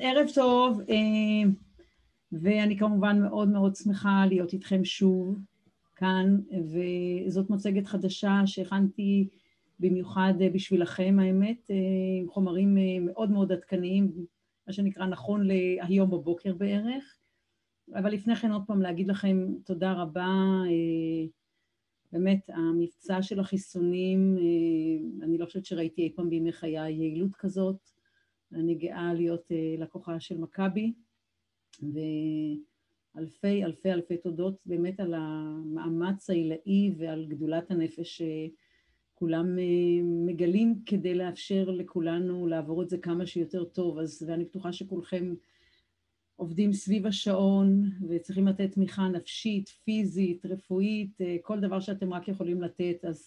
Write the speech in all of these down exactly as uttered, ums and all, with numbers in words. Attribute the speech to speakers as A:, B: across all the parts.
A: ערב טוב, ואני כמובן מאוד מאוד שמחה להיות איתכם שוב כאן, וזאת מצגת חדשה שהכנתי במיוחד בשבילכם, האמת, עם חומרים מאוד מאוד עדכניים, מה שנקרא נכון להיום בבוקר בערך. אבל לפני כן עוד פעם להגיד לכם תודה רבה, באמת המבצע של החיסונים, אני לא חושבת שראיתי אי פעם בימי חיי יעילות כזאת, אני גאה להיות לקוחה של מכבי, ואלפי אלפי אלפי תודות באמת על המאמץ העילאי ועל גדולת הנפש שכולם מגלים כדי לאפשר לכולנו לעבור את זה כמה שיותר טוב. אז ואני בטוחה שכולכם עובדים סביב השעון וצריכים לתת תמיכה נפשית, פיזית, רפואית, כל דבר שאתם רק יכולים לתת. אז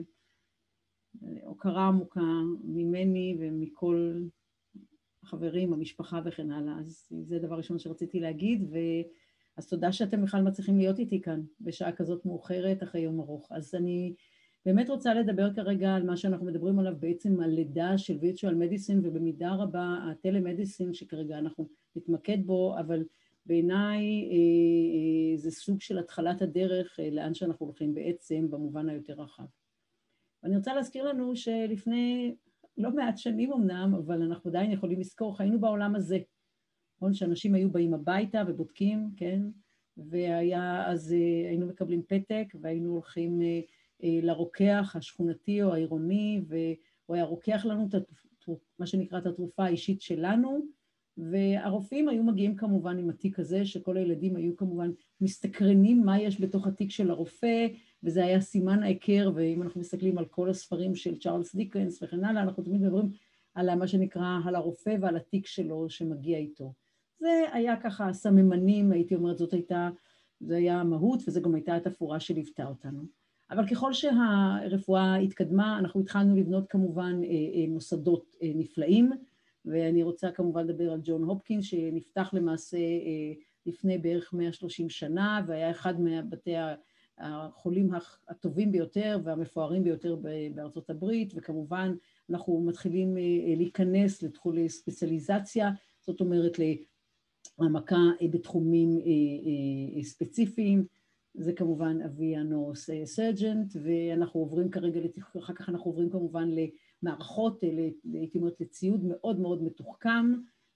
A: הוקרה עמוקה ממני ומכל החברים, המשפחה וכן הלאה. אז זה דבר ראשון שרציתי להגיד, ואז תודה שאתם בכלל מצליחים להיות איתי כאן בשעה כזאת מאוחרת אחרי יום ארוך. אז אני באמת רוצה לדבר כרגע על מה שאנחנו מדברים עליו, בעצם על לידה של virtual medicine, ובמידה רבה הטלמדיסין שכרגע אנחנו נתמקד בו, אבל בעיניי אה, זה סוג של התחלת הדרך אה, לאן שאנחנו הולכים בעצם במובן היותר רחב. ואני רוצה להזכיר לנו שלפני לא מעט שנים אמנם, אבל אנחנו עדיין יכולים לזכור, חיינו בעולם הזה, נכון? שאנשים היו באים הביתה ובודקים, כן? והיה, אז היינו מקבלים פתק, והיינו הולכים לרוקח השכונתי או העירוני, והוא היה רוקח לנו את מה שנקרא את התרופה האישית שלנו, והרופאים היו מגיעים כמובן עם התיק הזה, שכל הילדים היו כמובן מסתקרנים מה יש בתוך התיק של הרופא, וזה היה סימן ההיכר, ואם אנחנו מסתכלים על כל הספרים של צ'ארלס דיקנס וכן הלאה, אנחנו תמיד מדברים על מה שנקרא, על הרופא ועל התיק שלו שמגיע איתו. זה היה ככה סממנים, הייתי אומרת, זאת הייתה, זה היה המהות, וזה גם הייתה התפאורה שליוותה אותנו. אבל ככל שהרפואה התקדמה, אנחנו התחלנו לבנות כמובן מוסדות נפלאים, ואני רוצה כמובן לדבר על ג'ון הופקינס, שנפתח למעשה לפני בערך מאה ושלושים שנה, והיה אחד מבתי החולים הטובים ביותר והמפוארים ביותר בארצות הברית, וכמובן אנחנו מתחילים להיכנס לתחולי ספציאליזציה, זאת אומרת להעמקה בתחומים ספציפיים, זה כמובן אבי הנורוס סרג'נט, ואנחנו עוברים כרגע, אחר כך אנחנו עוברים כמובן למערכות, הייתי אומרת לציוד מאוד מאוד מתוחכם,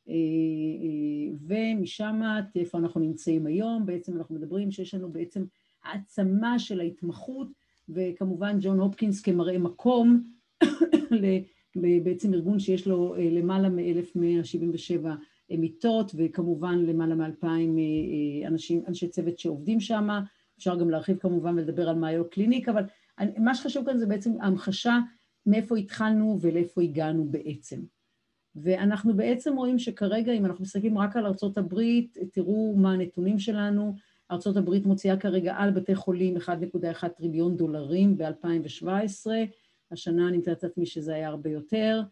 A: ומשם איפה אנחנו נמצאים היום, בעצם אנחנו מדברים שיש לנו בעצם העצמה של ההתמחות, וכמובן ג'ון הופקינס כמראה מקום, בעצם ארגון שיש לו למעלה מ-אלף מאה שבעים ושבע מיטות, וכמובן למעלה מ-אלפיים אנשים, אנשי צוות שעובדים שם, אפשר גם להרחיב כמובן ולדבר על מאיו קליניק, אבל מה שחשוב כאן זה בעצם ההמחשה מאיפה התחלנו ולאיפה הגענו בעצם. ואנחנו בעצם רואים שכרגע, אם אנחנו מסתכלים רק על ארצות הברית, תראו מה הנתונים שלנו, ארצות הברית מוציאה כרגע על בתי חולים אחד נקודה אחת טריליון דולרים ב-אלפיים שבע עשרה, השנה אני מתארת לעצמי שזה היה הרבה יותר,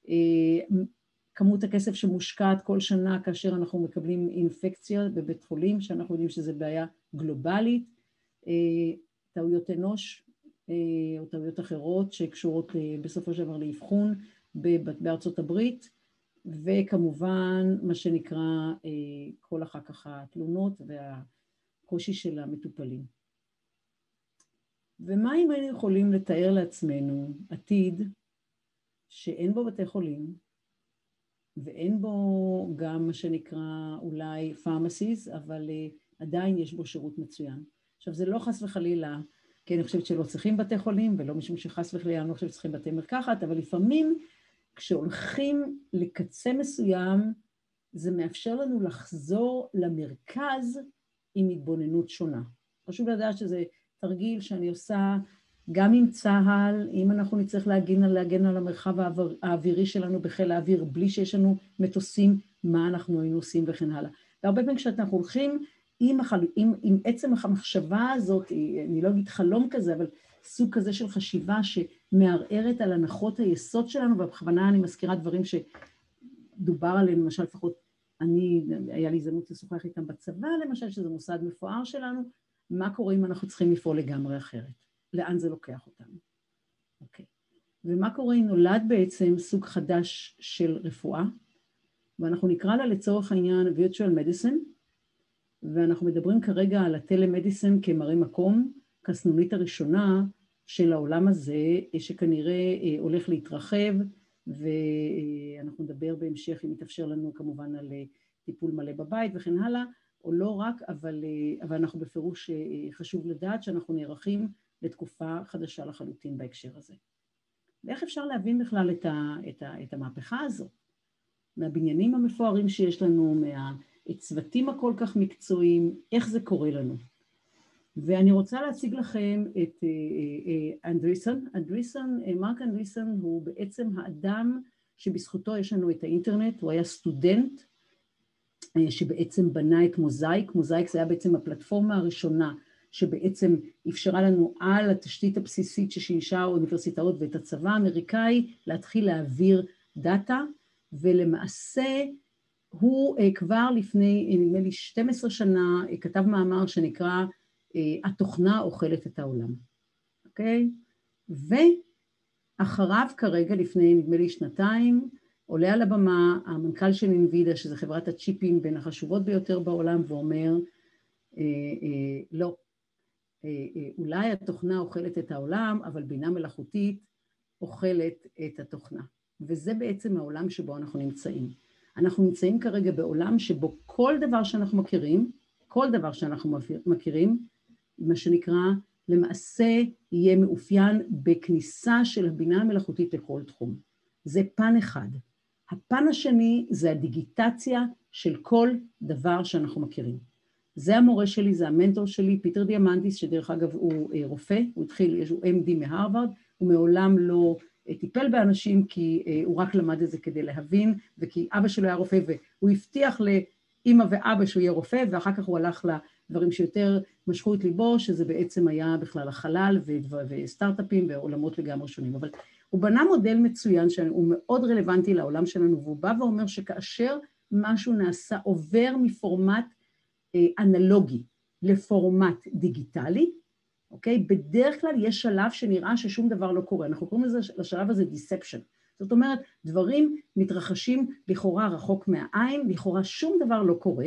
A: כמות הכסף שמושקעת כל שנה כאשר אנחנו מקבלים אינפקציה בבית חולים, שאנחנו יודעים שזה בעיה גלובלית, טעויות אנוש או טעויות אחרות שקשורות בסופו של דבר לאבחון בארצות הברית, וכמובן מה שנקרא כל אחר כך התלונות והקושי של המטופלים. ומה אם היינו יכולים לתאר לעצמנו עתיד שאין בו בתי חולים, ואין בו גם מה שנקרא אולי פארמסיז, אבל עדיין יש בו שירות מצוין. עכשיו זה לא חס וחלילה, כי אני חושבת שלא צריכים בתי חולים, ולא משום שחס וחלילה אני לא חושבת שצריכים בתי מרקחת, אבל לפעמים כשהולכים לקצה מסוים, זה מאפשר לנו לחזור למרכז עם התבוננות שונה. חשוב לדעת שזה תרגיל שאני עושה גם עם צה"ל, אם אנחנו נצטרך להגן על, להגן על המרחב האוויר, האווירי שלנו בחיל האוויר, בלי שיש לנו מטוסים, מה אנחנו היינו עושים וכן הלאה. והרבה פעמים כשאנחנו הולכים עם, עם, עם עצם המחשבה הזאת, אני לא אגיד חלום כזה, אבל סוג כזה של חשיבה שמערערת על הנחות היסוד שלנו, ובכוונה אני מזכירה דברים שדובר עליהם, למשל לפחות אני, היה לי הזדמנות לשוחח איתם בצבא, למשל שזה מוסד מפואר שלנו, מה קורה אם אנחנו צריכים לפעול לגמרי אחרת? לאן זה לוקח אותנו? אוקיי. ומה קורה אם נולד בעצם סוג חדש של רפואה, ואנחנו נקרא לה לצורך העניין virtual medicine, ואנחנו מדברים כרגע על הטלמדיסין כמראה מקום, כסנונית הראשונה של העולם הזה, שכנראה הולך להתרחב, ואנחנו נדבר בהמשך, אם יתאפשר לנו כמובן על טיפול מלא בבית וכן הלאה, או לא רק, אבל, אבל אנחנו בפירוש חשוב לדעת שאנחנו נערכים לתקופה חדשה לחלוטין בהקשר הזה. ואיך אפשר להבין בכלל את, ה, את, ה, את המהפכה הזו? מהבניינים המפוארים שיש לנו, מהצוותים הכל כך מקצועיים, איך זה קורה לנו? ואני רוצה להציג לכם את אנדריסון. אנדריסון, מרק אנדריסון הוא בעצם האדם שבזכותו יש לנו את האינטרנט, הוא היה סטודנט שבעצם בנה את מוזאיק. מוזאיק זה היה בעצם הפלטפורמה הראשונה שבעצם אפשרה לנו על התשתית הבסיסית ששימשה האוניברסיטאות ואת הצבא האמריקאי להתחיל להעביר דאטה, ולמעשה הוא כבר לפני נדמה לי שתים עשרה שנה כתב מאמר שנקרא התוכנה אוכלת את העולם, אוקיי? ואחריו כרגע לפני נדמה לי שנתיים עולה על הבמה המנכ"ל של אינווידה, שזה חברת הצ'יפים בין החשובות ביותר בעולם, ואומר אה, אה, לא, אה, אה, אולי התוכנה אוכלת את העולם, אבל בינה מלאכותית אוכלת את התוכנה. וזה בעצם העולם שבו אנחנו נמצאים. אנחנו נמצאים כרגע בעולם שבו כל דבר שאנחנו מכירים, כל דבר שאנחנו מכירים, מה שנקרא, למעשה יהיה מאופיין בכניסה של הבינה המלאכותית לכל תחום. זה פן אחד. הפן השני זה הדיגיטציה של כל דבר שאנחנו מכירים. זה המורה שלי, זה המנטור שלי, פיטר דיאמנטיס, שדרך אגב הוא רופא, הוא התחיל, הוא אם די מהרווארד, הוא מעולם לא טיפל באנשים כי הוא רק למד את זה כדי להבין, וכי אבא שלו היה רופא והוא הבטיח לאמא ואבא שהוא יהיה רופא, ואחר כך הוא הלך לדברים שיותר משכו את ליבו, שזה בעצם היה בכלל החלל וסטארט-אפים ועולמות לגמרי שונים. אבל הוא בנה מודל מצוין שהוא מאוד רלוונטי לעולם שלנו, והוא בא ואומר שכאשר משהו נעשה, עובר מפורמט אנלוגי לפורמט דיגיטלי, אוקיי? בדרך כלל יש שלב שנראה ששום דבר לא קורה. אנחנו קוראים לזה, לשלב הזה deception. זאת אומרת, דברים מתרחשים לכאורה רחוק מהעין, לכאורה שום דבר לא קורה,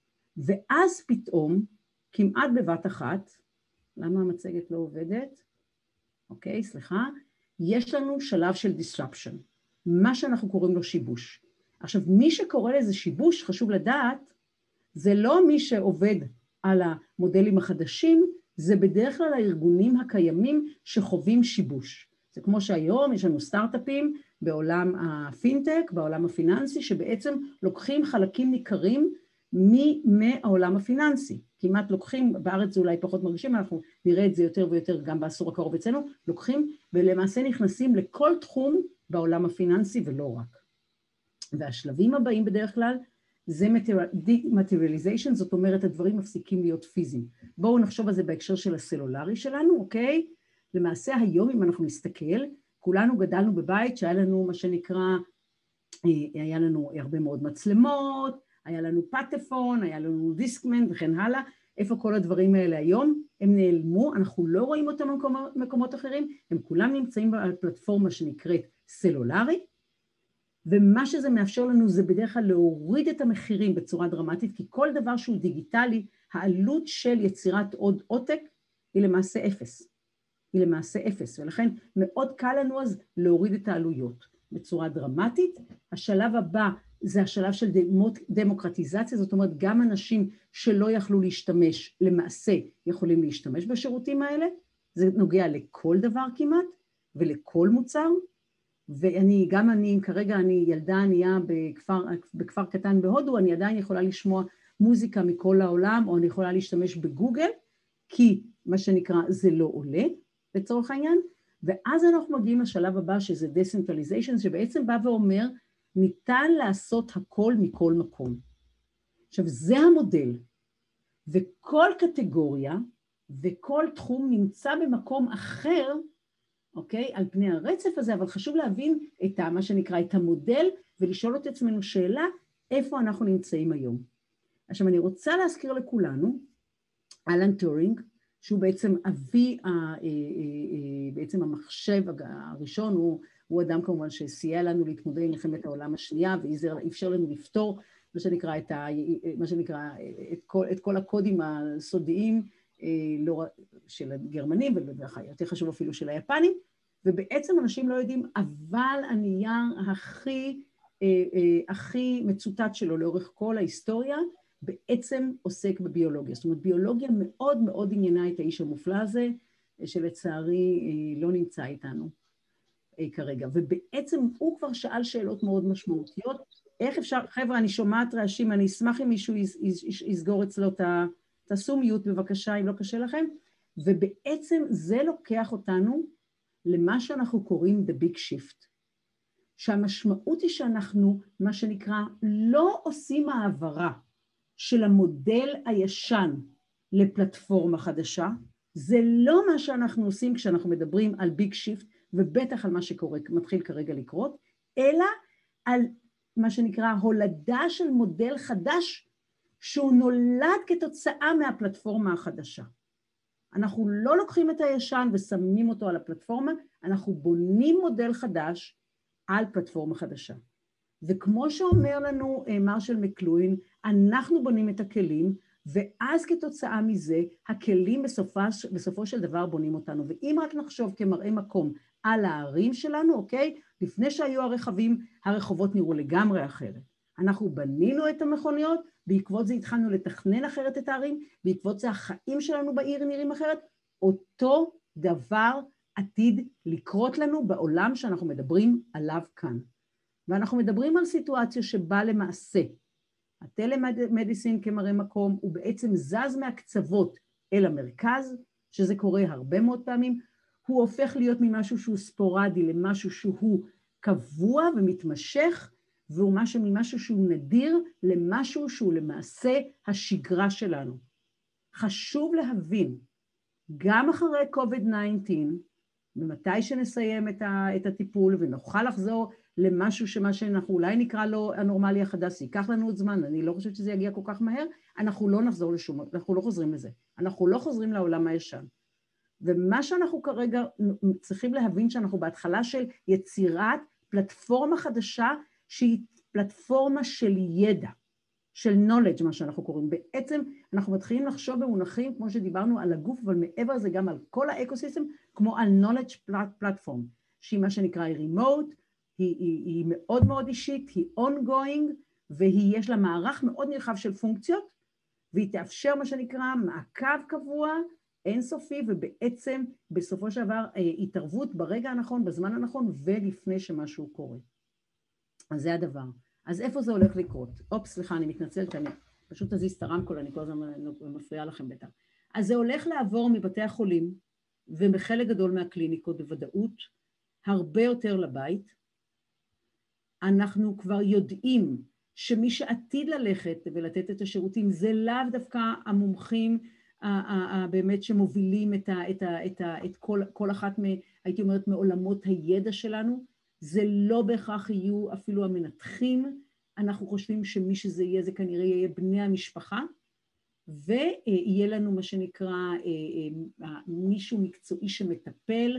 A: ואז פתאום, כמעט בבת אחת, למה המצגת לא עובדת? אוקיי, סליחה. יש לנו שלב של disruption, מה שאנחנו קוראים לו שיבוש. עכשיו, מי שקורא לזה שיבוש, חשוב לדעת, זה לא מי שעובד על המודלים החדשים, זה בדרך כלל הארגונים הקיימים שחווים שיבוש. זה כמו שהיום יש לנו סטארט-אפים בעולם הפינטק, בעולם הפיננסי, שבעצם לוקחים חלקים ניכרים מהעולם הפיננסי. כמעט לוקחים, בארץ זה אולי פחות מרגישים, אנחנו נראה את זה יותר ויותר גם בעשור הקרוב אצלנו, לוקחים ולמעשה נכנסים לכל תחום בעולם הפיננסי ולא רק. והשלבים הבאים בדרך כלל זה materialization, זאת אומרת הדברים מפסיקים להיות פיזיים. בואו נחשוב על זה בהקשר של הסלולרי שלנו, אוקיי? למעשה היום אם אנחנו נסתכל, כולנו גדלנו בבית שהיה לנו מה שנקרא, היה לנו הרבה מאוד מצלמות, היה לנו פטפון, היה לנו דיסקמן וכן הלאה. איפה כל הדברים האלה היום? הם נעלמו, אנחנו לא רואים אותם במקומות, מקומות אחרים, הם כולם נמצאים על פלטפורמה שנקראת סלולרי, ומה שזה מאפשר לנו זה בדרך כלל להוריד את המחירים בצורה דרמטית, כי כל דבר שהוא דיגיטלי, העלות של יצירת עוד עותק היא למעשה אפס. היא למעשה אפס, ולכן מאוד קל לנו אז להוריד את העלויות בצורה דרמטית. השלב הבא זה השלב של דמוקרטיזציה, זאת אומרת גם אנשים שלא יכלו להשתמש, למעשה יכולים להשתמש בשירותים האלה, זה נוגע לכל דבר כמעט ולכל מוצר, ואני, גם אני, כרגע אני ילדה ענייה בכפר, בכפר קטן בהודו, אני עדיין יכולה לשמוע מוזיקה מכל העולם, או אני יכולה להשתמש בגוגל, כי מה שנקרא זה לא עולה לצורך העניין, ואז אנחנו מגיעים לשלב הבא שזה decentralization, שבעצם בא ואומר, ניתן לעשות הכל מכל מקום. עכשיו זה המודל, וכל קטגוריה וכל תחום נמצא במקום אחר, אוקיי? על פני הרצף הזה, אבל חשוב להבין את מה שנקרא, את המודל, ולשאול את עצמנו שאלה, איפה אנחנו נמצאים היום. עכשיו, אני רוצה להזכיר לכולנו, אלן טורינג, שהוא בעצם אבי, בעצם המחשב הראשון, הוא, הוא אדם כמובן שסייע לנו להתמודד עם מלחמת העולם השנייה, ואפשר לנו לפתור מה שנקרא, את, ה, מה שנקרא את, כל, את כל הקודים הסודיים לא, של הגרמנים, ויותר חשוב אפילו של היפנים, ובעצם אנשים לא יודעים, אבל הנייר הכי, הכי מצוטט שלו לאורך כל ההיסטוריה, בעצם עוסק בביולוגיה. זאת אומרת, ביולוגיה מאוד מאוד עניינה את האיש המופלא הזה, שלצערי לא נמצא איתנו כרגע. ובעצם הוא כבר שאל שאלות מאוד משמעותיות. איך אפשר, חבר'ה, אני שומעת רעשים, אני אשמח אם מישהו יסגור אצלו את ה... תעשו מיוט בבקשה, אם לא קשה לכם. ובעצם זה לוקח אותנו למה שאנחנו קוראים the big shift. שהמשמעות היא שאנחנו, מה שנקרא, לא עושים העברה של המודל הישן לפלטפורמה חדשה. זה לא מה שאנחנו עושים כשאנחנו מדברים על ביג שיפט, ובטח על מה שקורה, מתחיל כרגע לקרות, אלא על מה שנקרא הולדה של מודל חדש, שהוא נולד כתוצאה מהפלטפורמה החדשה. אנחנו לא לוקחים את הישן ושמים אותו על הפלטפורמה, אנחנו בונים מודל חדש על פלטפורמה חדשה. וכמו שאומר לנו מרשל מקלואין, אנחנו בונים את הכלים, ואז כתוצאה מזה, הכלים בסופו, בסופו של דבר בונים אותנו. ואם רק נחשוב כמראה מקום על הערים שלנו, אוקיי? לפני שהיו הרכבים, הרחובות נראו לגמרי אחרת. אנחנו בנינו את המכוניות, בעקבות זה התחלנו לתכנן אחרת את הערים, בעקבות זה החיים שלנו בעיר נראים אחרת, אותו דבר עתיד לקרות לנו בעולם שאנחנו מדברים עליו כאן. ואנחנו מדברים על סיטואציה שבה למעשה, הטלמדיסין כמראה מקום הוא בעצם זז מהקצוות אל המרכז, שזה קורה הרבה מאוד פעמים, הוא הופך להיות ממשהו שהוא ספורדי למשהו שהוא קבוע ומתמשך, והוא משהו ממשהו שהוא נדיר למשהו שהוא למעשה השגרה שלנו. חשוב להבין, גם אחרי קוביד תשע עשרה, ומתי שנסיים את הטיפול ונוכל לחזור למשהו שמה שאנחנו אולי נקרא לו הנורמלי החדש, ייקח לנו עוד זמן, אני לא חושבת שזה יגיע כל כך מהר, אנחנו לא נחזור לשום, אנחנו לא חוזרים לזה, אנחנו לא חוזרים לעולם הישן. ומה שאנחנו כרגע צריכים להבין שאנחנו בהתחלה של יצירת פלטפורמה חדשה, שהיא פלטפורמה של ידע, של knowledge, מה שאנחנו קוראים. בעצם אנחנו מתחילים לחשוב במונחים, כמו שדיברנו על הגוף, אבל מעבר לזה גם על כל האקוסיסטם, כמו על knowledge platform, שהיא מה שנקרא remote, היא, היא, היא מאוד מאוד אישית, היא ongoing, והיא יש לה מערך מאוד נרחב של פונקציות, והיא תאפשר מה שנקרא מעקב קבוע, אינסופי, ובעצם בסופו של דבר התערבות ברגע הנכון, בזמן הנכון, ולפני שמשהו קורה. אז זה הדבר. אז איפה זה הולך לקרות? אופס, סליחה, אני מתנצלת, אני פשוט אזיז את הרמקול, אני כל הזמן מפריעה לכם בטח. אז זה הולך לעבור מבתי החולים, ובחלק גדול מהקליניקות בוודאות, הרבה יותר לבית. אנחנו כבר יודעים שמי שעתיד ללכת ולתת את השירותים, זה לאו דווקא המומחים באמת שמובילים את, ה, את, ה, את, ה, את כל, כל אחת, מ, הייתי אומרת, מעולמות הידע שלנו, זה לא בהכרח יהיו אפילו המנתחים, אנחנו חושבים שמי שזה יהיה, זה כנראה יהיה בני המשפחה, ויהיה לנו מה שנקרא מישהו מקצועי שמטפל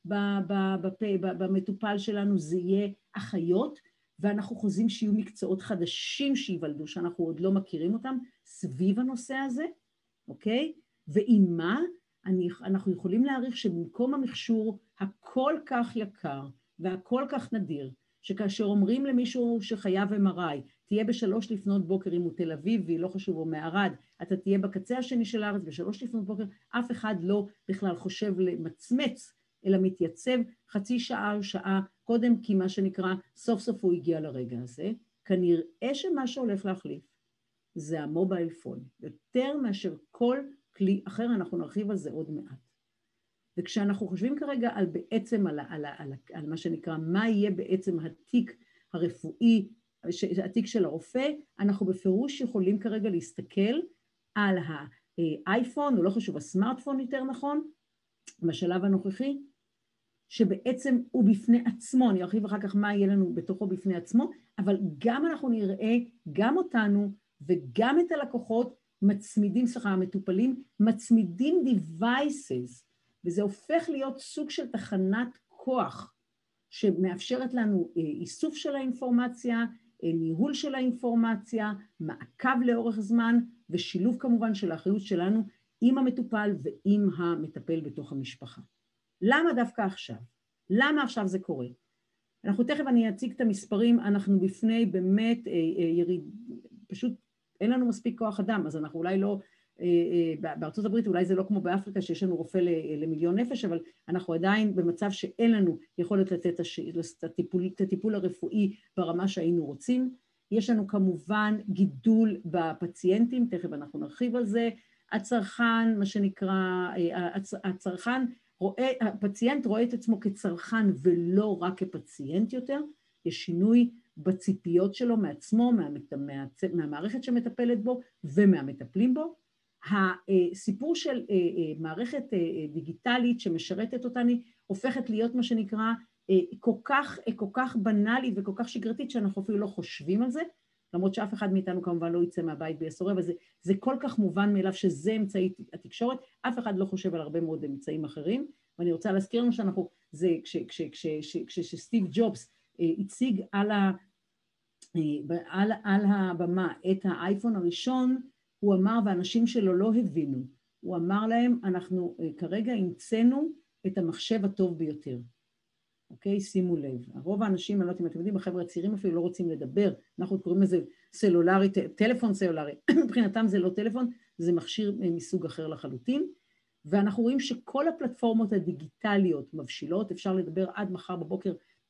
A: במטופל שלנו, זה יהיה אחיות, ואנחנו חוזים שיהיו מקצועות חדשים שיוולדו, שאנחנו עוד לא מכירים אותם, סביב הנושא הזה, אוקיי? ועם מה? אני, אנחנו יכולים להעריך שבמקום המכשור הכל כך יקר, והכל כך נדיר, שכאשר אומרים למישהו שחייב אם אר איי, תהיה בשלוש לפנות בוקר אם הוא תל אביבי, לא חשוב, או מערד, אתה תהיה בקצה השני של הארץ, בשלוש לפנות בוקר, אף אחד לא בכלל חושב למצמץ, אלא מתייצב חצי שעה או שעה קודם, כי מה שנקרא, סוף סוף הוא הגיע לרגע הזה, כנראה שמה שהולך להחליף, זה המובייל פון, יותר מאשר כל כלי אחר, אנחנו נרחיב על זה עוד מעט. וכשאנחנו חושבים כרגע על בעצם, על, על, על, על מה שנקרא, מה יהיה בעצם התיק הרפואי, התיק של הרופא, אנחנו בפירוש יכולים כרגע להסתכל על האייפון, או לא חשוב, הסמארטפון יותר נכון, בשלב הנוכחי, שבעצם הוא בפני עצמו, אני ארחיב אחר כך מה יהיה לנו בתוכו בפני עצמו, אבל גם אנחנו נראה, גם אותנו וגם את הלקוחות מצמידים, סליחה, המטופלים, מצמידים devices, וזה הופך להיות סוג של תחנת כוח, שמאפשרת לנו איסוף של האינפורמציה, ניהול של האינפורמציה, מעקב לאורך זמן, ושילוב כמובן של האחריות שלנו עם המטופל ועם המטפל בתוך המשפחה. למה דווקא עכשיו? למה עכשיו זה קורה? אנחנו תכף אני אציג את המספרים, אנחנו בפני באמת יריד, פשוט אין לנו מספיק כוח אדם, אז אנחנו אולי לא, בארצות הברית אולי זה לא כמו באפריקה שיש לנו רופא למיליון נפש, אבל אנחנו עדיין במצב שאין לנו יכולת לתת את הטיפול, את הטיפול הרפואי ברמה שהיינו רוצים. יש לנו כמובן גידול בפציינטים, תכף אנחנו נרחיב על זה. הצרכן, מה שנקרא, הצרכן רואה, הפציינט רואה את עצמו כצרכן ולא רק כפציינט יותר, יש שינוי בציפיות שלו מעצמו, מהמערכת שמטפלת בו ומהמטפלים בו. הסיפור של מערכת דיגיטלית שמשרתת אותני הופכת להיות מה שנקרא כל כך, כל כך בנאלי וכל כך שגרתית שאנחנו אפילו לא חושבים על זה, למרות שאף אחד מאיתנו כמובן לא יצא מהבית ביסורי, אבל זה, זה כל כך מובן מאליו שזה אמצעי התקשורת, אף אחד לא חושב על הרבה מאוד אמצעים אחרים, ואני רוצה להזכיר לנו שאנחנו, זה כשסטיב ג'ובס הציג על, ה, על, על הבמה את האייפון הראשון, הוא אמר, ואנשים שלו לא הבינו, הוא אמר להם, אנחנו כרגע המצאנו את המחשב הטוב ביותר. אוקיי, שימו לב. הרוב האנשים, אני לא יודעת אם אתם יודעים, החבר'ה הצעירים אפילו לא רוצים לדבר, אנחנו קוראים לזה סלולרי, טלפון סלולרי, מבחינתם זה לא טלפון, זה מכשיר מסוג אחר לחלוטין, ואנחנו רואים שכל הפלטפורמות הדיגיטליות מבשילות, אפשר לדבר עד מחר בבוקר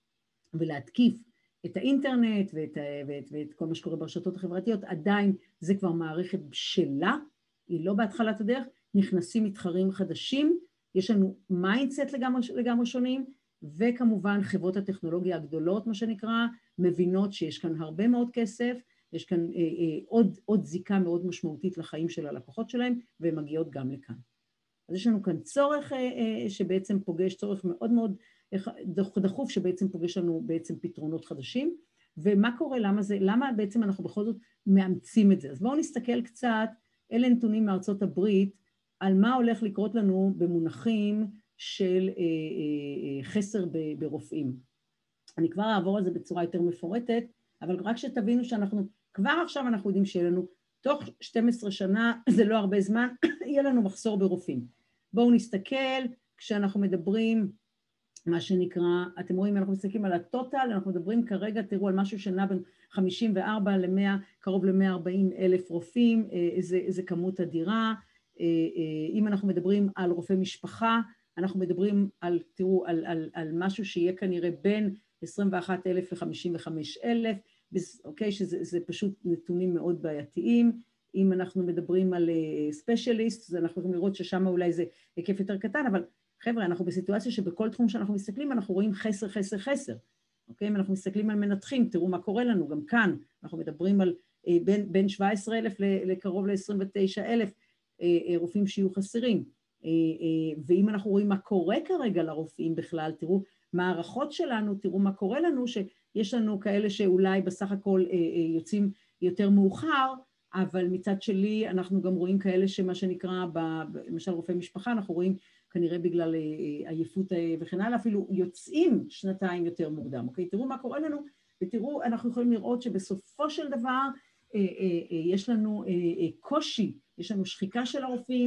A: ולהתקיף את האינטרנט ואת, ואת, ואת כל מה שקורה ברשתות החברתיות, עדיין זה כבר מערכת שלה, היא לא בהתחלת הדרך, נכנסים מתחרים חדשים, יש לנו מיינדסט לגמרי, לגמרי שונים, וכמובן חברות הטכנולוגיה הגדולות, מה שנקרא, מבינות שיש כאן הרבה מאוד כסף, יש כאן אה, אה, עוד, עוד זיקה מאוד משמעותית לחיים של הלקוחות שלהם, והן מגיעות גם לכאן. אז יש לנו כאן צורך אה, אה, שבעצם פוגש, צורך מאוד מאוד דחוף שבעצם פוגש לנו בעצם פתרונות חדשים, ומה קורה, למה זה, למה בעצם אנחנו בכל זאת מאמצים את זה. אז בואו נסתכל קצת, אלה נתונים מארצות הברית, על מה הולך לקרות לנו במונחים של אה, אה, חסר ב, ברופאים. אני כבר אעבור על זה בצורה יותר מפורטת, אבל רק שתבינו שאנחנו, כבר עכשיו אנחנו יודעים שיהיה לנו, תוך שתים עשרה שנה, זה לא הרבה זמן, יהיה לנו מחסור ברופאים. בואו נסתכל, כשאנחנו מדברים, מה שנקרא, אתם רואים, אנחנו מסתכלים על הטוטל, אנחנו מדברים כרגע, תראו על משהו שנע בין חמישים וארבע למאה, קרוב ל-מאה וארבעים אלף רופאים, איזה, איזה כמות אדירה. אם אנחנו מדברים על רופאי משפחה, אנחנו מדברים על, תראו, על, על, על משהו שיהיה כנראה בין עשרים ואחת אלף ל-חמישים וחמישה אלף, אוקיי, שזה זה פשוט נתונים מאוד בעייתיים. אם אנחנו מדברים על ספיישליסט, אז אנחנו יכולים לראות ששם אולי זה היקף יותר קטן, אבל חבר'ה, אנחנו בסיטואציה שבכל תחום שאנחנו מסתכלים, אנחנו רואים חסר, חסר, חסר. אוקיי, אם אנחנו מסתכלים על מנתחים, תראו מה קורה לנו, גם כאן, אנחנו מדברים על בין, בין שבע עשרה אלף לקרוב ל-עשרים ותשעה אלף רופאים שיהיו חסרים. ואם אנחנו רואים מה קורה כרגע לרופאים בכלל, תראו מה הערכות שלנו, תראו מה קורה לנו, שיש לנו כאלה שאולי בסך הכל יוצאים יותר מאוחר, אבל מצד שלי אנחנו גם רואים כאלה שמה שנקרא, למשל רופאי משפחה, אנחנו רואים כנראה בגלל עייפות וכן הלאה, אפילו יוצאים שנתיים יותר מוקדם, אוקיי? תראו מה קורה לנו, ותראו, אנחנו יכולים לראות שבסופו של דבר יש לנו קושי, יש לנו שחיקה של הרופאים,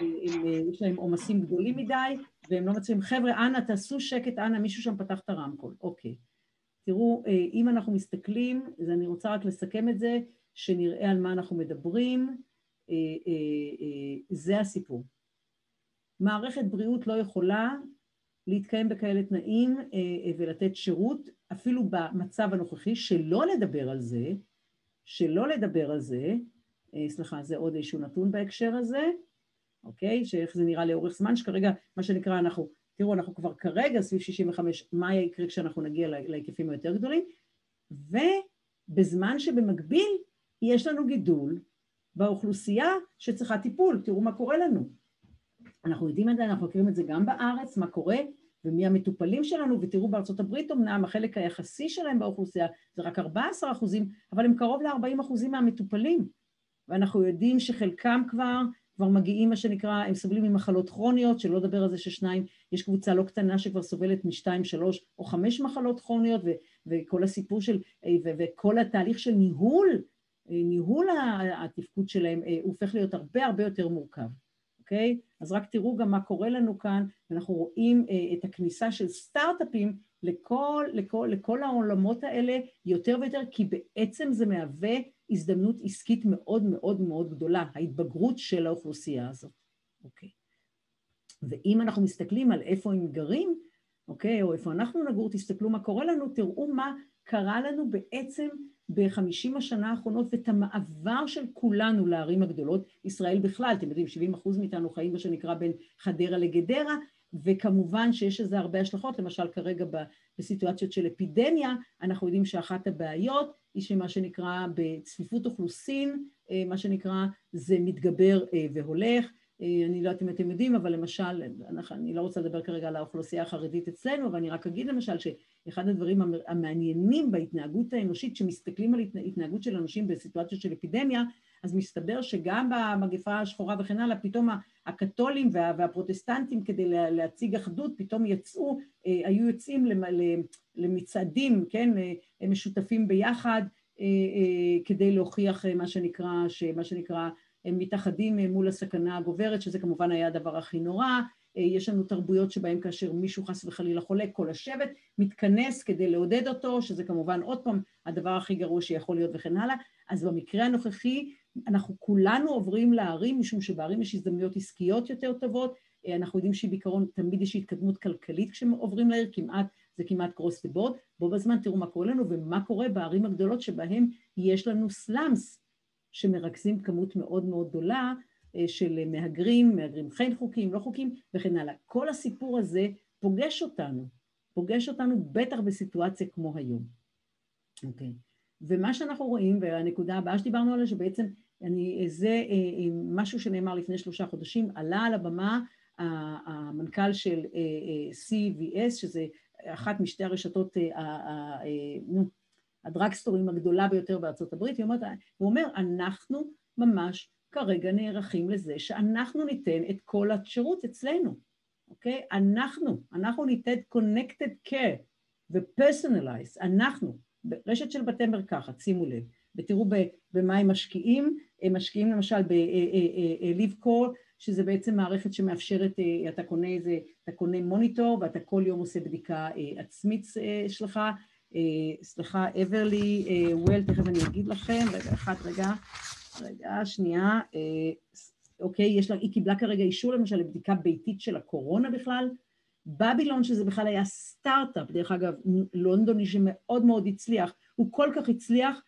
A: יש להם עומסים גדולים מדי, והם לא מצליחים, חבר'ה, אנא, תעשו שקט, אנא, מישהו שם פתח את הרמקול, אוקיי. תראו, אם אנחנו מסתכלים, אז אני רוצה רק לסכם את זה, שנראה על מה אנחנו מדברים, זה הסיפור. מערכת בריאות לא יכולה להתקיים בכאלה תנאים ולתת שירות, אפילו במצב הנוכחי, שלא לדבר על זה, שלא לדבר על זה, סליחה, זה עוד איזשהו נתון בהקשר הזה, אוקיי, שאיך זה נראה לאורך זמן, שכרגע, מה שנקרא, אנחנו, תראו, אנחנו כבר כרגע סביב שישים וחמש, מה יקרה כשאנחנו נגיע להיקפים היותר גדולים, ובזמן שבמקביל יש לנו גידול באוכלוסייה שצריכה טיפול, תראו מה קורה לנו. אנחנו יודעים את זה, אנחנו מכירים את זה גם בארץ, מה קורה, ומי המטופלים שלנו, ותראו בארצות הברית אמנם, החלק היחסי שלהם באוכלוסייה זה רק ארבעה עשר אחוזים, אבל הם קרוב ל-ארבעים אחוזים מהמטופלים, ואנחנו יודעים שחלקם כבר, כבר מגיעים מה שנקרא, הם סובלים ממחלות כרוניות, שלא לדבר על זה ששניים, יש קבוצה לא קטנה שכבר סובלת משתיים, שלוש או חמש מחלות כרוניות, ו- וכל הסיפור של, ו- וכל התהליך של ניהול, ניהול התפקוד שלהם, הוא הופך להיות הרבה הרבה יותר מורכב. אוקיי? אז רק תראו גם מה קורה לנו כאן, ואנחנו רואים את הכניסה של סטארט-אפים לכל, לכל, לכל העולמות האלה יותר ויותר, כי בעצם זה מהווה הזדמנות עסקית מאוד מאוד מאוד גדולה, ההתבגרות של האוכלוסייה הזאת. אוקיי. ואם אנחנו מסתכלים על איפה הם גרים, אוקיי, או איפה אנחנו נגור, תסתכלו מה קורה לנו, תראו מה קרה לנו בעצם ב-חמישים השנה האחרונות, ואת המעבר של כולנו לערים הגדולות, ישראל בכלל, אתם יודעים, שבעים אחוז מאיתנו חיים מה שנקרא בין חדרה לגדרה, וכמובן שיש לזה הרבה השלכות, למשל כרגע בסיטואציות של אפידמיה, אנחנו יודעים שאחת הבעיות היא שמה שנקרא בצפיפות אוכלוסין, מה שנקרא זה מתגבר והולך, אני לא יודעת אם אתם יודעים, אבל למשל, אני לא רוצה לדבר כרגע על האוכלוסייה החרדית אצלנו, אבל אני רק אגיד למשל שאחד הדברים המעניינים בהתנהגות האנושית, שמסתכלים על התנהגות של אנשים בסיטואציות של אפידמיה, אז מסתבר שגם במגפה השחורה וכן הלאה, פתאום הקתולים והפרוטסטנטים כדי להציג אחדות, פתאום יצאו, היו יוצאים למצעדים, כן, משותפים ביחד, כדי להוכיח מה שנקרא, מה שנקרא, הם מתאחדים מול הסכנה הגוברת, שזה כמובן היה הדבר הכי נורא. יש לנו תרבויות שבהם כאשר מישהו חס וחלילה חולה, כל השבט מתכנס כדי לעודד אותו, שזה כמובן עוד פעם הדבר הכי גרוע שיכול להיות וכן הלאה. אז במקרה הנוכחי, אנחנו כולנו עוברים לערים, משום שבערים יש הזדמנויות עסקיות יותר טובות, אנחנו יודעים שבעיקרון תמיד יש התקדמות כלכלית כשעוברים לעיר, כמעט, זה כמעט קרוס דה בורד. בו בזמן תראו מה קורה לנו ומה קורה בערים הגדולות שבהם יש לנו סלאמס, שמרכזים כמות מאוד מאוד גדולה של מהגרים, מהגרים כן חוקיים, לא חוקיים וכן הלאה. כל הסיפור הזה פוגש אותנו, פוגש אותנו בטח בסיטואציה כמו היום. אוקיי. ומה שאנחנו רואים, והנקודה הבאה שדיברנו עליה, שבעצם אני, זה משהו שנאמר לפני שלושה חודשים, עלה על הבמה המנכ"ל של סי וי אס, שזה אחת משתי הרשתות, נו, הדרגסטורים הגדולה ביותר בארצות הברית, הוא אומר, אנחנו ממש כרגע נערכים לזה שאנחנו ניתן את כל השירות אצלנו, אוקיי? אנחנו, אנחנו ניתן connected care ו-personalized, אנחנו, ברשת של בתי מרקחת, שימו לב, ותראו במה הם משקיעים, הם משקיעים למשל ב-LiveCore, שזה בעצם מערכת שמאפשרת, אתה קונה איזה, אתה קונה מוניטור, ואתה כל יום עושה בדיקה עצמית שלך, סליחה, אברלי, וול, תכף אני אגיד לכם, רגע, אחת, רגע, רגע, שנייה, אוקיי, יש לה, היא קיבלה כרגע אישור למשל לבדיקה ביתית של הקורונה בכלל, בבילון שזה בכלל היה סטארט-אפ, דרך אגב, לונדוני שמאוד מאוד הצליח, הוא כל כך הצליח,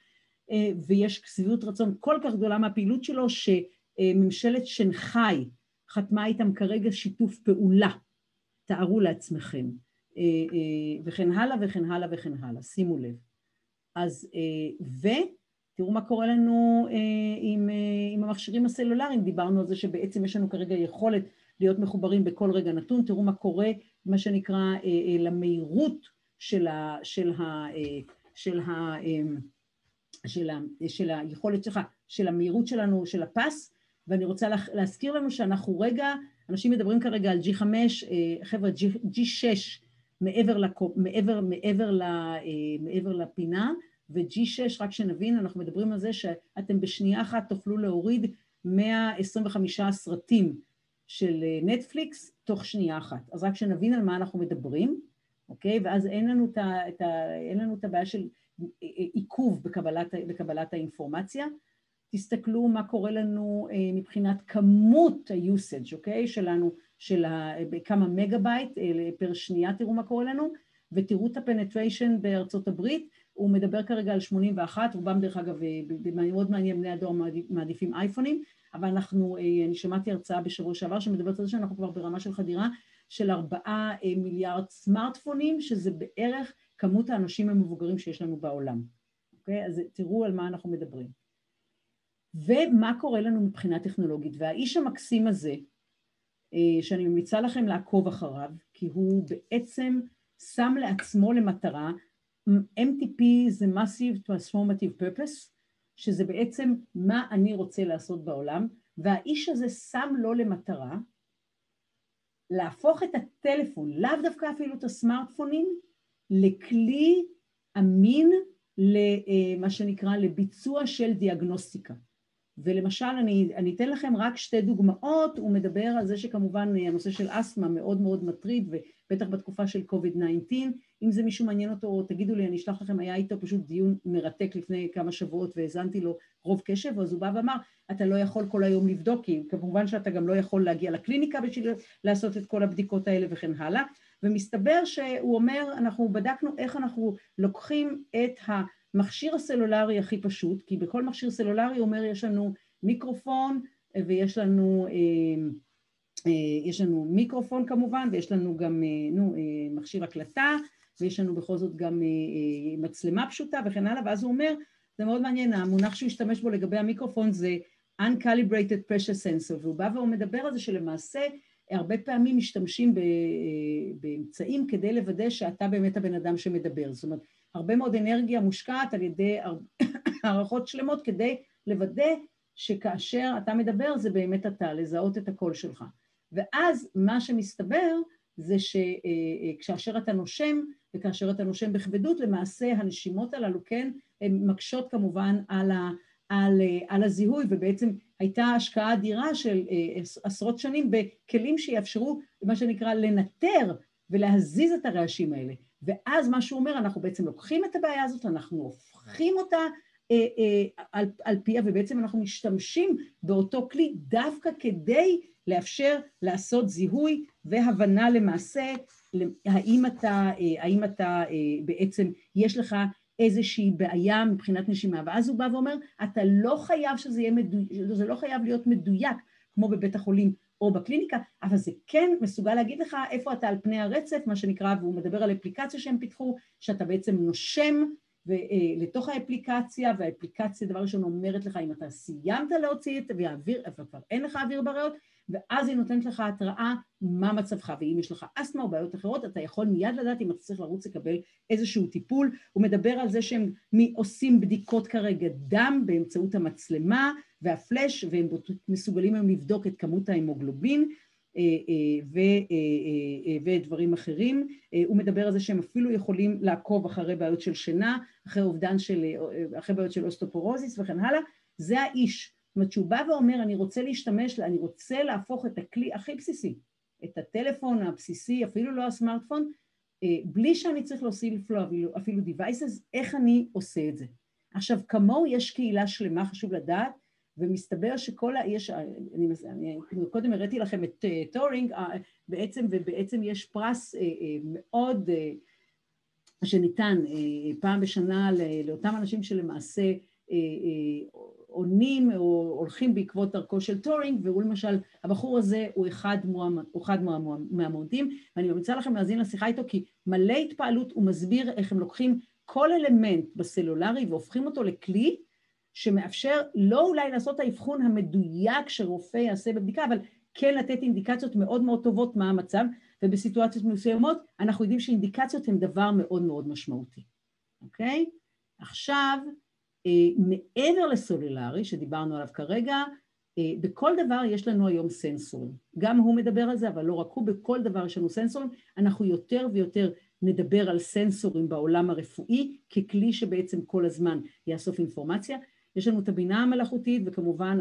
A: ויש סביבות רצון כל כך גדולה מהפעילות שלו, שממשלת שנגחאי חתמה איתם כרגע שיתוף פעולה, תארו לעצמכם, וכן הלאה וכן הלאה וכן הלאה, שימו לב. אז, ותראו מה קורה לנו עם, עם המכשירים הסלולריים, דיברנו על זה שבעצם יש לנו כרגע יכולת להיות מחוברים בכל רגע נתון, תראו מה קורה, מה שנקרא, למהירות של ה, של ה, של ה, של ה, של היכולת שלך, של המהירות שלנו, של הפס, ואני רוצה להזכיר לנו שאנחנו רגע, אנשים מדברים כרגע על ג'י חמש, חבר'ה, ג'י שש, מעבר, לקו, מעבר, מעבר, ל, מעבר לפינה, ו-ג'י שש, רק שנבין, אנחנו מדברים על זה שאתם בשנייה אחת תוכלו להוריד מאה עשרים וחמישה סרטים של נטפליקס תוך שנייה אחת. אז רק שנבין על מה אנחנו מדברים, אוקיי? ואז אין לנו את, את, אין לנו את הבעיה של עיכוב בקבלת, בקבלת האינפורמציה. תסתכלו מה קורה לנו מבחינת כמות ה-usage, אוקיי? שלנו, של כמה מגה בייט פר שנייה, תראו מה קורה לנו, ותראו את הפנטריישן בארצות הברית, הוא מדבר כרגע על שמונים ואחת, רובם דרך אגב, מאוד מעניין, בני הדור מעדיפים אייפונים, אבל אנחנו, אני שמעתי הרצאה בשבוע שעבר, שמדברת על זה שאנחנו כבר ברמה של חדירה של ארבעה מיליארד סמארטפונים, שזה בערך כמות האנשים המבוגרים שיש לנו בעולם. אוקיי? אז תראו על מה אנחנו מדברים. ומה קורה לנו מבחינה טכנולוגית, והאיש המקסים הזה, שאני ממליצה לכם לעקוב אחריו, כי הוא בעצם שם לעצמו למטרה, אם טי פי זה Massive Transformative Purpose, שזה בעצם מה אני רוצה לעשות בעולם, והאיש הזה שם לו למטרה להפוך את הטלפון, לאו דווקא אפילו את הסמארטפונים, לכלי אמין למה שנקרא לביצוע של דיאגנוסטיקה. ולמשל, אני, אני אתן לכם רק שתי דוגמאות, הוא מדבר על זה שכמובן הנושא של אסמה מאוד מאוד מטריד, ובטח בתקופה של קוביד תשע עשרה, אם זה מישהו מעניין אותו, תגידו לי, אני אשלח לכם, היה איתו פשוט דיון מרתק לפני כמה שבועות, והזנתי לו רוב קשב, אז הוא בא ואמר, אתה לא יכול כל היום לבדוק, כי כמובן שאתה גם לא יכול להגיע לקליניקה בשביל לעשות את כל הבדיקות האלה וכן הלאה, ומסתבר שהוא אומר, אנחנו בדקנו איך אנחנו לוקחים את ה... מכשיר הסלולרי הכי פשוט, כי בכל מכשיר סלולרי אומר יש לנו מיקרופון ויש לנו, יש לנו מיקרופון כמובן ויש לנו גם נו, מכשיר הקלטה ויש לנו בכל זאת גם מצלמה פשוטה וכן הלאה, ואז הוא אומר, זה מאוד מעניין, המונח שהוא השתמש בו לגבי המיקרופון זה Uncalibrated Pressure Sensor, והוא בא והוא מדבר על זה שלמעשה הרבה פעמים משתמשים באמצעים כדי לוודא שאתה באמת הבן אדם שמדבר, זאת אומרת, הרבה מאוד אנרגיה מושקעת על ידי הערכות שלמות כדי לוודא שכאשר אתה מדבר זה באמת אתה, לזהות את הקול שלך. ואז מה שמסתבר זה שכאשר אתה נושם, וכאשר אתה נושם בכבדות, למעשה הנשימות הללו כן, הן מקשות כמובן על, ה, על, על הזיהוי, ובעצם הייתה השקעה אדירה של עשרות שנים בכלים שיאפשרו מה שנקרא לנטר ולהזיז את הרעשים האלה. ואז מה שהוא אומר, אנחנו בעצם לוקחים את הבעיה הזאת, אנחנו הופכים אותה אה, אה, על, על פיה, ובעצם אנחנו משתמשים באותו כלי דווקא כדי לאפשר לעשות זיהוי והבנה למעשה, האם אתה, אה, האם אתה אה, בעצם, יש לך איזושהי בעיה מבחינת נשימה, ואז הוא בא ואומר, אתה לא חייב שזה יהיה מדויק, זה לא חייב להיות מדויק, כמו בבית החולים, או בקליניקה, אבל זה כן מסוגל להגיד לך איפה אתה על פני הרצף, מה שנקרא, והוא מדבר על אפליקציה שהם פיתחו, שאתה בעצם נושם לתוך האפליקציה, והאפליקציה דבר ראשון אומרת לך אם אתה סיימת להוציא את זה, וכבר אין לך אוויר בריאות, ואז היא נותנת לך התראה מה מצבך, ואם יש לך אסתמה או בעיות אחרות, אתה יכול מיד לדעת אם אתה צריך לרוץ לקבל איזשהו טיפול. הוא מדבר על זה שהם עושים בדיקות כרגע דם באמצעות המצלמה והפלש, והם מסוגלים היום לבדוק את כמות ההמוגלובין ודברים אחרים. הוא מדבר על זה שהם אפילו יכולים לעקוב אחרי בעיות של שינה, אחרי אובדן של, אחרי בעיות של אוסטאופורוזיס וכן הלאה. זה האיש. זאת אומרת שהוא בא ואומר, אני רוצה להשתמש, אני רוצה להפוך את הכלי הכי בסיסי, את הטלפון הבסיסי, אפילו לא הסמארטפון, בלי שאני צריך להוסיף לו אפילו, אפילו devices, איך אני עושה את זה. עכשיו, כמוהו יש קהילה שלמה, חשוב לדעת, ומסתבר שכל ה... יש, אני, אני קודם הראיתי לכם את טורינג, בעצם, ובעצם יש פרס מאוד שניתן פעם בשנה לאותם אנשים שלמעשה עונים או הולכים בעקבות דרכו של טורינג, והוא למשל, הבחור הזה הוא אחד, מועמד, הוא אחד מהמועמדים, ואני ממליצה לכם להאזין לשיחה איתו, כי מלא התפעלות הוא מסביר איך הם לוקחים כל אלמנט בסלולרי והופכים אותו לכלי, שמאפשר לא אולי לעשות האבחון המדויק שרופא יעשה בבדיקה, אבל כן לתת אינדיקציות מאוד מאוד טובות מה המצב, ובסיטואציות מסוימות אנחנו יודעים שאינדיקציות הן דבר מאוד מאוד משמעותי. אוקיי? עכשיו, מעבר לסלולרי שדיברנו עליו כרגע, בכל דבר יש לנו היום סנסורים. גם הוא מדבר על זה, אבל לא רק הוא, בכל דבר יש לנו סנסורים. אנחנו יותר ויותר נדבר על סנסורים בעולם הרפואי, ככלי שבעצם כל הזמן יאסוף אינפורמציה. יש לנו את הבינה המלאכותית, וכמובן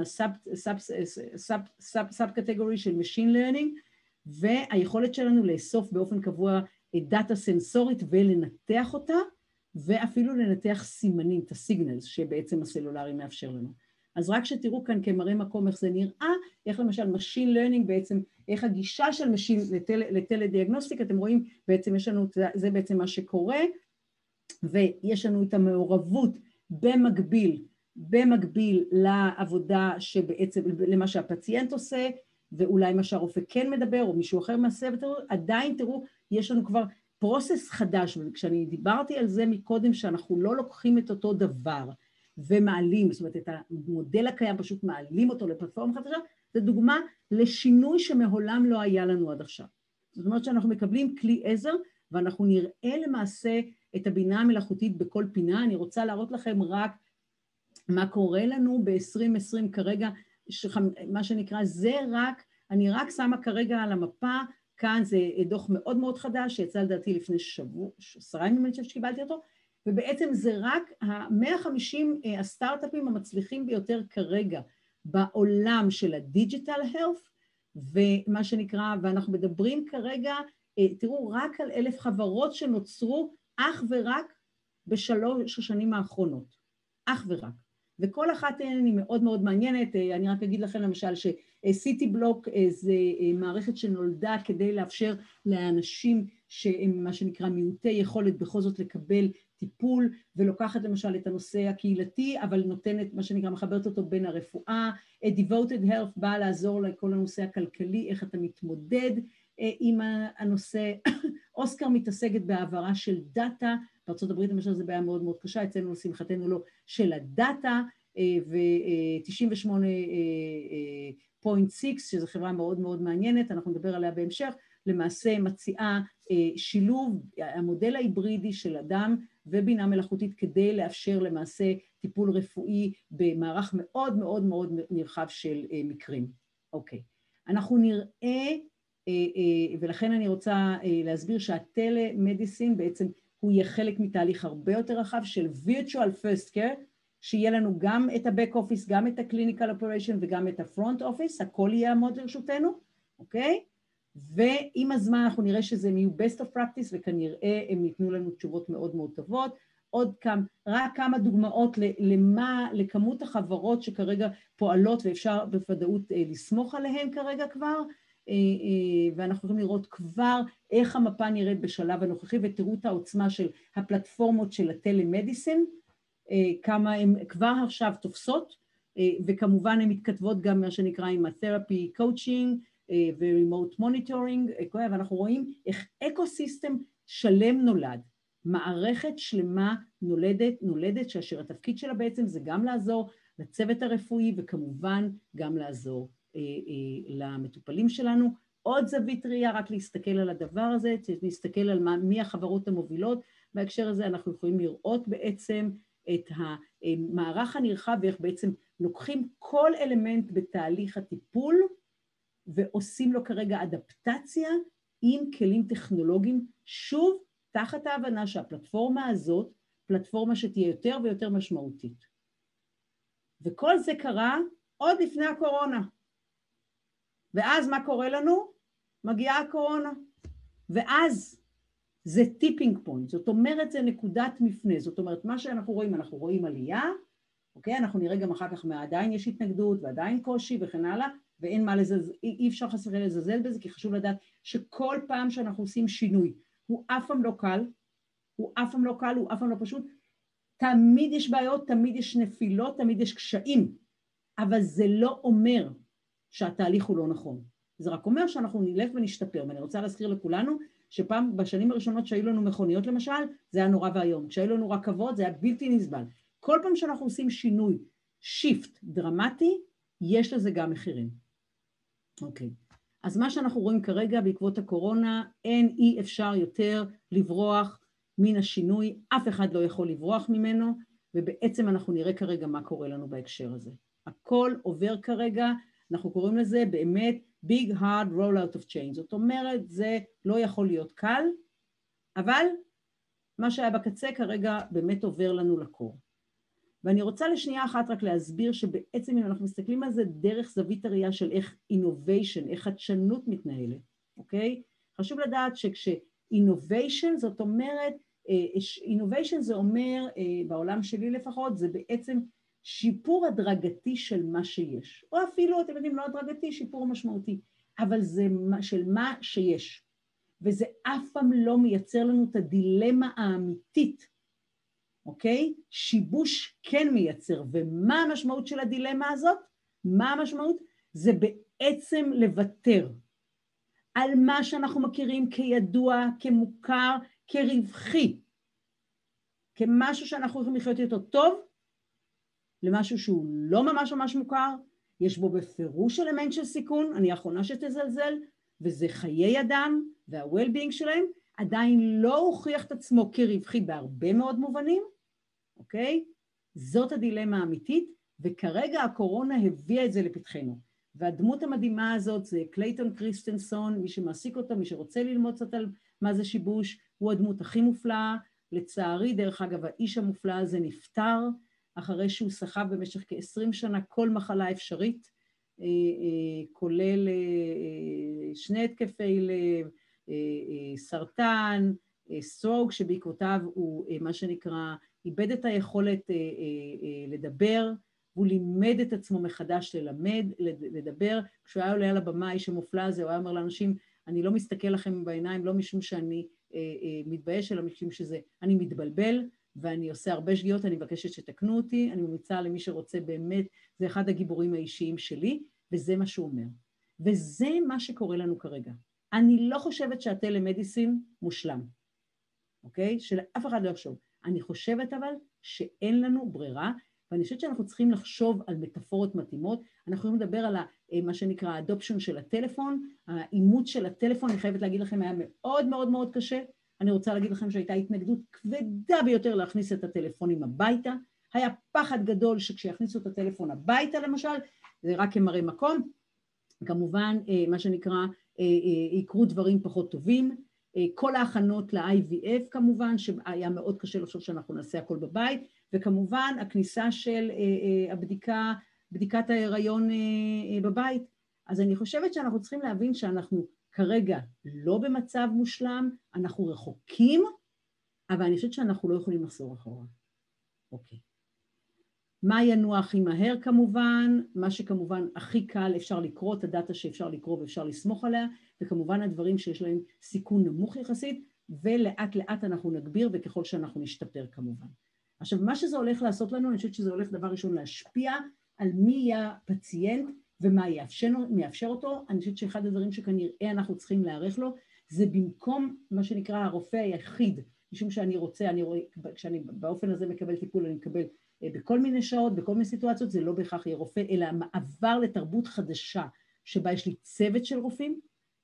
A: הסאב קטגורי של Machine Learning, והיכולת שלנו לאסוף באופן קבוע דאטה סנסורית ולנתח אותה, ואפילו לנתח סימנים, את הסיגנלס שבעצם הסלולרי מאפשר לנו. אז רק שתראו כאן כמראה מקום איך זה נראה, איך למשל Machine Learning בעצם, איך הגישה של Machine לטלדיאגנוסטיק, אתם רואים בעצם יש לנו, זה בעצם מה שקורה, ויש לנו את המעורבות במקביל, במקביל לעבודה שבעצם, למה שהפציינט עושה, ואולי מה שהרופא כן מדבר, או מישהו אחר מעשה, ותראו, עדיין תראו, יש לנו כבר פרוסס חדש, וכשאני דיברתי על זה מקודם, שאנחנו לא לוקחים את אותו דבר, ומעלים, זאת אומרת, את המודל הקיים, פשוט מעלים אותו לפלטפורמה חדשה, זה דוגמה לשינוי שמעולם לא היה לנו עד עכשיו. זאת אומרת שאנחנו מקבלים כלי עזר, ואנחנו נראה למעשה את הבינה המלאכותית בכל פינה. אני רוצה להראות לכם רק מה קורה לנו ב-עשרים עשרים כרגע, מה שנקרא, זה רק, אני רק שמה כרגע על המפה, כאן זה דוח מאוד מאוד חדש, שיצא לדעתי לפני שבוע, עשרה ימים אני חושבת שקיבלתי אותו, ובעצם זה רק ה-מאה וחמישים הסטארט-אפים המצליחים ביותר כרגע, בעולם של הדיג'יטל הלף, ומה שנקרא, ואנחנו מדברים כרגע, תראו, רק על אלף חברות שנוצרו אך ורק בשלוש השנים האחרונות, אך ורק. וכל אחת מהן היא מאוד מאוד מעניינת, אני רק אגיד לכם למשל שסיטי בלוק זה מערכת שנולדה כדי לאפשר לאנשים שהם מה שנקרא מיעוטי יכולת בכל זאת לקבל טיפול, ולוקחת למשל את הנושא הקהילתי, אבל נותנת מה שנקרא מחברת אותו בין הרפואה, Devoted Health באה לעזור לכל הנושא הכלכלי, איך אתה מתמודד עם הנושא, אוסקר מתעסקת בהעברה של דאטה, בארצות הברית למשל זה בעיה מאוד מאוד קשה, אצלנו לשמחתנו לא, של הדאטה, ו-תשעים ושמונה נקודה שש, שזו חברה מאוד מאוד מעניינת, אנחנו נדבר עליה בהמשך, למעשה מציעה שילוב המודל ההיברידי של אדם ובינה מלאכותית כדי לאפשר למעשה טיפול רפואי במערך מאוד מאוד מאוד נרחב של מקרים. אוקיי, אנחנו נראה, ולכן אני רוצה להסביר שהטלמדיסין בעצם הוא יהיה חלק מתהליך הרבה יותר רחב של virtual first care, שיהיה לנו גם את ה-back office, גם את ה-clinical operation וגם את ה-front office, הכל יהיה יעמוד לרשותנו, אוקיי? ועם הזמן אנחנו נראה שזה יהיו best of practice, וכנראה הם ייתנו לנו תשובות מאוד מאוד טובות. עוד כמה, רק כמה דוגמאות למה, לכמות החברות שכרגע פועלות ואפשר בוודאות לסמוך עליהן כרגע כבר, ואנחנו יכולים לראות כבר איך המפה נראית בשלב הנוכחי, ותראו את העוצמה של הפלטפורמות של הטלמדיסין, כמה הן כבר עכשיו תופסות, וכמובן הן מתכתבות גם מה שנקרא עם ה-therapy coaching ו-remote monitoring, ואנחנו רואים איך אקוסיסטם שלם נולד, מערכת שלמה נולדת, נולדת שאשר התפקיד שלה בעצם זה גם לעזור לצוות הרפואי, וכמובן גם לעזור למטופלים שלנו. עוד זווית ראייה, רק להסתכל על הדבר הזה, להסתכל על מי החברות המובילות, בהקשר הזה אנחנו יכולים לראות בעצם את המערך הנרחב, ואיך בעצם לוקחים כל אלמנט בתהליך הטיפול, ועושים לו כרגע אדפטציה עם כלים טכנולוגיים, שוב תחת ההבנה שהפלטפורמה הזאת, פלטפורמה שתהיה יותר ויותר משמעותית. וכל זה קרה עוד לפני הקורונה. ואז מה קורה לנו? מגיעה הקורונה. ואז זה טיפינג פוינט, זאת אומרת זה נקודת מפנה, זאת אומרת מה שאנחנו רואים, אנחנו רואים עלייה, אוקיי? אנחנו נראה גם אחר כך מה עדיין יש התנגדות ועדיין קושי וכן הלאה, ואין מה לזלזל, אי אפשר חס וחלילה לזלזל בזה, כי חשוב לדעת שכל פעם שאנחנו עושים שינוי, הוא אף פעם לא קל, הוא אף פעם לא קל, הוא אף פעם לא פשוט, תמיד יש בעיות, תמיד יש נפילות, תמיד יש קשיים, אבל זה לא אומר שהתהליך הוא לא נכון. זה רק אומר שאנחנו נלך ונשתפר, ואני רוצה להזכיר לכולנו, שפעם בשנים הראשונות שהיו לנו מכוניות למשל, זה היה נורא והיום, כשהיו לנו רכבות זה היה בלתי נסבל. כל פעם שאנחנו עושים שינוי, שיפט דרמטי, יש לזה גם מחירים. אוקיי, אז מה שאנחנו רואים כרגע בעקבות הקורונה, אין אי אפשר יותר לברוח מן השינוי, אף אחד לא יכול לברוח ממנו, ובעצם אנחנו נראה כרגע מה קורה לנו בהקשר הזה. הכל עובר כרגע, אנחנו קוראים לזה באמת big hard roll out of change, זאת אומרת זה לא יכול להיות קל, אבל מה שהיה בקצה כרגע באמת עובר לנו לקור. ואני רוצה לשנייה אחת רק להסביר שבעצם אם אנחנו מסתכלים על זה דרך זווית הראייה של איך innovation, איך חדשנות מתנהלת, אוקיי? חשוב לדעת שכש-innovation זאת אומרת, innovation זה אומר, בעולם שלי לפחות, זה בעצם שיפור הדרגתי של מה שיש, או אפילו, אתם יודעים, לא הדרגתי, שיפור משמעותי, אבל זה של מה שיש, וזה אף פעם לא מייצר לנו את הדילמה האמיתית, אוקיי? שיבוש כן מייצר, ומה המשמעות של הדילמה הזאת? מה המשמעות? זה בעצם לוותר על מה שאנחנו מכירים כידוע, כמוכר, כרווחי, כמשהו שאנחנו יכולים לחיות איתו טוב, למשהו שהוא לא ממש ממש מוכר, יש בו בפירוש אלמנט של סיכון, אני האחרונה שתזלזל, וזה חיי אדם וה-well-being שלהם, עדיין לא הוכיח את עצמו כרווחי בהרבה מאוד מובנים, אוקיי? זאת הדילמה האמיתית, וכרגע הקורונה הביאה את זה לפתחנו. והדמות המדהימה הזאת זה קלייטון קריסטנסון, מי שמעסיק אותו, מי שרוצה ללמוד קצת על מה זה שיבוש, הוא הדמות הכי מופלאה. לצערי, דרך אגב, האיש המופלא הזה נפטר, אחרי שהוא סחב במשך כ-עשרים שנה כל מחלה אפשרית, כולל שני התקפי לב, סרטן, סטרוק, שבעקבותיו הוא מה שנקרא, איבד את היכולת לדבר, הוא לימד את עצמו מחדש ללמד, לדבר. כשהוא היה עולה על הבמה, האיש המופלא הזה, הוא היה אומר לאנשים, אני לא מסתכל לכם בעיניים, לא משום שאני מתבייש, אלא משום שזה, אני מתבלבל, ואני עושה הרבה שגיאות, אני מבקשת שתקנו אותי, אני ממליצה למי שרוצה באמת, זה אחד הגיבורים האישיים שלי, וזה מה שהוא אומר. וזה מה שקורה לנו כרגע. אני לא חושבת שהטלמדיסין מושלם, אוקיי? שלאף אחד לא יחשוב. אני חושבת אבל שאין לנו ברירה, ואני חושבת שאנחנו צריכים לחשוב על מטאפורות מתאימות. אנחנו יכולים לדבר על מה שנקרא האדופשן של הטלפון, האימות של הטלפון, אני חייבת להגיד לכם, היה מאוד מאוד מאוד קשה. אני רוצה להגיד לכם שהייתה התנגדות כבדה ביותר להכניס את הטלפונים הביתה. היה פחד גדול שכשיכניסו את הטלפון הביתה למשל, זה רק כמראה מקום. כמובן, מה שנקרא, יקרו דברים פחות טובים. כל ההכנות ל-איי וי אף כמובן, שהיה מאוד קשה לחשוב שאנחנו נעשה הכל בבית, וכמובן הכניסה של הבדיקה, בדיקת ההיריון בבית. אז אני חושבת שאנחנו צריכים להבין שאנחנו כרגע לא במצב מושלם, אנחנו רחוקים, אבל אני חושבת שאנחנו לא יכולים לחזור אחורה. אוקיי. מה ינוע הכי מהר כמובן, מה שכמובן הכי קל אפשר לקרוא, את הדאטה שאפשר לקרוא ואפשר לסמוך עליה, וכמובן הדברים שיש להם סיכון נמוך יחסית, ולאט לאט אנחנו נגביר וככל שאנחנו נשתפר כמובן. עכשיו, מה שזה הולך לעשות לנו, אני חושבת שזה הולך דבר ראשון להשפיע על מי יהיה הפציינט ומה יאפשר, יאפשר אותו. אני חושבת שאחד הדברים שכנראה אנחנו צריכים להערך לו, זה במקום מה שנקרא הרופא היחיד, משום שאני רוצה, אני רואה, כשאני באופן הזה מקבל טיפול, אני מקבל בכל מיני שעות, בכל מיני סיטואציות, זה לא בהכרח יהיה רופא, אלא מעבר לתרבות חדשה, שבה יש לי צוות של רופאים,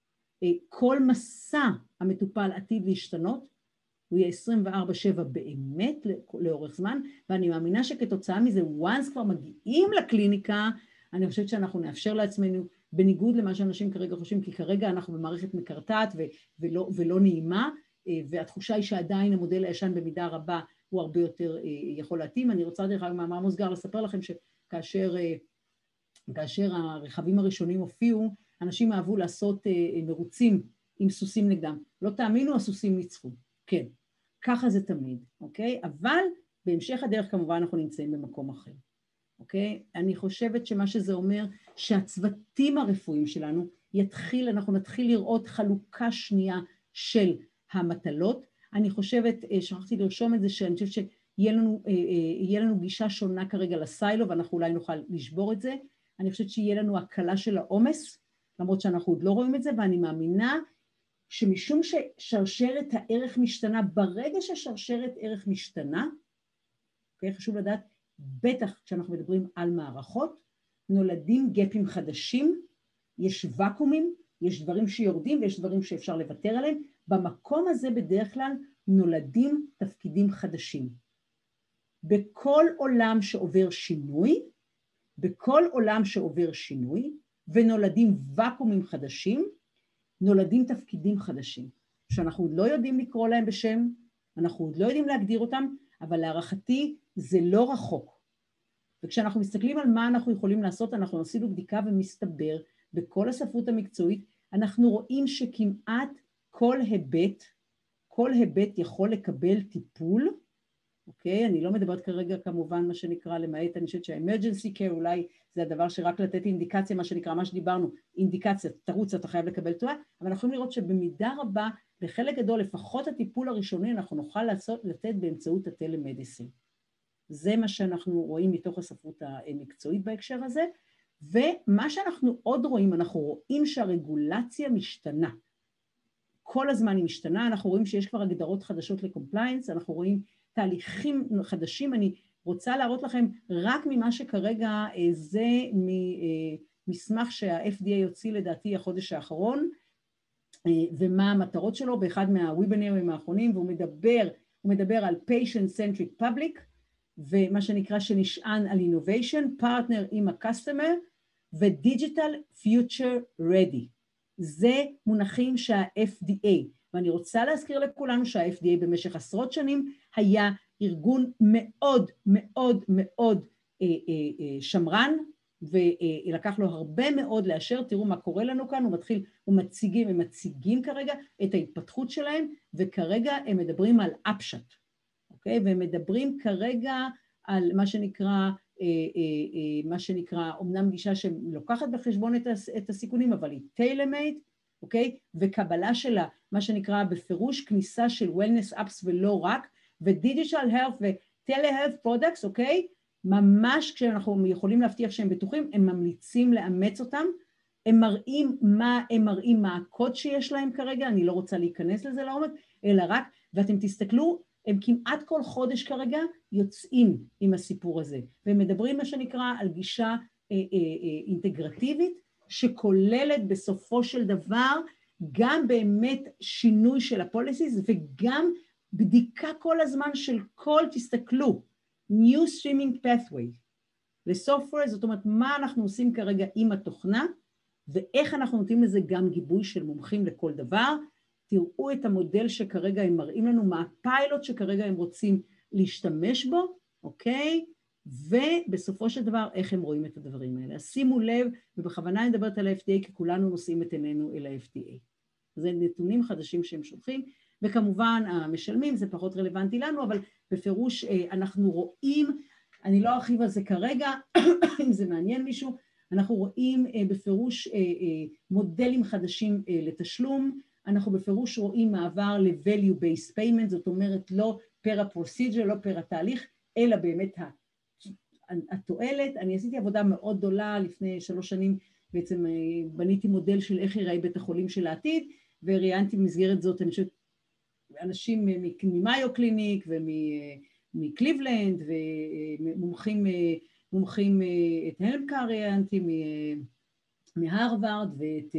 A: כל מסע המטופל עתיד להשתנות, הוא יהיה עשרים וארבע שבע באמת לאורך זמן, ואני מאמינה שכתוצאה מזה, once כבר מגיעים לקליניקה, אני חושבת שאנחנו נאפשר לעצמנו, בניגוד למה שאנשים כרגע חושבים, כי כרגע אנחנו במערכת מקרטעת ולא, ולא נעימה, והתחושה היא שעדיין המודל הישן במידה רבה, הוא הרבה יותר יכול להתאים. אני רוצה דרך אגב מאמר מוסגר לספר לכם שכאשר כאשר הרכבים הראשונים הופיעו, אנשים אהבו לעשות מרוצים עם סוסים נגדם. לא תאמינו, הסוסים ניצחו. כן, ככה זה תמיד, אוקיי? אבל בהמשך הדרך כמובן אנחנו נמצאים במקום אחר, אוקיי? אני חושבת שמה שזה אומר שהצוותים הרפואיים שלנו יתחיל, אנחנו נתחיל לראות חלוקה שנייה של המטלות. אני חושבת, שכחתי לרשום את זה, שאני חושבת שיהיה לנו, יהיה לנו גישה שונה כרגע לסיילו, ואנחנו אולי נוכל לשבור את זה. אני חושבת שיהיה לנו הקלה של העומס, למרות שאנחנו עוד לא רואים את זה, ואני מאמינה שמשום ששרשרת הערך משתנה, ברגע ששרשרת ערך משתנה, okay, חשוב לדעת, בטח כשאנחנו מדברים על מערכות, נולדים גפים חדשים, יש וקומים, יש דברים שיורדים ויש דברים שאפשר לוותר עליהם, במקום הזה בדרך כלל נולדים תפקידים חדשים. בכל עולם שעובר שינוי, בכל עולם שעובר שינוי, ונולדים וקומים חדשים, נולדים תפקידים חדשים, שאנחנו עוד לא יודעים לקרוא להם בשם, אנחנו עוד לא יודעים להגדיר אותם, אבל להערכתי זה לא רחוק. וכשאנחנו מסתכלים על מה אנחנו יכולים לעשות, אנחנו עשינו בדיקה ומסתבר, בכל הספרות המקצועית, אנחנו רואים שכמעט כל היבט, כל היבט יכול לקבל טיפול, אוקיי? אני לא מדברת כרגע כמובן מה שנקרא למעט, אני חושבת שה-emergency care אולי זה הדבר שרק לתת אינדיקציה, מה שנקרא, מה שדיברנו, אינדיקציה, תרוץ, אתה חייב לקבל תואר, אבל אנחנו יכולים לראות שבמידה רבה, בחלק גדול, לפחות הטיפול הראשוני, אנחנו נוכל לעשות, לתת באמצעות הטלמדיסין. זה מה שאנחנו רואים מתוך הספרות המקצועית בהקשר הזה, ומה שאנחנו עוד רואים, אנחנו רואים שהרגולציה משתנה. כל הזמן היא משתנה, אנחנו רואים שיש כבר הגדרות חדשות לקומפליינס, אנחנו רואים תהליכים חדשים. אני רוצה להראות לכם רק ממה שכרגע זה ממסמך שה-אף די איי הוציא לדעתי החודש האחרון, ומה המטרות שלו באחד מהוובינרים האחרונים, והוא מדבר, הוא מדבר על patient-centric public, ומה שנקרא שנשען על innovation, partner עם ה-customer, ו-digital future ready. זה מונחים שה-F D A, ואני רוצה להזכיר לכולנו שה-F D A במשך עשרות שנים היה ארגון מאוד מאוד מאוד אה, אה, אה, שמרן, ולקח לו הרבה מאוד לאשר. תראו מה קורה לנו כאן, הוא מתחיל, הוא מציגים, הם מציגים כרגע את ההתפתחות שלהם, וכרגע הם מדברים על אפשט, אוקיי? והם מדברים כרגע על מה שנקרא, מה שנקרא, אומנם גישה שלוקחת בחשבון את הסיכונים, אבל היא טיילר-מייד, אוקיי? וקבלה שלה, מה שנקרא בפירוש, כניסה של wellness apps ולא רק, ו-digital health ו-tele-health products, אוקיי? ממש כשאנחנו יכולים להבטיח שהם בטוחים, הם ממליצים לאמץ אותם, הם מראים מה, הם מראים מה הקוד שיש להם כרגע, אני לא רוצה להיכנס לזה לעומק, אלא רק, ואתם תסתכלו, הם כמעט כל חודש כרגע יוצאים עם הסיפור הזה, והם מדברים מה שנקרא על גישה אה, אה, אה, אינטגרטיבית, שכוללת בסופו של דבר גם באמת שינוי של הפוליסיס, וגם בדיקה כל הזמן של כל, תסתכלו, New Streaming Pathway לסופטוור, זאת אומרת מה אנחנו עושים כרגע עם התוכנה, ואיך אנחנו נותנים לזה גם גיבוי של מומחים לכל דבר. תראו את המודל שכרגע הם מראים לנו, מה הפיילוט שכרגע הם רוצים להשתמש בו, אוקיי? ובסופו של דבר איך הם רואים את הדברים האלה. אז שימו לב, ובכוונה אני מדברת על ה-F D A, כי כולנו נושאים את עינינו אל ה-F D A. זה נתונים חדשים שהם שולחים, וכמובן המשלמים זה פחות רלוונטי לנו, אבל בפירוש אנחנו רואים, אני לא ארחיב על זה כרגע, אם זה מעניין מישהו, אנחנו רואים בפירוש מודלים חדשים לתשלום, אנחנו בפירוש רואים מעבר ל-value based payment, זאת אומרת לא פר הפרוסיג'ר, לא פר התהליך, אלא באמת התועלת. אני עשיתי עבודה מאוד גדולה לפני שלוש שנים, בעצם בניתי מודל של איך ייראה בית החולים של העתיד, וראיינתי במסגרת זאת, אני חושבת, אנשים ממיו קליניק ומקליבלנד, ומומחים מומחים את הלמקר ראיינתי מהרווארד, ואת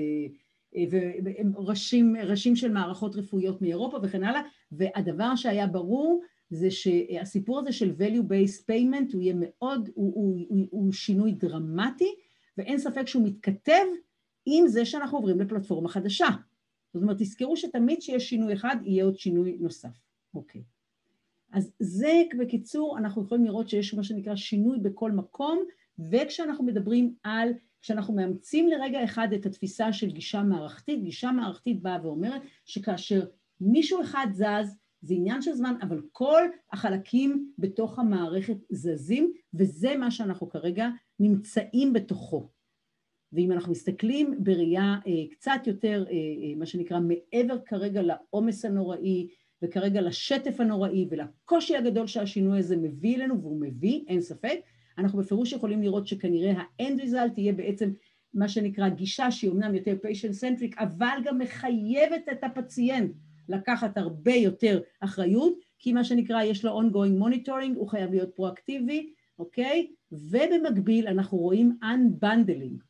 A: וראשים ראשים של מערכות רפואיות מאירופה וכן הלאה, והדבר שהיה ברור זה שהסיפור הזה של value based payment הוא יהיה מאוד, הוא, הוא, הוא, הוא שינוי דרמטי, ואין ספק שהוא מתכתב עם זה שאנחנו עוברים לפלטפורמה חדשה. זאת אומרת, תזכרו שתמיד שיש שינוי אחד, יהיה עוד שינוי נוסף. אוקיי. אז זה בקיצור, אנחנו יכולים לראות שיש מה שנקרא שינוי בכל מקום, וכשאנחנו מדברים על, כשאנחנו מאמצים לרגע אחד את התפיסה של גישה מערכתית, גישה מערכתית באה ואומרת שכאשר מישהו אחד זז, זה עניין של זמן, אבל כל החלקים בתוך המערכת זזים, וזה מה שאנחנו כרגע נמצאים בתוכו. ואם אנחנו מסתכלים בראייה אה, קצת יותר, אה, אה, מה שנקרא, מעבר כרגע לעומס הנוראי, וכרגע לשטף הנוראי ולקושי הגדול שהשינוי הזה מביא אלינו, והוא מביא, אין ספק, אנחנו בפירוש יכולים לראות שכנראה ה-end result תהיה בעצם מה שנקרא גישה שהיא אומנם יותר patient centric, אבל גם מחייבת את הפציינט לקחת הרבה יותר אחריות, כי מה שנקרא יש לו ongoing monitoring, הוא חייב להיות פרואקטיבי, אוקיי? ובמקביל אנחנו רואים unbundling,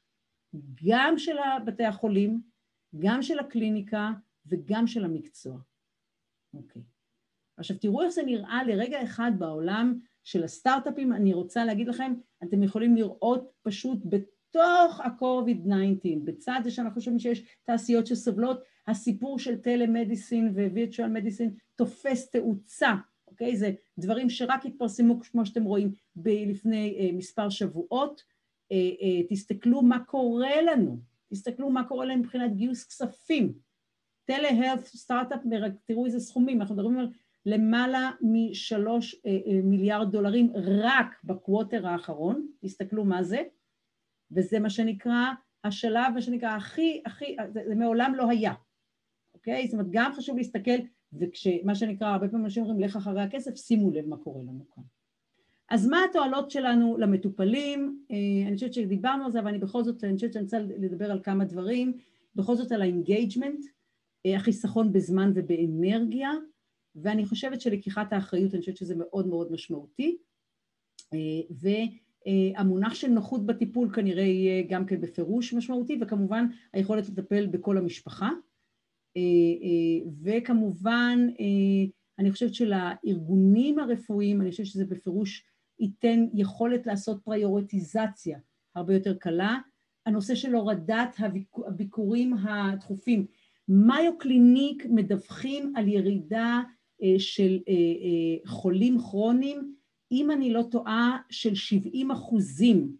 A: גם של בתי החולים, גם של הקליניקה וגם של המקצוע. אוקיי. עכשיו תראו איך זה נראה לרגע אחד בעולם של הסטארט-אפים. אני רוצה להגיד לכם, אתם יכולים לראות פשוט בתוך ה-קוביד תשע עשרה, בצד זה שאנחנו חושבים שיש תעשיות שסובלות, הסיפור של טלמדיסין ווירטואל מדיסין תופס תאוצה, אוקיי? זה דברים שרק התפרסמו כמו שאתם רואים לפני אה, מספר שבועות. אה, אה, תסתכלו מה קורה לנו, תסתכלו מה קורה לנו מבחינת גיוס כספים. טלה-הלת' סטארט-אפ, תראו איזה סכומים, אנחנו מדברים על למעלה משלוש מיליארד דולרים רק בקווטר האחרון, תסתכלו מה זה, וזה מה שנקרא השלב, מה שנקרא הכי, הכי, זה, זה מעולם לא היה, אוקיי? זאת אומרת, גם חשוב להסתכל, וכשמה שנקרא, הרבה פעמים אנשים אומרים, לך אחרי הכסף, שימו לב מה קורה לנו כאן. אז מה התועלות שלנו למטופלים? אני חושבת שדיברנו על זה, אבל אני בכל זאת, אני חושבת שאני רוצה לדבר על כמה דברים, בכל זאת על האינגייג'מנט, החיסכון בזמן ובאנרגיה, ואני חושבת שלקיחת האחריות, אני חושבת שזה מאוד מאוד משמעותי, והמונח של נוחות בטיפול כנראה יהיה גם כן בפירוש משמעותי, וכמובן היכולת לטפל בכל המשפחה, וכמובן אני חושבת שלארגונים הרפואיים, אני חושבת שזה בפירוש ייתן יכולת לעשות פריוריטיזציה הרבה יותר קלה. הנושא של הורדת הביקורים התכופים. מאיו קליניק מדווחים על ירידה של חולים כרוניים, אם אני לא טועה, של שבעים אחוזים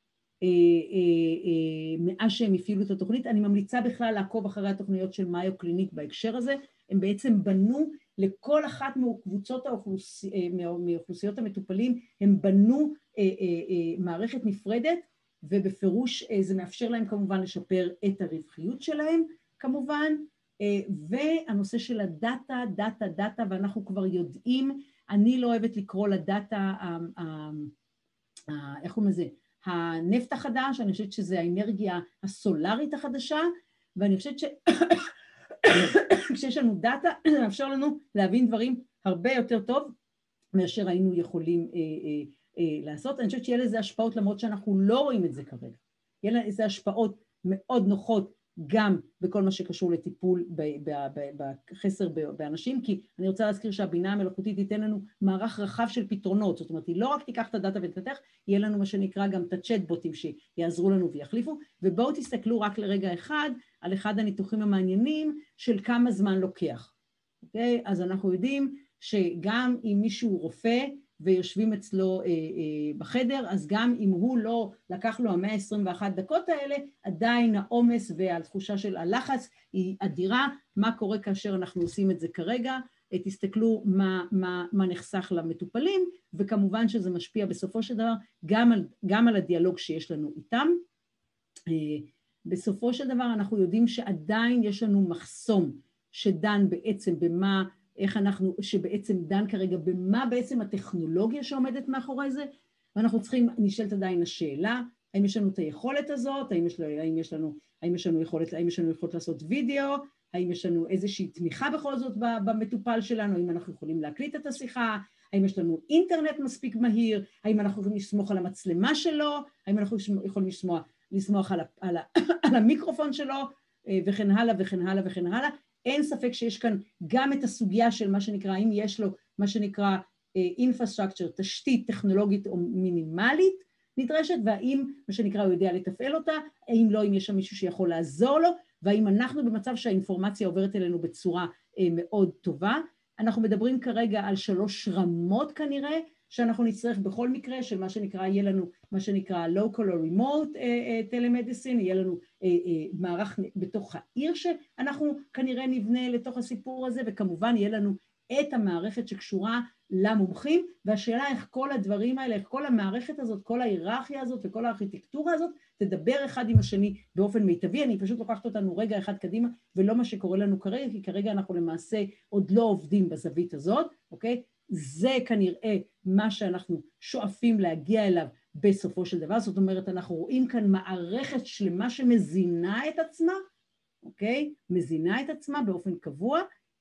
A: מאז שהם הפעילו את התוכנית. אני ממליצה בכלל לעקוב אחרי התוכניות של מאיו קליניק בהקשר הזה. הם בעצם בנו לכל אחת מקבוצות האוכלוס... מאוכלוסיות המטופלים, הם בנו מערכת נפרדת, ובפירוש זה מאפשר להם כמובן לשפר את הרווחיות שלהם, כמובן, והנושא של הדאטה, דאטה, דאטה, ואנחנו כבר יודעים, אני לא אוהבת לקרוא לדאטה, איך קוראים לזה? הנפט החדש, אני חושבת שזה האנרגיה הסולרית החדשה, ואני חושבת ש... כשיש לנו דאטה, זה מאפשר לנו להבין דברים הרבה יותר טוב, מאשר היינו יכולים אה, אה, אה, לעשות. אני חושבת שיהיה לזה השפעות, למרות שאנחנו לא רואים את זה כרגע. יהיה לזה השפעות מאוד נוחות, גם בכל מה שקשור לטיפול בחסר באנשים, כי אני רוצה להזכיר שהבינה המלאכותית תיתן לנו מערך רחב של פתרונות, זאת אומרת, היא לא רק תיקח את הדאטה ותתפתח, יהיה לנו מה שנקרא גם את הצ'אטבוטים שיעזרו לנו ויחליפו, ובואו תסתכלו רק לרגע אחד, על אחד הניתוחים המעניינים של כמה זמן לוקח. אוקיי? אז אנחנו יודעים שגם אם מישהו רופא, ויושבים אצלו אה, אה, בחדר, אז גם אם הוא לא לקח לו ה-מאה עשרים ואחת דקות האלה, עדיין העומס והתחושה של הלחץ היא אדירה. מה קורה כאשר אנחנו עושים את זה כרגע? תסתכלו מה, מה, מה נחסך למטופלים, וכמובן שזה משפיע בסופו של דבר גם על, גם על הדיאלוג שיש לנו איתם. אה, בסופו של דבר אנחנו יודעים שעדיין יש לנו מחסום שדן בעצם במה, איך אנחנו, שבעצם דן כרגע במה בעצם הטכנולוגיה שעומדת מאחורי זה, ואנחנו צריכים, נשאלת עדיין השאלה, האם יש לנו את היכולת הזאת, האם יש, האם יש לנו, האם יש לנו יכולת, האם יש לנו יכולת לעשות וידאו, האם יש לנו איזושהי תמיכה בכל זאת במטופל שלנו, האם אנחנו יכולים להקליט את השיחה, האם יש לנו אינטרנט מספיק מהיר, האם אנחנו יכולים לסמוך על המצלמה שלו, האם אנחנו יכולים לסמוך, לסמוך על, על, על המיקרופון שלו, וכן הלאה וכן הלאה וכן הלאה. אין ספק שיש כאן גם את הסוגיה של מה שנקרא, האם יש לו מה שנקרא infrastructure, תשתית טכנולוגית או מינימלית נדרשת, והאם מה שנקרא הוא יודע לתפעל אותה, האם לא, אם יש שם מישהו שיכול לעזור לו, והאם אנחנו במצב שהאינפורמציה עוברת אלינו בצורה מאוד טובה. אנחנו מדברים כרגע על שלוש רמות כנראה, שאנחנו נצטרך בכל מקרה, של מה שנקרא, יהיה לנו מה שנקרא local or remote telemedicine, יהיה לנו מערך בתוך העיר שאנחנו כנראה נבנה לתוך הסיפור הזה, וכמובן יהיה לנו את המערכת שקשורה למומחים, והשאלה איך כל הדברים האלה, איך כל המערכת הזאת, כל ההיררכיה הזאת וכל הארכיטקטורה הזאת, תדבר אחד עם השני באופן מיטבי. אני פשוט לוקחת אותנו רגע אחד קדימה, ולא מה שקורה לנו כרגע, כי כרגע אנחנו למעשה עוד לא עובדים בזווית הזאת, אוקיי? זה כנראה מה שאנחנו שואפים להגיע אליו בסופו של דבר, זאת אומרת, אנחנו רואים כאן מערכת שלמה שמזינה את עצמה, אוקיי? מזינה את עצמה באופן קבוע,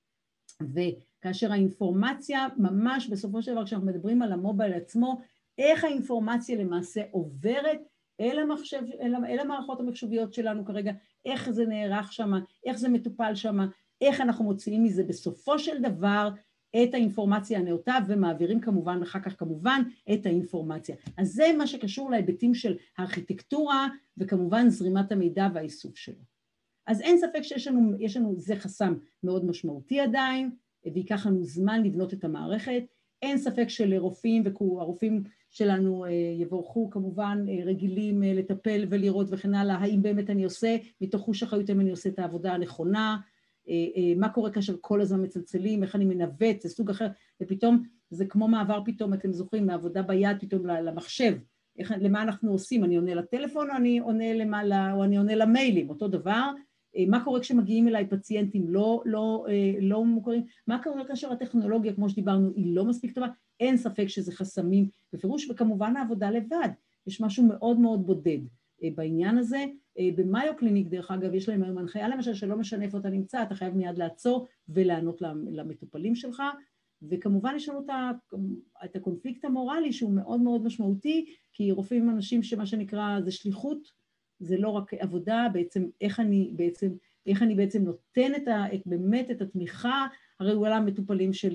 A: וכאשר האינפורמציה ממש בסופו של דבר, כשאנחנו מדברים על המובייל עצמו, איך האינפורמציה למעשה עוברת אל המחשב, אל, אל המערכות המחשוביות שלנו כרגע, איך זה נערך שם, איך זה מטופל שם, איך אנחנו מוציאים מזה בסופו של דבר את האינפורמציה הנאותה, ומעבירים כמובן, אחר כך כמובן, את האינפורמציה. אז זה מה שקשור להיבטים של הארכיטקטורה, וכמובן זרימת המידע והאיסוף שלו. אז אין ספק שיש לנו, יש לנו, זה חסם מאוד משמעותי עדיין, ויקח לנו זמן לבנות את המערכת. אין ספק שלרופאים, והרופאים שלנו יבורכו כמובן רגילים לטפל ולראות וכן הלאה, האם באמת אני עושה, מתוך חוש אחריות אם אני עושה את העבודה הנכונה, מה קורה כאשר כל הזמן מצלצלים, איך אני מנווט, זה סוג אחר, ופתאום זה כמו מעבר פתאום, אתם זוכרים, מעבודה ביד פתאום למחשב, איך, למה אנחנו עושים, אני עונה לטלפון או אני עונה, למעלה, או אני עונה למיילים, אותו דבר, מה קורה כשמגיעים אליי פציינטים לא, לא, לא מוכרים, מה קורה כאשר הטכנולוגיה, כמו שדיברנו, היא לא מספיק טובה, אין ספק שזה חסמים בפירוש, וכמובן העבודה לבד, יש משהו מאוד מאוד בודד בעניין הזה. במאיו קליניק, דרך אגב, יש להם היום הנחיה, למשל שלא משנה איפה אתה נמצא, אתה חייב מיד לעצור ולענות למטופלים שלך, וכמובן יש לנו את הקונפליקט המורלי שהוא מאוד מאוד משמעותי, כי רופאים אנשים שמה שנקרא זה שליחות, זה לא רק עבודה, בעצם איך אני בעצם, איך אני בעצם נותן את ה, את, באמת את התמיכה הראויה למטופלים שלי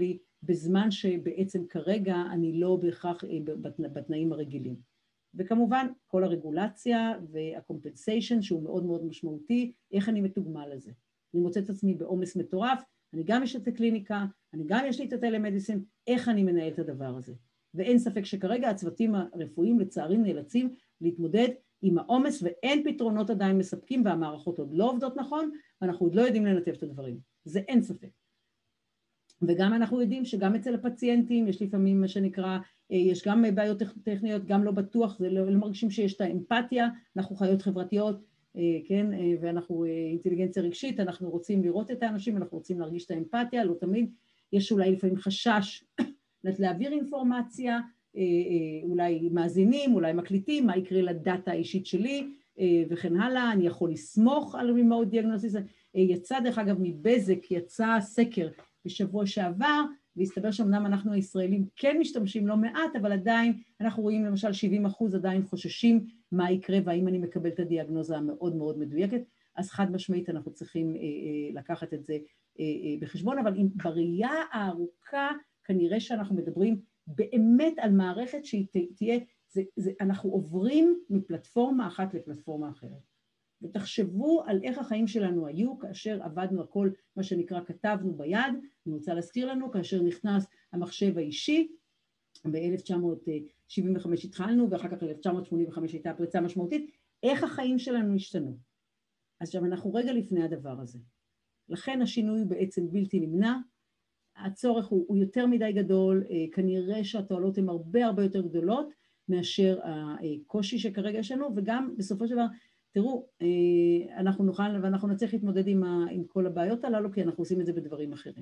A: בזמן שבעצם כרגע אני לא בהכרח בתנאים הרגילים. וכמובן כל הרגולציה והקומפנסיישן שהוא מאוד מאוד משמעותי, איך אני מתוגמל לזה. אני מוצאת את עצמי בעומס מטורף, אני גם יש את הקליניקה, אני גם יש לי את הטלמדיסין, איך אני מנהל את הדבר הזה. ואין ספק שכרגע הצוותים הרפואיים לצערי נאלצים להתמודד עם העומס, ואין פתרונות עדיין מספקים, והמערכות עוד לא עובדות נכון, ואנחנו עוד לא יודעים לנתב את הדברים. זה אין ספק. וגם אנחנו יודעים שגם אצל הפציינטים, יש לפעמים מה שנקרא, יש גם בעיות טכניות, גם לא בטוח, זה לא, לא מרגישים שיש את האמפתיה, אנחנו חיות חברתיות, כן, ואנחנו אינטליגנציה רגשית, אנחנו רוצים לראות את האנשים, אנחנו רוצים להרגיש את האמפתיה, לא תמיד, יש אולי לפעמים חשש להעביר אינפורמציה, אולי מאזינים, אולי מקליטים, מה יקרה לדאטה האישית שלי, וכן הלאה, אני יכול לסמוך על remote diagnosis, יצא דרך אגב מבזק, יצא סקר בשבוע שעבר, והסתבר שאמנם אנחנו הישראלים כן משתמשים לא מעט, אבל עדיין אנחנו רואים למשל שבעים אחוז עדיין חוששים מה יקרה, והאם אני מקבל את הדיאגנוזה המאוד מאוד מדויקת, אז חד משמעית אנחנו צריכים לקחת את זה בחשבון, אבל בראייה הארוכה כנראה שאנחנו מדברים באמת על מערכת שהיא תהיה, זה, זה, אנחנו עוברים מפלטפורמה אחת לפלטפורמה אחרת. ותחשבו על איך החיים שלנו היו כאשר עבדנו הכל, מה שנקרא, כתבנו ביד, אני רוצה להזכיר לנו, כאשר נכנס המחשב האישי, ב-אלף תשע מאות שבעים וחמש התחלנו, ואחר כך ב-אלף תשע מאות שמונים וחמש הייתה פריצה משמעותית, איך החיים שלנו השתנו. אז עכשיו אנחנו רגע לפני הדבר הזה. לכן השינוי בעצם בלתי נמנע, הצורך הוא, הוא יותר מדי גדול, כנראה שהתועלות הן הרבה הרבה יותר גדולות, מאשר הקושי שכרגע יש לנו, וגם בסופו של דבר, תראו, אנחנו נוכל ואנחנו נצטרך להתמודד עם, ה, עם כל הבעיות הללו, כי אנחנו עושים את זה בדברים אחרים.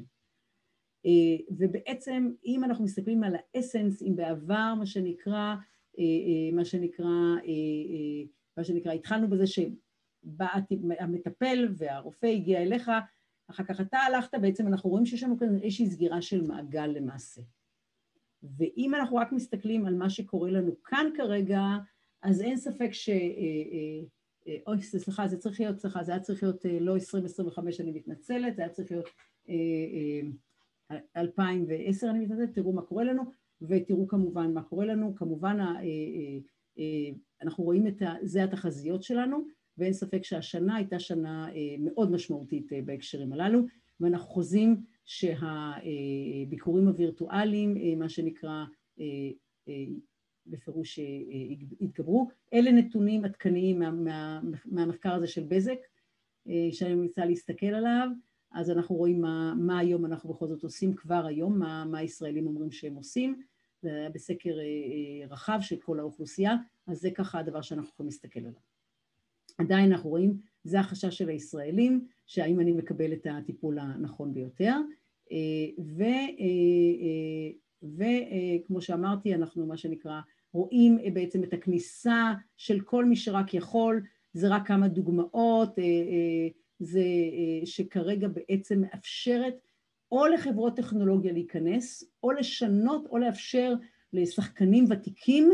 A: ובעצם, אם אנחנו מסתכלים על האסנס, אם בעבר, מה שנקרא, מה שנקרא, מה שנקרא, התחלנו בזה שבא המטפל והרופא הגיע אליך, אחר כך אתה הלכת, בעצם אנחנו רואים שיש לנו כאן איזושהי סגירה של מעגל למעשה. ואם אנחנו רק מסתכלים על מה שקורה לנו כאן כרגע, אז אין ספק ש... אוי, סליחה, זה צריך להיות, סליחה, זה היה צריך להיות לא עשרים עשרים וחמש, אני מתנצלת, זה היה צריך להיות אלפיים ועשר, אני מתנצלת, תראו מה קורה לנו, ותראו כמובן מה קורה לנו, כמובן אנחנו רואים את זה התחזיות שלנו, ואין ספק שהשנה הייתה שנה מאוד משמעותית בהקשרים הללו, ואנחנו חוזים שהביקורים הווירטואליים, מה שנקרא, בפירוש התגברו. אלה נתונים עדכניים מה, מה, מהמחקר הזה של בזק, שאני ממליצה להסתכל עליו, אז אנחנו רואים מה, מה היום אנחנו בכל זאת עושים כבר היום, מה, מה הישראלים אומרים שהם עושים, זה היה בסקר רחב של כל האוכלוסייה, אז זה ככה הדבר שאנחנו יכולים להסתכל עליו. עדיין אנחנו רואים, זה החשש של הישראלים, שהאם אני מקבל את הטיפול הנכון ביותר, ו, וכמו שאמרתי, אנחנו מה שנקרא, רואים בעצם את הכניסה של כל מי שרק יכול, זה רק כמה דוגמאות, זה שכרגע בעצם מאפשרת או לחברות טכנולוגיה להיכנס, או לשנות, או לאפשר לשחקנים ותיקים,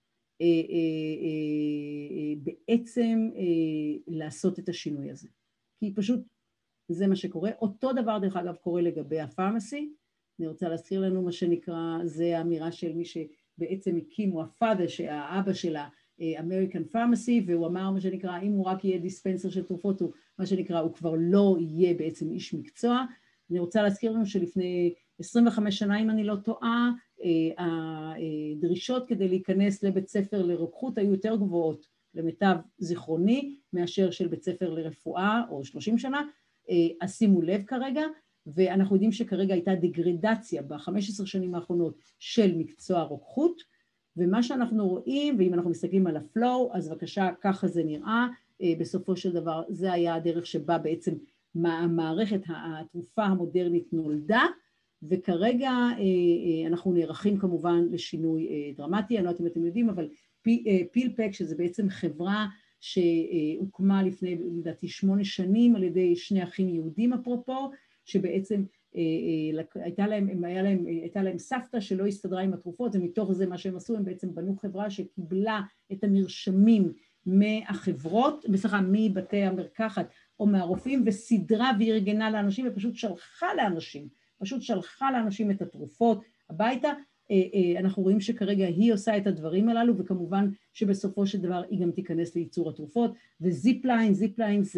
A: בעצם לעשות את השינוי הזה. כי פשוט זה מה שקורה. אותו דבר דרך אגב קורה לגבי הפארמסי, אני רוצה להזכיר לנו מה שנקרא, זה האמירה של מי שבעצם הקים, הוא הפאדר, האבא של האמריקן פארמסי, והוא אמר מה שנקרא, אם הוא רק יהיה דיספנסר של תרופות, הוא מה שנקרא, הוא כבר לא יהיה בעצם איש מקצוע. אני רוצה להזכיר לנו שלפני עשרים וחמש שנה, אם אני לא טועה, הדרישות כדי להיכנס לבית ספר לרוקחות היו יותר גבוהות למיטב זיכרוני, מאשר של בית ספר לרפואה, או שלושים שנה, אז שימו לב כרגע, ואנחנו יודעים שכרגע הייתה דגרדציה ב-חמש עשרה שנים האחרונות של מקצוע רוקחות, ומה שאנחנו רואים, ואם אנחנו מסתכלים על הפלואו, אז בבקשה, ככה זה נראה, בסופו של דבר, זה היה הדרך שבה בעצם המערכת, התרופה המודרנית נולדה, וכרגע אנחנו נערכים כמובן לשינוי דרמטי, אני לא יודעת אם אתם יודעים, אבל פילפק, שזה בעצם חברה שהוקמה לפני, לדעתי, שמונה שנים, על ידי שני אחים יהודים אפרופו, שבעצם הייתה להם, היה להם, הייתה להם סבתא שלא הסתדרה עם התרופות, ומתוך זה מה שהם עשו, הם בעצם בנו חברה שקיבלה את המרשמים מהחברות, בסליחה, מבתי המרקחת או מהרופאים, וסדרה וארגנה לאנשים, ופשוט שלחה לאנשים פשוט שלחה לאנשים את התרופות הביתה, אנחנו רואים שכרגע היא עושה את הדברים הללו, וכמובן שבסופו של דבר היא גם תיכנס לייצור התרופות, וזיפליין, זיפליין זה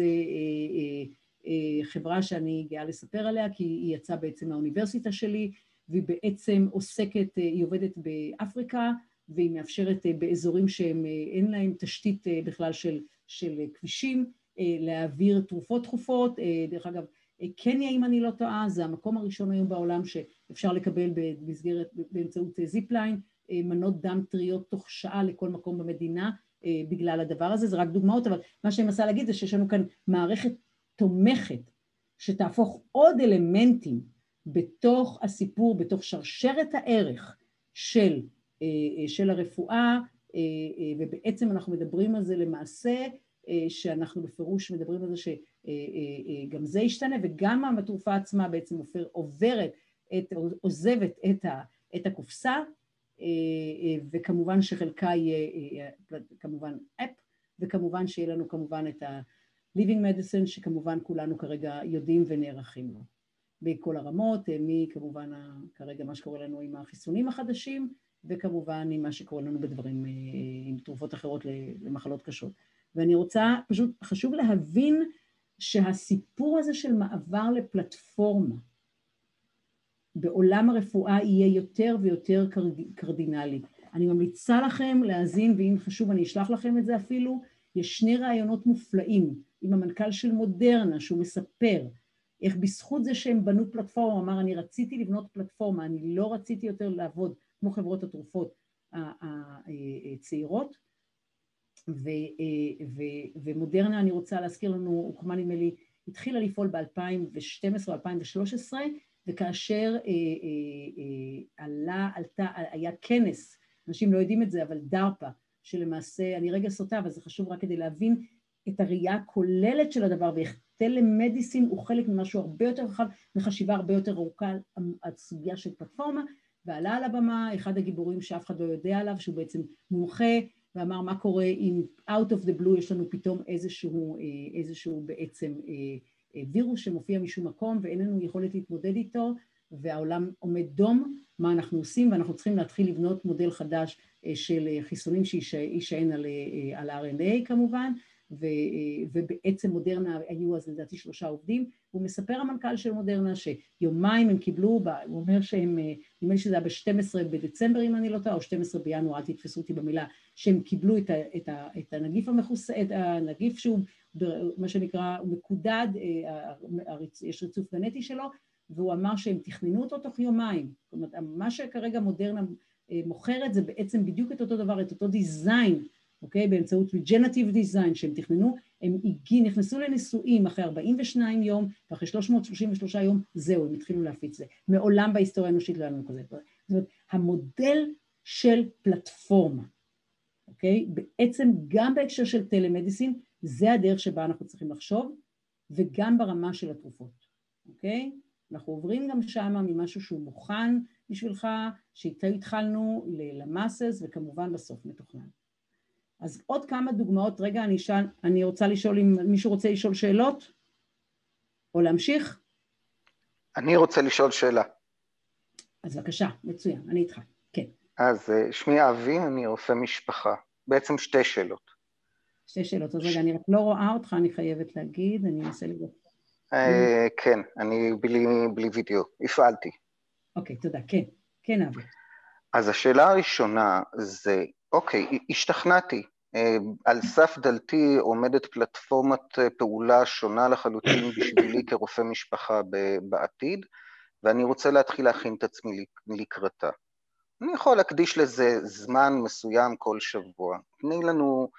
A: חברה שאני גאה לספר עליה, כי היא יצאה בעצם מהאוניברסיטה שלי, והיא בעצם עוסקת, היא עובדת באפריקה, והיא מאפשרת באזורים שהם אין להם תשתית בכלל של, של כבישים, להעביר תרופות דחופות. דרך אגב, קניה, אם אני לא טועה, זה המקום הראשון היום בעולם שאפשר לקבל במסגרת, באמצעות זיפליין, מנות דם טריות תוך שעה לכל מקום במדינה, בגלל הדבר הזה. זה רק דוגמאות, אבל מה שאני מנסה להגיד זה שיש לנו כאן מערכת תומכת, שתהפוך עוד אלמנטים בתוך הסיפור, בתוך שרשרת הערך של, של הרפואה, ובעצם אנחנו מדברים על זה למעשה, שאנחנו בפירוש מדברים על זה שגם זה ישתנה, וגם התרופה עצמה בעצם עוברת, את, עוזבת את, ה, את הקופסה, וכמובן שחלקה יהיה כמובן אפ, וכמובן שיהיה לנו כמובן את ה-living medicine, שכמובן כולנו כרגע יודעים ונערכים לו. בכל הרמות, מי כמובן כרגע מה שקורה לנו עם החיסונים החדשים, וכמובן עם מה שקורה לנו בדברים, עם תרופות אחרות למחלות קשות. ואני רוצה, פשוט חשוב להבין שהסיפור הזה של מעבר לפלטפורמה בעולם הרפואה יהיה יותר ויותר קרדינלי. אני ממליצה לכם להאזין, ואם חשוב אני אשלח לכם את זה אפילו, יש שני רעיונות מופלאים עם המנכ"ל של מודרנה שהוא מספר איך בזכות זה שהם בנו פלטפורמה, הוא אמר אני רציתי לבנות פלטפורמה, אני לא רציתי יותר לעבוד כמו חברות התרופות הצעירות, ו, ו, ומודרנה, אני רוצה להזכיר לנו, הוקמה נדמה לי, התחילה לפעול ב-אלפיים ושתים עשרה או אלפיים ושלוש עשרה, וכאשר אה, אה, אה, עלה, עלתה, היה כנס, אנשים לא יודעים את זה, אבל דארפה, שלמעשה, אני רגע סוטה, אבל זה חשוב רק כדי להבין את הראייה הכוללת של הדבר, ואיך טלמדיסין הוא חלק ממשהו הרבה יותר רחב, מחשיבה הרבה יותר ארוכה על סוגיה של פלטפורמה, ועלה על הבמה אחד הגיבורים שאף אחד לא יודע עליו, שהוא בעצם מומחה, ואמר מה קורה אם out of the blue יש לנו פתאום איזשהו, איזשהו בעצם וירוס שמופיע משום מקום, ואין לנו יכולת להתמודד איתו, והעולם עומד דום, מה אנחנו עושים, ואנחנו צריכים להתחיל לבנות מודל חדש של חיסונים שישען על, על אר אן איי כמובן, ו, ובעצם מודרנה היו אז לדעתי שלושה עובדים, הוא מספר המנכ"ל של מודרנה שיומיים הם קיבלו, הוא אומר שהם, נדמה לי שזה היה ב-שנים עשר בדצמבר אם אני לא טועה, או שנים עשר בינואר, אל תתפסו אותי במילה, שהם קיבלו את, ה, את, ה, את הנגיף המחוס... את הנגיף שהוא, מה שנקרא, הוא מקודד, יש ריצוף גנטי שלו, והוא אמר שהם תכננו אותו תוך יומיים, זאת אומרת, מה שכרגע מודרנה מוכרת זה בעצם בדיוק את אותו דבר, את אותו דיזיין, אוקיי? באמצעות regenerative design שהם תכננו, הם נכנסו לניסויים אחרי ארבעים ושניים יום, ואחרי שלוש מאות שלושים ושלושה יום, זהו, הם התחילו להפיץ זה. מעולם בהיסטוריה האנושית לא היה לנו כזה. זאת אומרת, המודל של פלטפורמה, אוקיי? בעצם גם בהקשר של טלמדיסין, זה הדרך שבה אנחנו צריכים לחשוב, וגם ברמה של התרופות, אוקיי? אנחנו עוברים גם שמה ממשהו שהוא מוכן בשבילך, שאיתו התחלנו למאסס, וכמובן בסוף מתוכנן. אז עוד כמה דוגמאות, רגע, אני, שאל, אני רוצה לשאול אם מישהו רוצה לשאול שאלות, או להמשיך?
B: אני רוצה לשאול שאלה.
A: אז בבקשה, מצוין, אני איתך, כן.
B: אז שמי אבי, אני רופא משפחה, בעצם שתי שאלות.
A: שתי שאלות, אז רגע, אני רק לא רואה אותך, אני חייבת להגיד, אני אנסה לראות.
B: כן, אני בלי וידאו, הפעלתי.
A: אוקיי, תודה, כן, כן אבי.
B: אז השאלה הראשונה זה, אוקיי, השתכנעתי, על סף דלתי עומדת פלטפורמת פעולה שונה לחלוטין בשבילי כרופא משפחה בעתיד, ואני רוצה להתחיל להכין את עצמי לקראתה. אני יכול להקדיש לזה זמן מסוים כל שבוע. תני לנו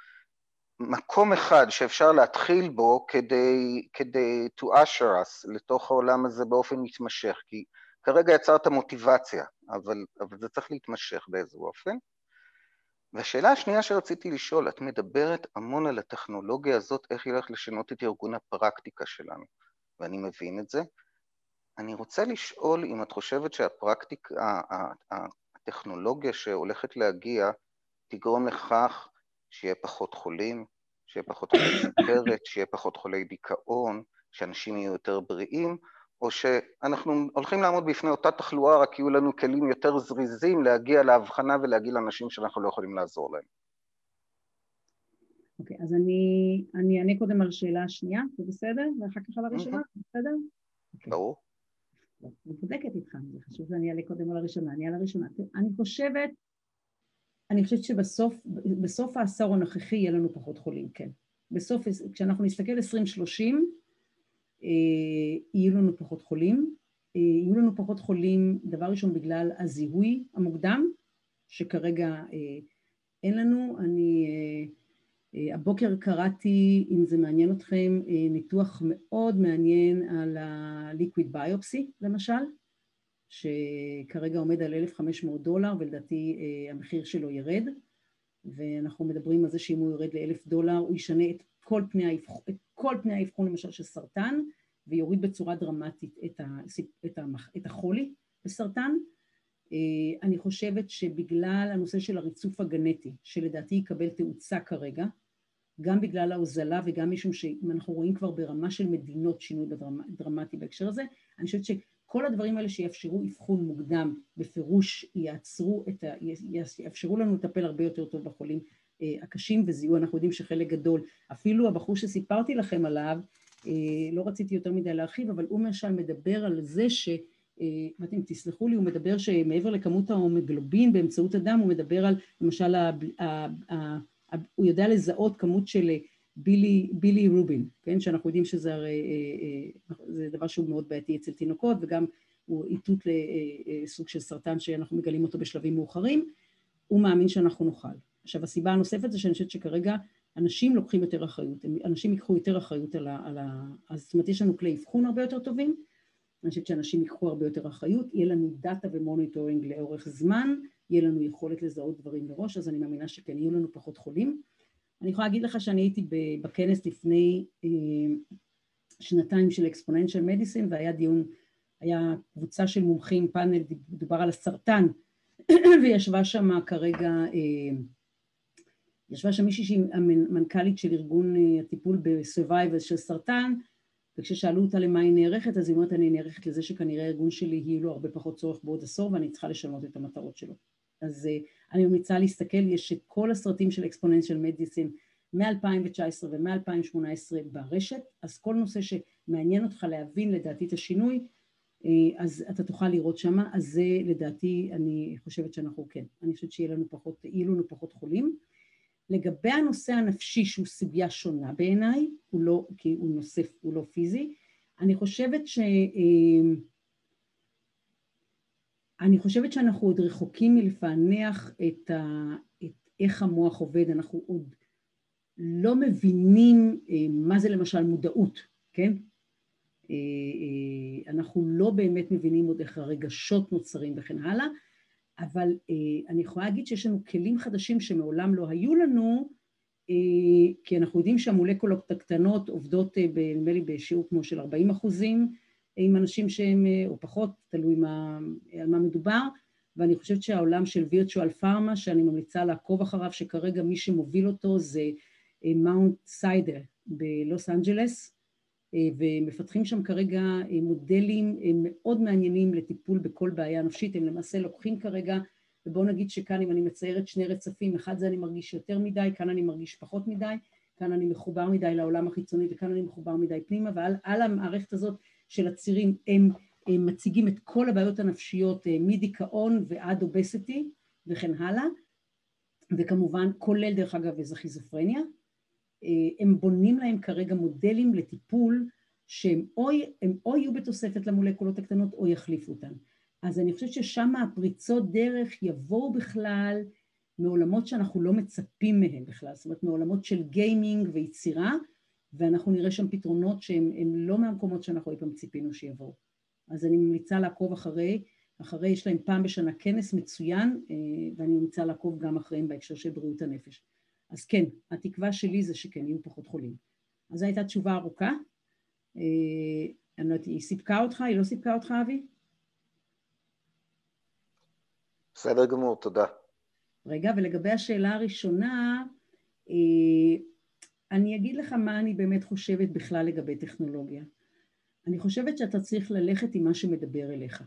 B: מקום אחד שאפשר להתחיל בו כדי, כדי to usher us לתוך העולם הזה באופן מתמשך, כי כרגע יצרת מוטיבציה, אבל, אבל זה צריך להתמשך באיזו אופן. והשאלה השנייה שרציתי לשאול, את מדברת המון על הטכנולוגיה הזאת, איך היא הולכת לשנות את ארגון הפרקטיקה שלנו, ואני מבין את זה. אני רוצה לשאול אם את חושבת שהפרקטיקה, הטכנולוגיה שהולכת להגיע, תגרום לכך שיהיה פחות חולים, שיהיה פחות חולי סוכרת, שיהיה פחות חולי דיכאון, שאנשים יהיו יותר בריאים, או שאנחנו הולכים לעמוד בפני אותה תחלואה, רק יהיו לנו כלים יותר זריזים להגיע להבחנה ולהגיע לאנשים שאנחנו לא יכולים לעזור להם.
A: אוקיי, אז אני, אני אענה קודם על השאלה השנייה, זה בסדר? ואחר כך על הראשונה, בסדר?
B: ברור.
A: אני צודקת איתך, זה חשוב שאני אעלה קודם על הראשונה, אני על הראשונה. אני חושבת, אני חושבת שבסוף, בסוף העשור הנוכחי יהיה לנו פחות חולים, כן. בסוף, כשאנחנו נסתכל עשרים שלושים, יהיו לנו פחות חולים, יהיו לנו פחות חולים, דבר ראשון בגלל הזיהוי המוקדם, שכרגע אין לנו. אני הבוקר קראתי, אם זה מעניין אתכם, ניתוח מאוד מעניין על ה-liquid biopsy למשל, שכרגע עומד על אלף וחמש מאות דולר, ולדעתי המחיר שלו ירד, ואנחנו מדברים על זה שאם הוא ירד לאלף דולר, הוא ישנה את כל פני האבחון, את כל פני האבחון למשל של סרטן, ויוריד בצורה דרמטית את, ה, את, ה, את החולי בסרטן. אני חושבת שבגלל הנושא של הריצוף הגנטי, שלדעתי יקבל תאוצה כרגע, גם בגלל ההוזלה וגם משום שאם אנחנו רואים כבר ברמה של מדינות שינוי דרמטי בהקשר הזה, אני חושבת שכל הדברים האלה שיאפשרו אבחון מוקדם בפירוש יעצרו את ה... יאפשרו לנו לטפל הרבה יותר טוב בחולים הקשים וזיהו. אנחנו יודעים שחלק גדול, אפילו הבחור שסיפרתי לכם עליו, לא רציתי יותר מדי להרחיב, אבל הוא למשל מדבר על זה ש... ואתם תסלחו לי, הוא מדבר שמעבר לכמות ההומוגלובין באמצעות הדם, הוא מדבר על, למשל, ה, ה, ה, ה, הוא יודע לזהות כמות של בילי, בילי רובין, כן? שאנחנו יודעים שזה הרי, זה דבר שהוא מאוד בעייתי אצל תינוקות, וגם הוא איתות לסוג של סרטן שאנחנו מגלים אותו בשלבים מאוחרים, הוא מאמין שאנחנו נוכל. עכשיו, הסיבה הנוספת זה שאני חושבת שכרגע אנשים לוקחים יותר אחריות, אנשים ייקחו יותר אחריות על ה... על ה אז זאת אומרת, יש לנו כלי אבחון הרבה יותר טובים, אני חושבת שאנשים ייקחו הרבה יותר אחריות, יהיה לנו דאטה ומוניטורינג לאורך זמן, יהיה לנו יכולת לזהות דברים מראש, אז אני מאמינה שכן, יהיו לנו פחות חולים. אני יכולה להגיד לך שאני הייתי בכנס לפני אה, שנתיים של Exponential Medicine, והיה דיון, היה קבוצה של מומחים, פאנל, דובר על הסרטן, וישבה שם כרגע, אה, ישבה שם מישהי שהיא המנכ"לית של ארגון אה, הטיפול בסרווייבל של סרטן, וכששאלו אותה למה היא נערכת, אז היא אומרת, אני נערכת לזה שכנראה הארגון שלי יהיו לו הרבה פחות צורך בעוד עשור, ואני צריכה לשנות את המטרות שלו. אז אני ממליצה להסתכל, יש את כל הסרטים של Exponential Medicine מ-אלפיים תשע עשרה ו-מ-אלפיים שמונה עשרה ברשת, אז כל נושא שמעניין אותך להבין לדעתי את השינוי, אז אתה תוכל לראות שמה, אז זה לדעתי, אני חושבת שאנחנו כן, אני חושבת שיהיה לנו פחות, יהיו לנו פחות חולים. לגבי הנושא הנפשי שהוא סוגיה שונה בעיניי, הוא לא, כי הוא נוסף, הוא לא פיזי, אני חושבת ש... אני חושבת שאנחנו עוד רחוקים מלפענח את, ה... את איך המוח עובד, אנחנו עוד לא מבינים מה זה למשל מודעות, כן? אנחנו לא באמת מבינים עוד איך הרגשות נוצרים וכן הלאה, אבל uh, אני יכולה להגיד שיש לנו כלים חדשים שמעולם לא היו לנו, uh, כי אנחנו יודעים שהמולקולות הקטנות עובדות uh, נדמה לי בשיעור כמו של ארבעים אחוזים עם אנשים שהם, uh, או פחות, תלוי מה, על מה מדובר, ואני חושבת שהעולם של virtual pharma, שאני ממליצה לעקוב אחריו, שכרגע מי שמוביל אותו זה מאונט סיידר בלוס אנג'לס, ומפתחים שם כרגע מודלים מאוד מעניינים לטיפול בכל בעיה נפשית. הם למעשה לוקחים כרגע, ובואו נגיד שכאן אם אני מציירת שני רצפים, אחד זה אני מרגיש יותר מדי, כאן אני מרגיש פחות מדי, כאן אני מחובר מדי לעולם החיצוני וכאן אני מחובר מדי פנימה, ועל על המערכת הזאת של הצירים הם, הם מציגים את כל הבעיות הנפשיות מדיכאון ועד אובסיטי וכן הלאה, וכמובן כולל דרך אגב איזוכיזופרניה. הם בונים להם כרגע מודלים לטיפול שהם או, הם או יהיו בתוספת למולקולות הקטנות או יחליפו אותן. אז אני חושבת ששם הפריצות דרך יבואו בכלל מעולמות שאנחנו לא מצפים מהם בכלל, זאת אומרת מעולמות של גיימינג ויצירה, ואנחנו נראה שם פתרונות שהם הם לא מהמקומות שאנחנו אי פעם ציפינו שיבואו. אז אני ממליצה לעקוב אחרי, אחרי יש להם פעם בשנה כנס מצוין, ואני ממליצה לעקוב גם אחריהם בהקשר של בריאות הנפש. אז כן, התקווה שלי זה שכן, יהיו פחות חולים. אז זו הייתה תשובה ארוכה. אני לא יודעת, היא סיפקה אותך? היא לא סיפקה אותך, אבי?
B: בסדר גמור, תודה.
A: רגע, ולגבי השאלה הראשונה, אני אגיד לך מה אני באמת חושבת בכלל לגבי טכנולוגיה. אני חושבת שאתה צריך ללכת עם מה שמדבר אליך.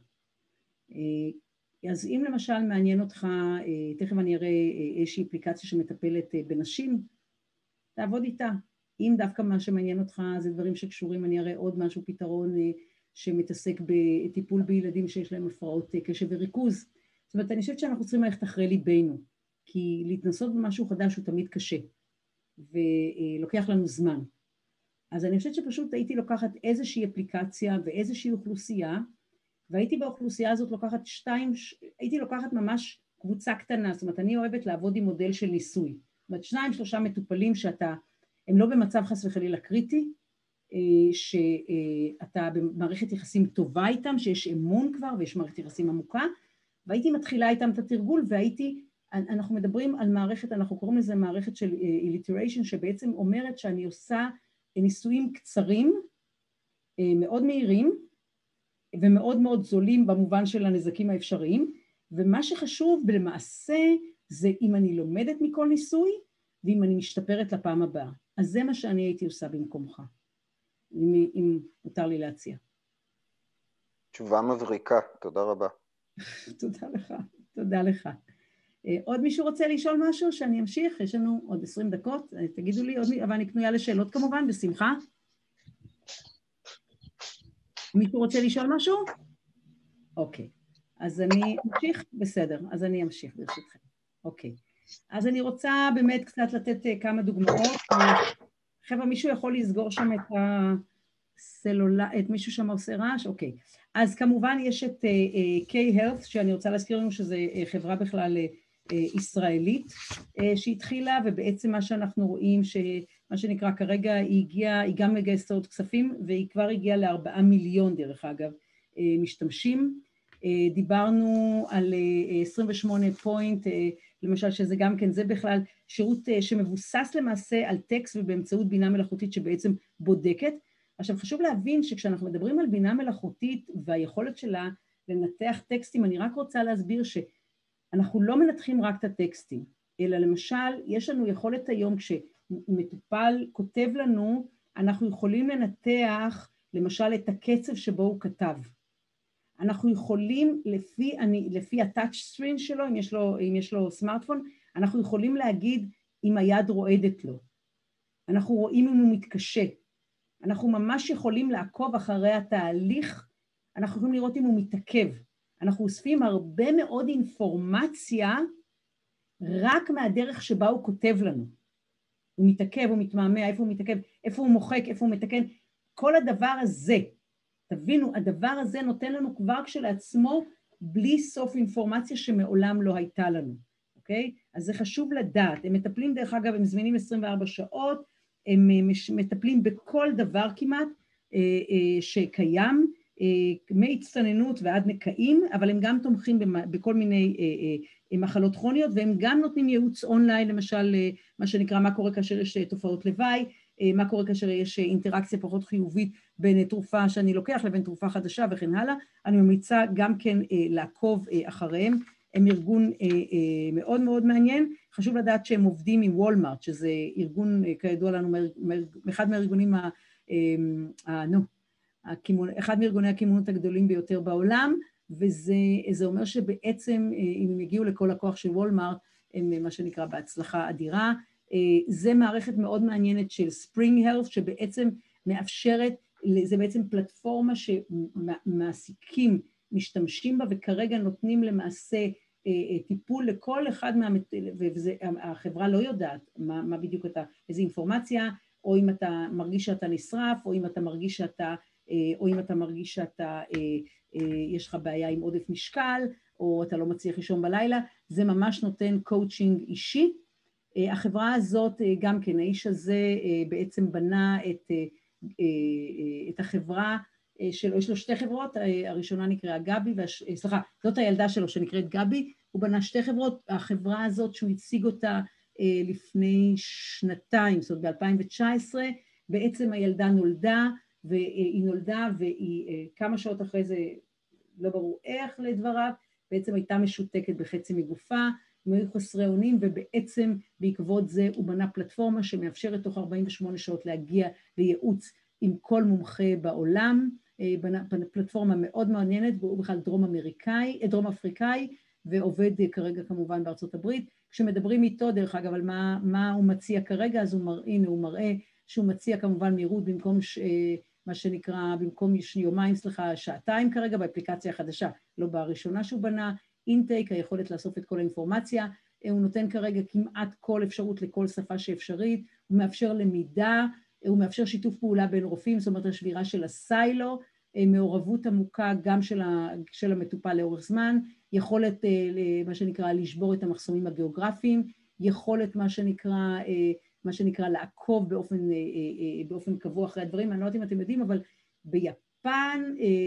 A: אז אם למשל מעניין אותך, תכף אני אראה איזושהי אפליקציה שמטפלת בנשים, תעבוד איתה. אם דווקא מה שמעניין אותך זה דברים שקשורים, אני אראה עוד משהו, פתרון שמתעסק בטיפול בילדים שיש להם הפרעות קשב וריכוז. זאת אומרת, אני חושבת שאנחנו צריכים ללכת אחרי ליבנו, כי להתנסות במשהו חדש הוא תמיד קשה, ולוקח לנו זמן. אז אני חושבת שפשוט הייתי לוקחת איזושהי אפליקציה ואיזושהי אוכלוסייה, והייתי באוכלוסייה הזאת לוקחת שתיים, הייתי לוקחת ממש קבוצה קטנה, זאת אומרת, אני אוהבת לעבוד עם מודל של ניסוי. זאת אומרת, שניים, שלושה מטופלים שאתה, הם לא במצב חס וחלילה קריטי, שאתה במערכת יחסים טובה איתם, שיש אמון כבר ויש מערכת יחסים עמוקה, והייתי מתחילה איתם את התרגול, והייתי, אנחנו מדברים על מערכת, אנחנו קוראים לזה מערכת של איליטריישן, שבעצם אומרת שאני עושה ניסויים קצרים, מאוד מהירים, ומאוד מאוד זולים במובן של הנזקים האפשריים, ומה שחשוב למעשה זה אם אני לומדת מכל ניסוי, ואם אני משתפרת לפעם הבאה. אז זה מה שאני הייתי עושה במקומך, אם, אם מותר לי להציע.
B: תשובה מבריקה, תודה רבה.
A: תודה לך, תודה לך. עוד מישהו רוצה לשאול משהו שאני אמשיך? יש לנו עוד עשרים דקות, תגידו לי, עוד, אבל אני פנויה לשאלות כמובן, בשמחה. מישהו רוצה לשאול משהו? אוקיי, אז אני אמשיך, בסדר, אז אני אמשיך ברשותכם. אוקיי, אז אני רוצה באמת קצת לתת כמה דוגמאות. חבר'ה, מישהו יכול לסגור שם את הסלולר, את מישהו שם עושה רעש? אוקיי, אז כמובן יש את K-Health, שאני רוצה להזכיר לנו שזו חברה בכלל ישראלית שהתחילה, ובעצם מה שאנחנו רואים שמה שנקרא כרגע היא הגיעה, היא גם מגייסת עוד כספים, והיא כבר הגיעה לארבעה מיליון דרך אגב משתמשים. דיברנו על עשרים ושמונה פוינט, למשל שזה גם כן, זה בכלל שירות שמבוסס למעשה על טקסט ובאמצעות בינה מלאכותית שבעצם בודקת. עכשיו חשוב להבין שכשאנחנו מדברים על בינה מלאכותית והיכולת שלה לנתח טקסטים, אני רק רוצה להסביר שאנחנו לא מנתחים רק את הטקסטים, אלא למשל יש לנו יכולת היום כשמטופל כותב לנו, אנחנו יכולים לנתח למשל את הקצב שבו הוא כתב. אנחנו יכולים לפי, אני, לפי הטאצ' סקרין שלו, אם יש לו, אם יש לו סמארטפון, אנחנו יכולים להגיד אם היד רועדת לו. אנחנו רואים אם הוא מתקשה. אנחנו ממש יכולים לעקוב אחרי התהליך, אנחנו יכולים לראות אם הוא מתעכב. אנחנו אוספים הרבה מאוד אינפורמציה רק מהדרך שבה הוא כותב לנו. הוא מתעכב, הוא מתמהמה, איפה הוא מתעכב, איפה הוא מוחק, איפה הוא מתקן. כל הדבר הזה, תבינו, הדבר הזה נותן לנו כבר כשלעצמו בלי סוף אינפורמציה שמעולם לא הייתה לנו, אוקיי? אז זה חשוב לדעת. הם מטפלים דרך אגב, הם זמינים עשרים וארבע שעות, הם מטפלים בכל דבר כמעט שקיים, מהצטננות ועד נקאים, אבל הם גם תומכים בכל מיני מחלות כרוניות, והם גם נותנים ייעוץ אונליין, למשל מה שנקרא מה קורה כאשר יש תופעות לוואי, מה קורה כאשר יש אינטראקציה פחות חיובית בין תרופה שאני לוקח לבין תרופה חדשה וכן הלאה. אני ממליצה גם כן לעקוב אחריהם, הם ארגון מאוד מאוד מעניין. חשוב לדעת שהם עובדים עם וולמארט, שזה ארגון כידוע לנו, אחד מהארגונים, נו, אחד מארגוני הכימונות הגדולים ביותר בעולם, וזה אומר שבעצם אם הם יגיעו לכל הכוח של וולמארט, הם מה שנקרא בהצלחה אדירה. זה מערכת מאוד מעניינת של ספרינג הלף, שבעצם מאפשרת, זה בעצם פלטפורמה שמעסיקים משתמשים בה, וכרגע נותנים למעשה טיפול לכל אחד מה... והחברה לא יודעת מה, מה בדיוק אתה, איזו אינפורמציה, או אם אתה מרגיש שאתה נשרף, או אם אתה מרגיש שאתה, או אם אתה מרגיש שאתה, יש לך בעיה עם עודף משקל, או אתה לא מצליח לישון בלילה, זה ממש נותן קואוצ'ינג אישי. החברה הזאת, גם כן, האיש הזה בעצם בנה את, את החברה שלו, יש לו שתי חברות, הראשונה נקראה גבי, והש... סליחה, זאת הילדה שלו שנקראת גבי, הוא בנה שתי חברות, החברה הזאת שהוא הציג אותה לפני שנתיים, זאת אומרת ב-אלפיים תשע עשרה, בעצם הילדה נולדה, והיא נולדה והיא כמה שעות אחרי זה, לא ברור איך לדבריו, בעצם הייתה משותקת בחצי מגופה, הם היו חסרי אונים, ובעצם בעקבות זה הוא בנה פלטפורמה שמאפשרת תוך ארבעים ושמונה שעות להגיע לייעוץ עם כל מומחה בעולם, בנה פלטפורמה מאוד מעניינת, והוא בכלל דרום אמריקאי, דרום אפריקאי, ועובד כרגע כמובן בארצות הברית. כשמדברים איתו דרך אגב על מה, מה הוא מציע כרגע, אז הוא מראה, הנה הוא מראה שהוא מציע כמובן מהירות במקום ש, מה שנקרא, במקום יומיים, סליחה, שעתיים כרגע באפליקציה החדשה, לא בראשונה שהוא בנה, אינטייק, היכולת לאסוף את כל האינפורמציה, הוא נותן כרגע כמעט כל אפשרות לכל שפה שאפשרית, הוא מאפשר למידה, הוא מאפשר שיתוף פעולה בין רופאים, זאת אומרת השבירה של הסיילו, מעורבות עמוקה גם של, ה, של המטופל לאורך זמן, יכולת מה שנקרא לשבור את המחסומים הגיאוגרפיים, יכולת מה שנקרא, מה שנקרא לעקוב באופן, באופן קבוע אחרי הדברים, אני לא יודעת אם אתם יודעים, אבל ביפן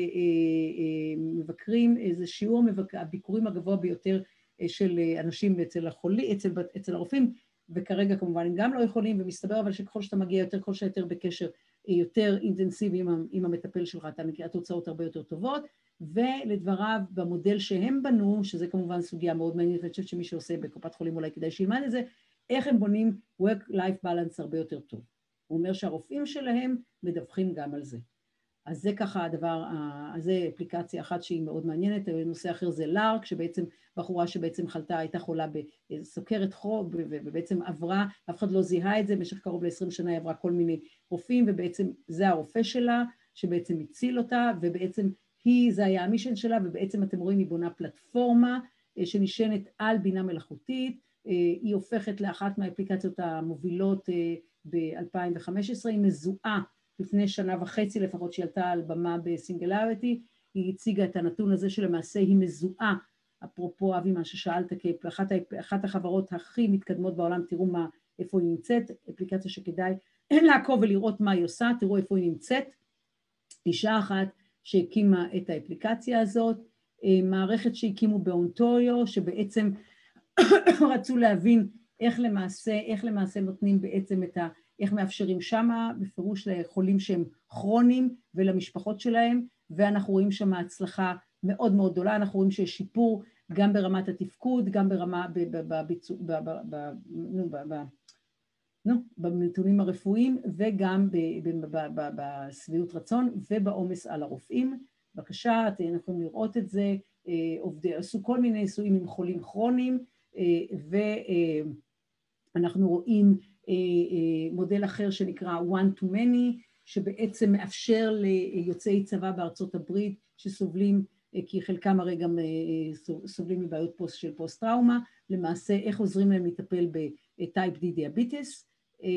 A: מבקרים, זה שיעור מבק... הביקורים הגבוה ביותר של אנשים אצל החולי, אצל, אצל הרופאים, וכרגע כמובן הם גם לא יכולים, ומסתבר אבל שככל שאתה מגיע יותר, ככל שאתה יותר בקשר יותר אינטנסיבי עם, עם המטפל שלך, אתה מגיע תוצאות הרבה יותר טובות, ולדבריו במודל שהם בנו, שזה כמובן סוגיה מאוד מעניינת, אני חושבת שמי שעושה בקופת חולים אולי כדאי שילמד את זה, איך הם בונים work-life balance הרבה יותר טוב. הוא אומר שהרופאים שלהם מדווחים גם על זה. אז זה ככה הדבר, אז זה אפליקציה אחת שהיא מאוד מעניינת, נושא אחר זה לארק, שבעצם בחורה שבעצם חלתה, הייתה חולה בסוכרת חוב, ובעצם עברה, אף אחד לא זיהה את זה, במשך קרוב ל-עשרים שנה היא עברה כל מיני רופאים, ובעצם זה הרופא שלה, שבעצם הציל אותה, ובעצם היא, זה היה המישן שלה, ובעצם אתם רואים, היא בונה פלטפורמה שנשענת על בינה מלאכותית, היא הופכת לאחת מהאפליקציות המובילות ב-אלפיים וחמש עשרה, היא מזוהה לפני שנה וחצי לפחות שהיא עלתה על במה בסינגולריטי, היא הציגה את הנתון הזה שלמעשה היא מזוהה, אפרופו אבי מה ששאלת, כאחת החברות הכי מתקדמות בעולם, תראו מה, איפה היא נמצאת, אפליקציה שכדאי לעקוב ולראות מה היא עושה, תראו איפה היא נמצאת, אישה אחת שהקימה את האפליקציה הזאת, מערכת שהקימו באונטוריו, שבעצם רצו להבין איך למעשה, איך למעשה נותנים בעצם את ה... איך מאפשרים שמה, בפירוש לחולים שהם כרוניים ולמשפחות שלהם, ואנחנו רואים שם הצלחה מאוד מאוד גדולה, אנחנו רואים שיש שיפור גם ברמת התפקוד, גם ברמה, בנתונים הרפואיים, וגם בסביעות רצון ובעומס על הרופאים. בבקשה, אתם יכולים לראות את זה, עשו כל מיני ניסויים עם חולים כרוניים, ואנחנו רואים מודל אחר שנקרא one to many, שבעצם מאפשר ליוצאי צבא בארצות הברית שסובלים, כי חלקם הרי גם סובלים מבעיות פוסט של פוסט טראומה, למעשה איך עוזרים להם לטפל בטייפ די דיאביטיס,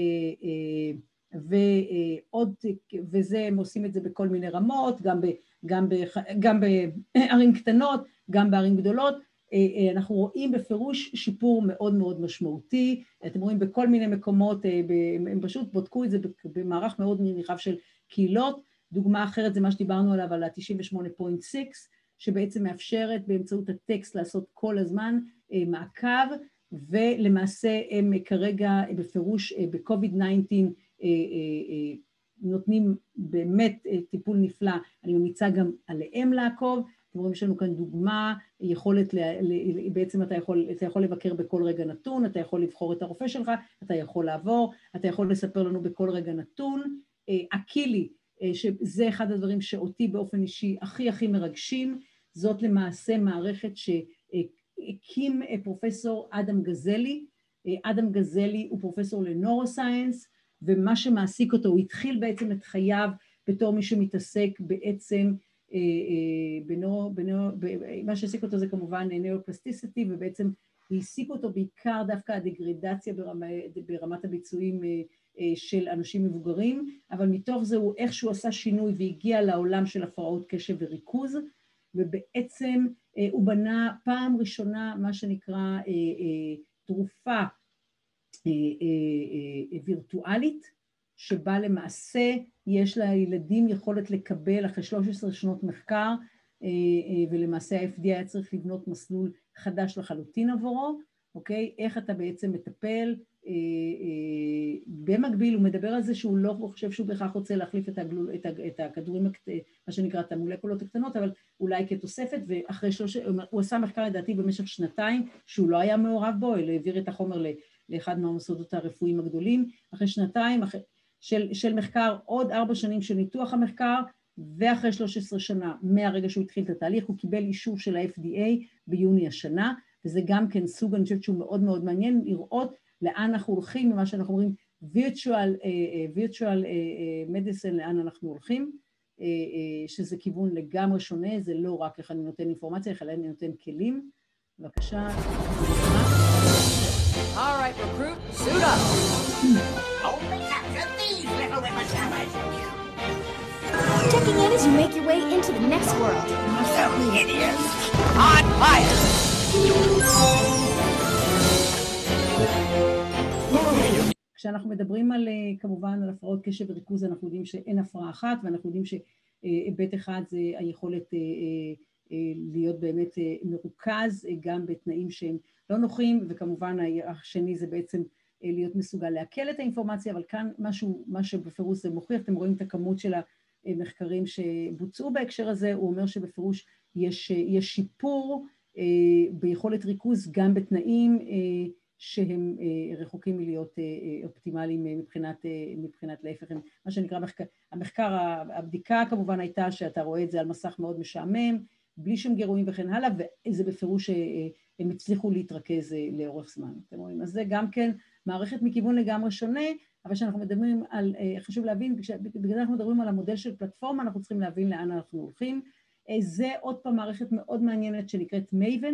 A: ועוד, וזה הם עושים את זה בכל מיני רמות, גם, ב, גם, ב, גם בערים קטנות, גם בערים גדולות, אנחנו רואים בפירוש שיפור מאוד מאוד משמעותי, אתם רואים בכל מיני מקומות, הם פשוט בודקו את זה במערך מאוד נרחב של קהילות, דוגמה אחרת זה מה שדיברנו עליו על ה-תשעים ושמונה נקודה שש, שבעצם מאפשרת באמצעות הטקסט לעשות כל הזמן מעקב, ולמעשה הם כרגע בפירוש ב-קוביד תשע עשרה נותנים באמת טיפול נפלא, אני ממליצה גם עליהם לעקוב, אתם רואים, יש לנו כאן דוגמה, יכולת, בעצם אתה יכול, אתה יכול לבקר בכל רגע נתון, אתה יכול לבחור את הרופא שלך, אתה יכול לעבור, אתה יכול לספר לנו בכל רגע נתון. אקילי, שזה אחד הדברים שאותי באופן אישי הכי הכי מרגשים, זאת למעשה מערכת שהקים פרופסור אדם גזלי, אדם גזלי הוא פרופסור לנוירוסיינס, ומה שמעסיק אותו, הוא התחיל בעצם את חייו בתור מי שמתעסק בעצם, בנו, בנו, מה שהעסיק אותו זה כמובן נוירופלסטיסיטי, ובעצם העסיק אותו בעיקר דווקא הדגרדציה ברמה, ברמת הביצועים של אנשים מבוגרים, אבל מתוך זה הוא איכשהו עשה שינוי והגיע לעולם של הפרעות קשב וריכוז, ובעצם הוא בנה פעם ראשונה מה שנקרא תרופה וירטואלית, שבה למעשה יש לילדים יכולת לקבל אחרי שלוש עשרה שנות מחקר, ולמעשה ה-אף די איי היה צריך לבנות מסלול חדש לחלוטין עבורו, אוקיי? איך אתה בעצם מטפל, במקביל הוא מדבר על זה שהוא לא חושב שהוא בכך רוצה להחליף את, הגלול, את, את הכדורים, מה שנקרא את המולקולות הקטנות, אבל אולי כתוספת, ואחרי שלוש, הוא עשה מחקר לדעתי במשך שנתיים, שהוא לא היה מעורב בו, אלא העביר את החומר לאחד מהמוסדות הרפואיים הגדולים, אחרי שנתיים, אחרי, של, של מחקר, עוד ארבע שנים של ניתוח המחקר, ואחרי שלוש עשרה שנה, מהרגע שהוא התחיל את התהליך, הוא קיבל אישור של ה-אף די איי ביוני השנה, וזה גם כן סוג, אני חושבת שהוא מאוד מאוד מעניין, לראות לאן אנחנו הולכים, ממה שאנחנו אומרים, virtual, virtual medicine, לאן אנחנו הולכים, שזה כיוון לגמרי שונה, זה לא רק איך אני נותן אינפורמציה, איך אני נותן כלים. בבקשה.
C: All right, recruit, suit up. Only capture these little whippersnappers.
D: Checking in as you make your way into the next world.
C: Some idiots. On fire.
A: כשאנחנו מדברים על, כמובן, על הפרעות קשב וריכוז, אנחנו יודעים שאין הפרעה אחת, ואנחנו יודעים שהיבט אחד זה היכולת להיות באמת מרוכז, גם בתנאים שהם לא נוחים, וכמובן השני זה בעצם להיות מסוגל להקל את האינפורמציה, אבל כאן משהו, מה שבפירוש זה מוכיח, אתם רואים את הכמות של המחקרים שבוצעו בהקשר הזה, הוא אומר שבפירוש יש, יש שיפור ביכולת ריכוז גם בתנאים שהם רחוקים מלהיות אופטימליים מבחינת, מבחינת להפך, מה שנקרא מחקר, המחקר, הבדיקה כמובן הייתה שאתה רואה את זה על מסך מאוד משעמם, בלי שום גירויים וכן הלאה, וזה בפירוש הם הצליחו להתרכז לאורך זמן. אתם רואים, אז זה גם כן מערכת מכיוון לגמרי שונה, אבל כשאנחנו מדברים על, חשוב להבין, בגלל אנחנו מדברים על המודל של פלטפורמה, אנחנו צריכים להבין לאן אנחנו הולכים. זה עוד פעם מערכת מאוד מעניינת שנקראת Maven,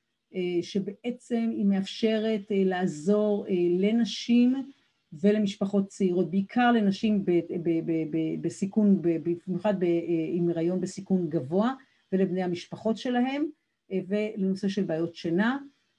A: שבעצם היא מאפשרת לעזור לנשים ולמשפחות צעירות, בעיקר לנשים בסיכון, במיוחד עם הריון בסיכון גבוה, ולבני המשפחות שלהם, ולנושא של בעיות שינה,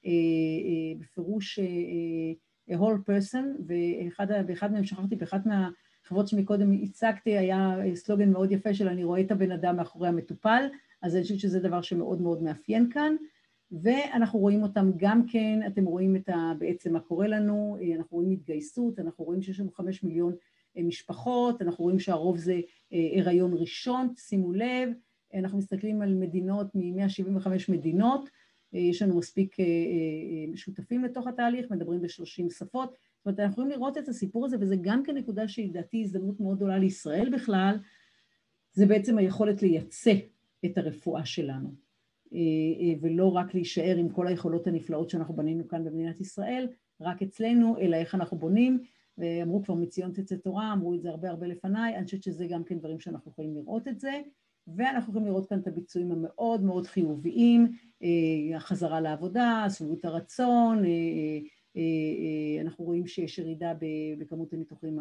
A: בפירוש a whole person, ואחד מהם שכחתי, באחת מהחברות שמקודם הצגתי, היה סלוגן מאוד יפה של אני רואה את הבן אדם מאחורי המטופל, אז אני חושבת שזה דבר שמאוד מאוד מאפיין כאן, ואנחנו רואים אותם גם כן, אתם רואים את ה, בעצם מה קורה לנו, אנחנו רואים התגייסות, אנחנו רואים שיש לנו חמש מיליון משפחות, אנחנו רואים שהרוב זה הריון ראשון, שימו לב, אנחנו מסתכלים על מדינות מ-מאה שבעים וחמש מדינות, יש לנו מספיק משותפים לתוך התהליך, מדברים ב-שלושים שפות, זאת אומרת, אנחנו יכולים לראות את הסיפור הזה, וזה גם כן נקודה שלדעתי הזדמנות מאוד גדולה לישראל בכלל, זה בעצם היכולת לייצא את הרפואה שלנו, ולא רק להישאר עם כל היכולות הנפלאות שאנחנו בנינו כאן במדינת ישראל, רק אצלנו, אלא איך אנחנו בונים, ואמרו כבר מציון תצא תורה, אמרו את זה הרבה הרבה לפניי, אני חושבת שזה גם כן דברים שאנחנו יכולים לראות את זה, ואנחנו יכולים לראות כאן את הביצועים המאוד מאוד חיוביים, החזרה לעבודה, סביבות הרצון, אנחנו רואים שיש ירידה בכמות הניתוחים,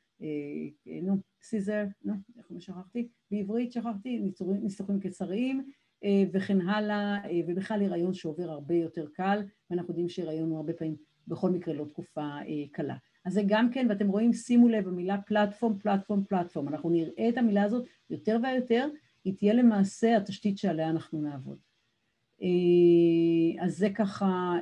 A: נו, סיזר, נו, איך שכחתי? בעברית שכחתי, ניתוחים קיסריים, וכן הלאה, ובכלל הריון שעובר הרבה יותר קל, ואנחנו יודעים שהריון הוא הרבה פעמים בכל מקרה לא תקופה קלה. אז זה גם כן, ואתם רואים, שימו לב, המילה פלטפורם, פלטפורם, פלטפורם, אנחנו נראה את המילה הזאת יותר ויותר, היא תהיה למעשה התשתית שעליה אנחנו נעבוד. אז זה ככה,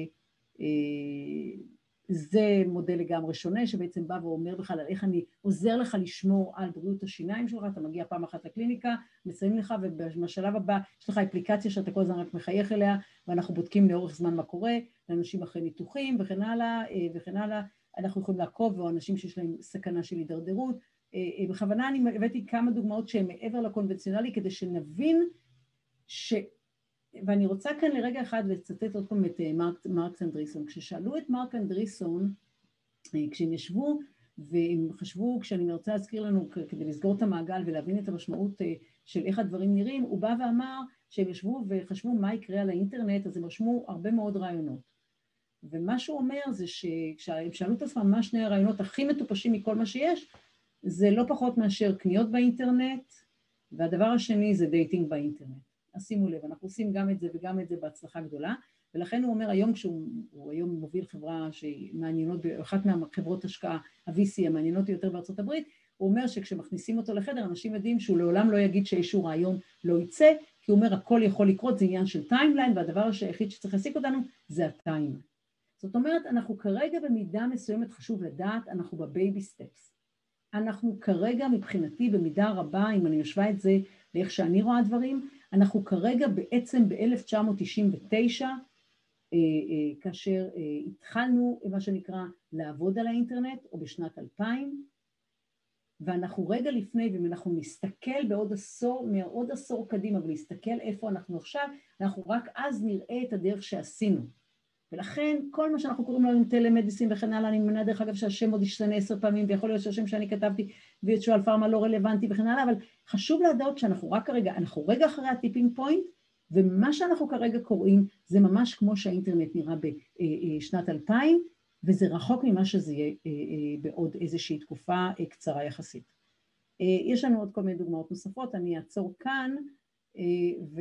A: זה מודל לגמרי שונה, שבעצם בא ואומר בכלל על איך אני עוזר לך לשמור על בריאות השיניים שלך, אתה מגיע פעם אחת לקליניקה, מציינים לך, ובשלב הבא יש לך אפליקציה שאתה כל הזמן רק מחייך אליה, ואנחנו בודקים לאורך זמן מה קורה, לאנשים אחרי ניתוחים וכן הלאה, וכן הלאה, אנחנו יכולים לעקוב, או אנשים שיש להם סכנה של הידרדרות, בכוונה אני הבאתי כמה דוגמאות שהן מעבר לקונבנציונלי, כדי שנבין ש... ואני רוצה כאן לרגע אחד לצטט עוד פעם את מרק, מרקס אנדריסון. כששאלו את מרק אנדריסון, כשהם ישבו והם חשבו, כשאני רוצה להזכיר לנו כדי לסגור את המעגל ולהבין את המשמעות של איך הדברים נראים, הוא בא ואמר שהם ישבו וחשבו מה יקרה על האינטרנט, אז הם רשמו הרבה מאוד רעיונות. ומה שהוא אומר זה שכשהם שאלו את עצמם מה שני הרעיונות הכי מטופשים מכל מה שיש, זה לא פחות מאשר קניות באינטרנט, והדבר השני זה דייטינג באינטרנט. אז שימו לב, אנחנו עושים גם את זה וגם את זה בהצלחה גדולה, ולכן הוא אומר היום, כשהוא היום מוביל חברה שהיא מעניינות, אחת מהחברות השקעה, ה-וי סי המעניינות יותר בארצות הברית, הוא אומר שכשמכניסים אותו לחדר, אנשים יודעים שהוא לעולם לא יגיד שאיזשהו רעיון לא יצא, כי הוא אומר הכל יכול לקרות, זה עניין של טיימליין, והדבר היחיד שצריך להסיק אותנו זה הטיימליין. זאת אומרת, אנחנו כרגע במידה מסוימת חשוב לדעת, אנחנו בבייבי סטפס. אנחנו כרגע מבחינתי במידה רבה, אם אני משווה את זה לאיך שאני רואה דברים, אנחנו כרגע בעצם ב-אלף תשע מאות תשעים ותשע, כאשר התחלנו מה שנקרא לעבוד על האינטרנט, או בשנת אלפיים, ואנחנו רגע לפני, ואם אנחנו נסתכל בעוד עשור, מעוד עשור קדימה, ונסתכל איפה אנחנו עכשיו, אנחנו רק אז נראה את הדרך שעשינו. ולכן, כל מה שאנחנו קוראים לו טלמדיסין וכן הלאה, אני מבינה דרך אגב שהשם עוד ישתנה עשר פעמים, ויכול להיות שהשם שאני כתבתי, ויצ'ואל פארמה לא רלוונטי וכן הלאה, אבל חשוב לדעת שאנחנו רק כרגע, אנחנו רגע אחרי הטיפינג פוינט, ומה שאנחנו כרגע קוראים, זה ממש כמו שהאינטרנט נראה בשנת אלפיים, וזה רחוק ממה שזה יהיה בעוד איזושהי תקופה קצרה יחסית. יש לנו עוד כל מיני דוגמאות נוספות, אני אעצור כאן, ו...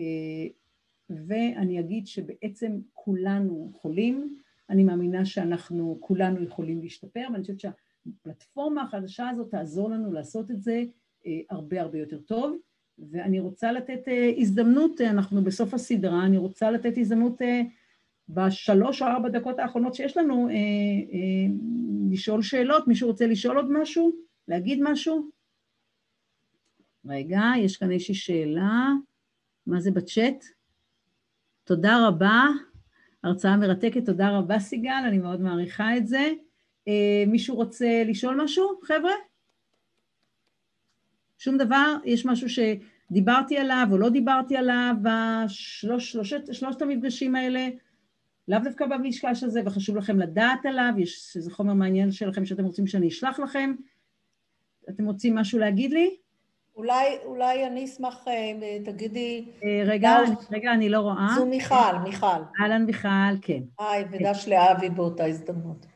A: ואני אגיד שבעצם כולנו חולים, אני מאמינה שאנחנו כולנו יכולים להשתפר, ואני חושבת שהפלטפורמה החדשה הזאת תעזור לנו לעשות את זה הרבה הרבה יותר טוב, ואני רוצה לתת הזדמנות, אנחנו בסוף הסדרה, אני רוצה לתת הזדמנות בשלוש או ארבע דקות האחרונות שיש לנו, לשאול שאלות, מישהו רוצה לשאול עוד משהו? להגיד משהו? רגע, יש כאן איזושהי שאלה, מה זה בצ'אט? תודה רבה, הרצאה מרתקת, תודה רבה סיגל, אני מאוד מעריכה את זה. מישהו רוצה לשאול משהו, חבר'ה? שום דבר? יש משהו שדיברתי עליו או לא דיברתי עליו בשלוש, שלושת, שלושת המפגשים האלה, לאו דווקא במפגש הזה, וחשוב לכם לדעת עליו, יש איזה חומר מעניין שלכם שאתם רוצים שאני אשלח לכם. אתם רוצים משהו להגיד לי?
E: אולי, אולי אני אשמח, תגידי...
A: רגע, רגע, אני לא רואה.
E: זו מיכל, מיכל.
A: אהלן מיכל, כן.
E: היי, ודש לאבי באותה הזדמנות.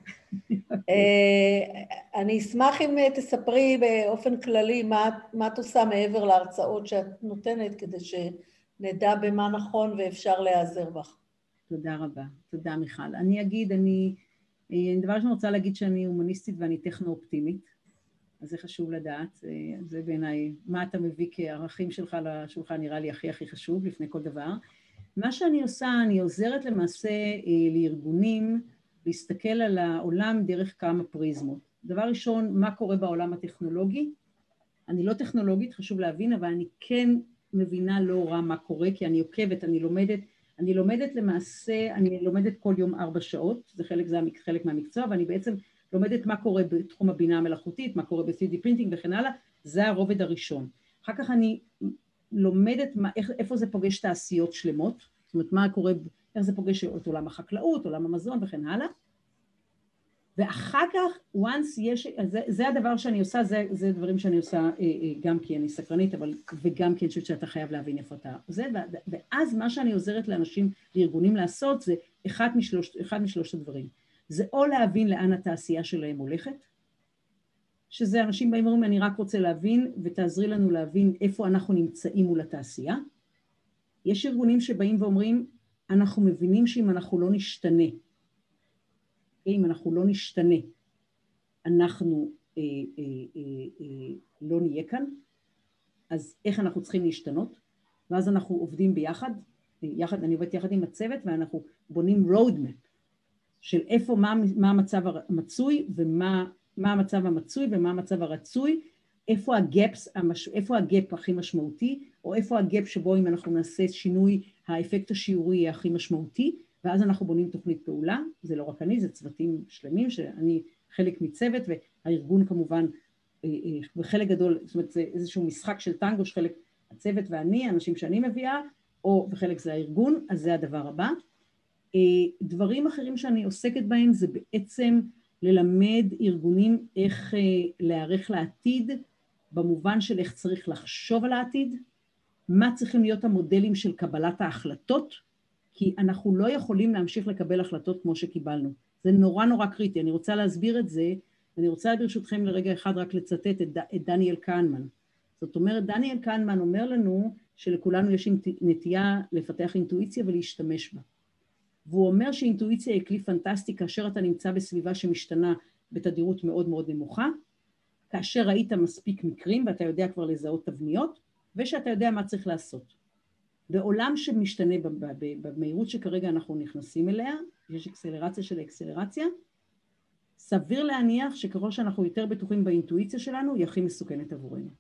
E: אני אשמח אם תספרי באופן כללי מה את עושה מעבר להרצאות שאת נותנת, כדי שנדע במה נכון ואפשר להיעזר בך.
A: תודה רבה, תודה מיכל. אני אגיד, אני... דבר שאני רוצה להגיד שאני הומניסטית ואני טכנו-אופטימית, אז זה חשוב לדעת, זה בעיניי, מה אתה מביא כערכים שלך לשולחן נראה לי הכי הכי חשוב לפני כל דבר. מה שאני עושה, אני עוזרת למעשה לארגונים להסתכל על העולם דרך כמה פריזמות. דבר ראשון, מה קורה בעולם הטכנולוגי? אני לא טכנולוגית, חשוב להבין, אבל אני כן מבינה לא רע מה קורה, כי אני עוקבת, אני לומדת, אני לומדת למעשה, אני לומדת כל יום ארבע שעות, זה חלק, זה חלק מהמקצוע, ואני בעצם לומדת מה קורה בתחום הבינה המלאכותית, מה קורה ב-תרי די פרינטינג וכן הלאה, זה הרובד הראשון. אחר כך אני לומדת מה, איך, איפה זה פוגש תעשיות שלמות, זאת אומרת מה קורה, איך זה פוגש את עולם החקלאות, עולם המזון וכן הלאה, ואחר כך, once יש, זה, זה הדבר שאני עושה, זה, זה דברים שאני עושה גם כי אני סקרנית, אבל, וגם כי אני חושבת שאתה חייב להבין איפה אתה זה, ואז מה שאני עוזרת לאנשים, לארגונים לעשות, זה אחד משלוש, אחד משלושת הדברים. זה או להבין לאן התעשייה שלהם הולכת, שזה אנשים באים ואומרים, אני רק רוצה להבין, ותעזרי לנו להבין איפה אנחנו נמצאים מול התעשייה. יש ארגונים שבאים ואומרים, אנחנו מבינים שאם אנחנו לא נשתנה, אם אנחנו לא נשתנה, אנחנו אה, אה, אה, אה, לא נהיה כאן, אז איך אנחנו צריכים להשתנות? ואז אנחנו עובדים ביחד, יחד, אני עובדת יחד עם הצוות, ואנחנו בונים roadmap, של איפה, מה, מה המצב המצוי, ומה מה המצב המצוי, ומה המצב הרצוי, איפה הגאפס, איפה הגאפ הכי משמעותי, או איפה הגאפ שבו אם אנחנו נעשה שינוי, האפקט השיעורי יהיה הכי משמעותי, ואז אנחנו בונים תוכנית פעולה, זה לא רק אני, זה צוותים שלמים, שאני חלק מצוות, והארגון כמובן, בחלק גדול, זאת אומרת, זה איזשהו משחק של טנגו, שחלק הצוות ואני, אנשים שאני מביאה, או בחלק זה הארגון, אז זה הדבר הבא. דברים אחרים שאני עוסקת בהם זה בעצם ללמד ארגונים איך להיערך לעתיד, במובן של איך צריך לחשוב על העתיד, מה צריכים להיות המודלים של קבלת ההחלטות, כי אנחנו לא יכולים להמשיך לקבל החלטות כמו שקיבלנו. זה נורא נורא קריטי, אני רוצה להסביר את זה, אני רוצה ברשותכם לרגע אחד רק לצטט את, ד, את דניאל קהנמן. זאת אומרת, דניאל קהנמן אומר לנו שלכולנו יש נטייה לפתח אינטואיציה ולהשתמש בה. והוא אומר שאינטואיציה היא כלי פנטסטי כאשר אתה נמצא בסביבה שמשתנה בתדירות מאוד מאוד נמוכה, כאשר ראית מספיק מקרים ואתה יודע כבר לזהות תבניות, ושאתה יודע מה צריך לעשות. בעולם שמשתנה במהירות שכרגע אנחנו נכנסים אליה, יש אקסלרציה של האקסלרציה, סביר להניח שככל שאנחנו יותר בטוחים באינטואיציה שלנו, היא הכי מסוכנת עבורנו.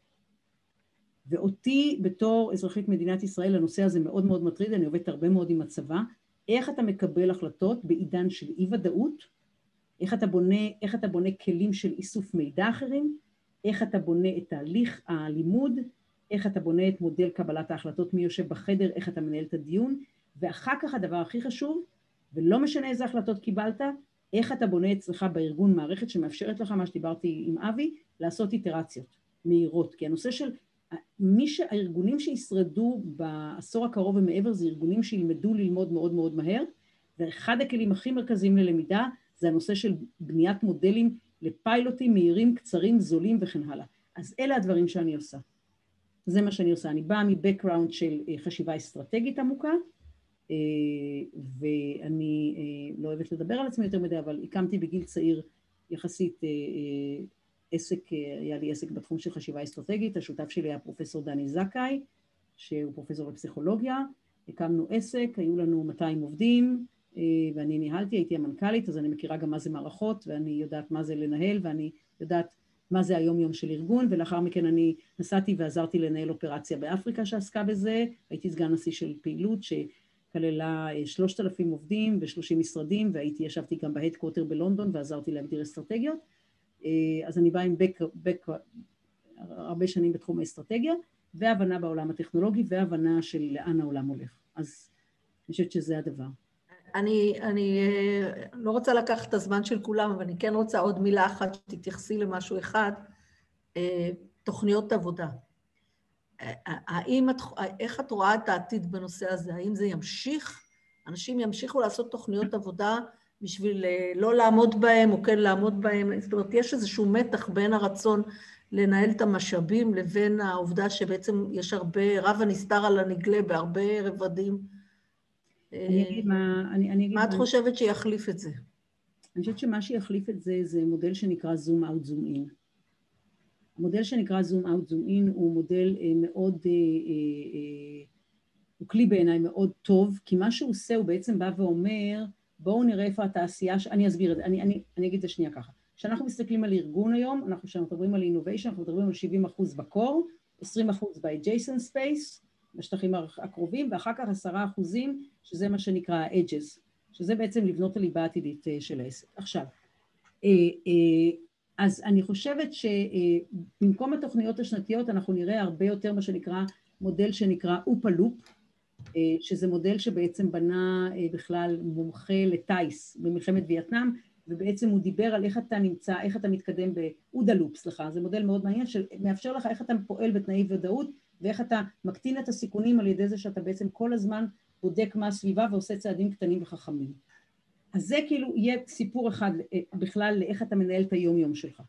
A: ואותי בתור אזרחית מדינת ישראל, הנושא הזה מאוד מאוד מטריד, אני עובדת הרבה מאוד עם הצבא, איך אתה מקבל החלטות בעידן של אי ודאות, איך אתה בונה, איך אתה בונה כלים של איסוף מידע אחרים, איך אתה בונה את תהליך הלימוד, איך אתה בונה את מודל קבלת ההחלטות, מי יושב בחדר, איך אתה מנהל את הדיון, ואחר כך הדבר הכי חשוב, ולא משנה איזה החלטות קיבלת, איך אתה בונה אצלך בארגון מערכת שמאפשרת לך, מה שדיברתי עם אבי, לעשות איטרציות מהירות, כי הנושא של מי שהארגונים שישרדו בעשור הקרוב ומעבר זה ארגונים שילמדו ללמוד מאוד מאוד מהר, ואחד הכלים הכי מרכזיים ללמידה זה הנושא של בניית מודלים לפיילוטים מהירים, קצרים, זולים וכן הלאה. אז אלה הדברים שאני עושה. זה מה שאני עושה. אני באה מבקראונד של חשיבה אסטרטגית עמוקה, ואני לא אוהבת לדבר על עצמי יותר מדי, אבל הקמתי בגיל צעיר יחסית עסק, היה לי עסק בתחום של חשיבה אסטרטגית, השותף שלי היה פרופסור דני זכאי, שהוא פרופסור לפסיכולוגיה, הקמנו עסק, היו לנו מאתיים עובדים, ואני ניהלתי, הייתי המנכ"לית, אז אני מכירה גם מה זה מערכות, ואני יודעת מה זה לנהל, ואני יודעת מה זה היום יום של ארגון, ולאחר מכן אני נסעתי ועזרתי לנהל אופרציה באפריקה שעסקה בזה, הייתי סגן נשיא של פעילות שכללה שלושת אלפים עובדים ושלושים משרדים, והייתי, ישבתי גם בהדקווטר בלונדון ועזרתי להגדיר אסטרטגיות, אז אני באה עם בק, בק, הרבה שנים בתחום האסטרטגיה, והבנה בעולם הטכנולוגי, והבנה של לאן העולם הולך. אז אני חושבת שזה הדבר.
E: אני, אני לא רוצה לקחת את הזמן של כולם, אבל אני כן רוצה עוד מילה אחת שתתייחסי למשהו אחד, תוכניות עבודה. האם, איך את רואה את העתיד בנושא הזה? האם זה ימשיך? אנשים ימשיכו לעשות תוכניות עבודה בשביל לא לעמוד בהם או כן לעמוד בהם? זאת אומרת, יש איזשהו מתח בין הרצון לנהל את המשאבים לבין העובדה שבעצם יש הרבה, רב הנסתר על הנגלה בהרבה רבדים.
A: אני אגיד מה, אני, אני אגיד
E: מה את
A: מה...
E: חושבת שיחליף את זה?
A: אני חושבת שמה שיחליף את זה זה מודל שנקרא זום אאוט זום אין. המודל שנקרא זום אאוט זום אין הוא מודל מאוד, אה, אה, הוא כלי בעיניי מאוד טוב, כי מה שהוא עושה הוא בעצם בא ואומר, בואו נראה איפה התעשייה, ש... אני אסביר את זה, אני, אני, אני אגיד את זה שנייה ככה. כשאנחנו מסתכלים על ארגון היום, אנחנו כשאנחנו מדברים על innovation, אנחנו מדברים על שבעים אחוז בקור, עשרים אחוז ב-adjacent space, בשטחים הקרובים, ואחר כך עשרה אחוזים, שזה מה שנקרא ה-edges, שזה בעצם לבנות הליבה העתידית של העסק. עכשיו, אז אני חושבת שבמקום התוכניות השנתיות, אנחנו נראה הרבה יותר מה שנקרא מודל שנקרא אופה-לופ, שזה מודל שבעצם בנה בכלל מומחה לטייס במלחמת וייטנאם, ובעצם הוא דיבר על איך אתה נמצא, איך אתה מתקדם באודה-לופ, סליחה, זה מודל מאוד מעניין שמאפשר לך איך אתה פועל בתנאי ודאות, ואיך אתה מקטין את הסיכונים על ידי זה שאתה בעצם כל הזמן בודק מה הסביבה ועושה צעדים קטנים וחכמים. אז זה כאילו יהיה סיפור אחד בכלל לאיך אתה מנהל את היום יום שלך.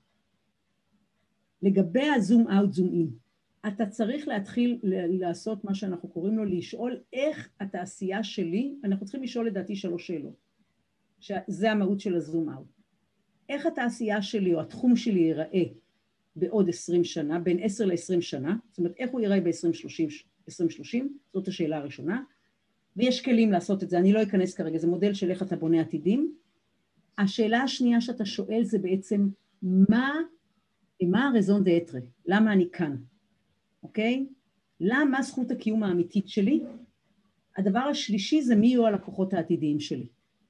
A: לגבי הזום אאוט זום אין, אתה צריך להתחיל לעשות מה שאנחנו קוראים לו, לשאול איך התעשייה שלי, אנחנו צריכים לשאול לדעתי שלוש שאלות, שזה המהות של הזום אאוט. איך התעשייה שלי או התחום שלי ייראה בעוד עשרים שנה, בין עשר ל-עשרים שנה, זאת אומרת, איך הוא ייראה ב-עשרים שלושים, זאת השאלה הראשונה, ויש כלים לעשות את זה, אני לא אכנס כרגע, זה מודל של איך אתה בונה עתידים. השאלה השנייה שאתה שואל זה בעצם, מה, מה הרזון דה אטרה? למה אני כאן? אוקיי? למה זכות הקיום האמיתית שלי? הדבר השלישי זה מי יהיו הלקוחות העתידיים שלי.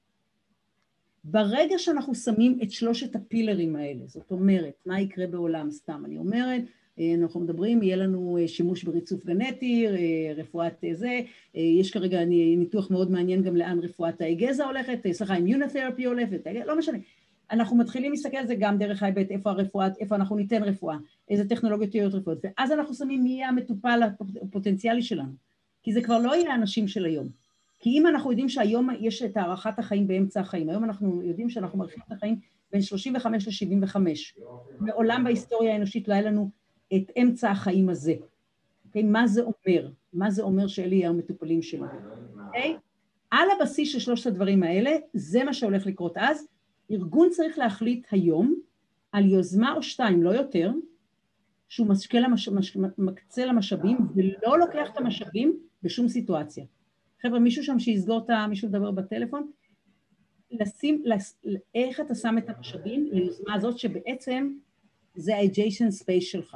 A: ברגע שאנחנו שמים את שלושת הפילרים האלה, זאת אומרת, מה יקרה בעולם סתם? אני אומרת, אנחנו מדברים, יהיה לנו שימוש בריצוף גנטי, רפואת זה, יש כרגע ניתוח מאוד מעניין גם לאן רפואת הגזע הולכת, סליחה, אימיונותרפי הולכת, לא משנה. אנחנו מתחילים להסתכל על זה גם דרך ההיבט, איפה הרפואה, איפה אנחנו ניתן רפואה, איזה טכנולוגיות יהיו רפואות, ואז אנחנו שמים מי יהיה המטופל הפוטנציאלי שלנו, כי זה כבר לא יהיה האנשים של היום. כי אם אנחנו יודעים שהיום יש את הערכת החיים באמצע החיים, היום אנחנו יודעים שאנחנו מעריכים את החיים בין שלושים וחמש ל-שבעים וחמש. מעולם בהיסטוריה האנושית לא היה לנו את אמצע החיים הזה. Okay? מה זה אומר? מה זה אומר שאלה יהיו המטופלים שלנו? Okay? על הבסיס של שלושת הדברים האלה, זה מה שהולך לקרות אז. ארגון צריך להחליט היום על יוזמה או שתיים, לא יותר, שהוא משקה למש... מקצה למשאבים, ולא לוקח את המשאבים בשום סיטואציה. חבר'ה, מישהו שם שיסגור את מישהו לדבר בטלפון, לשים, לס, איך אתה שם את המשאבים ליוזמה הזאת שבעצם זה ה-adjacent space שלך.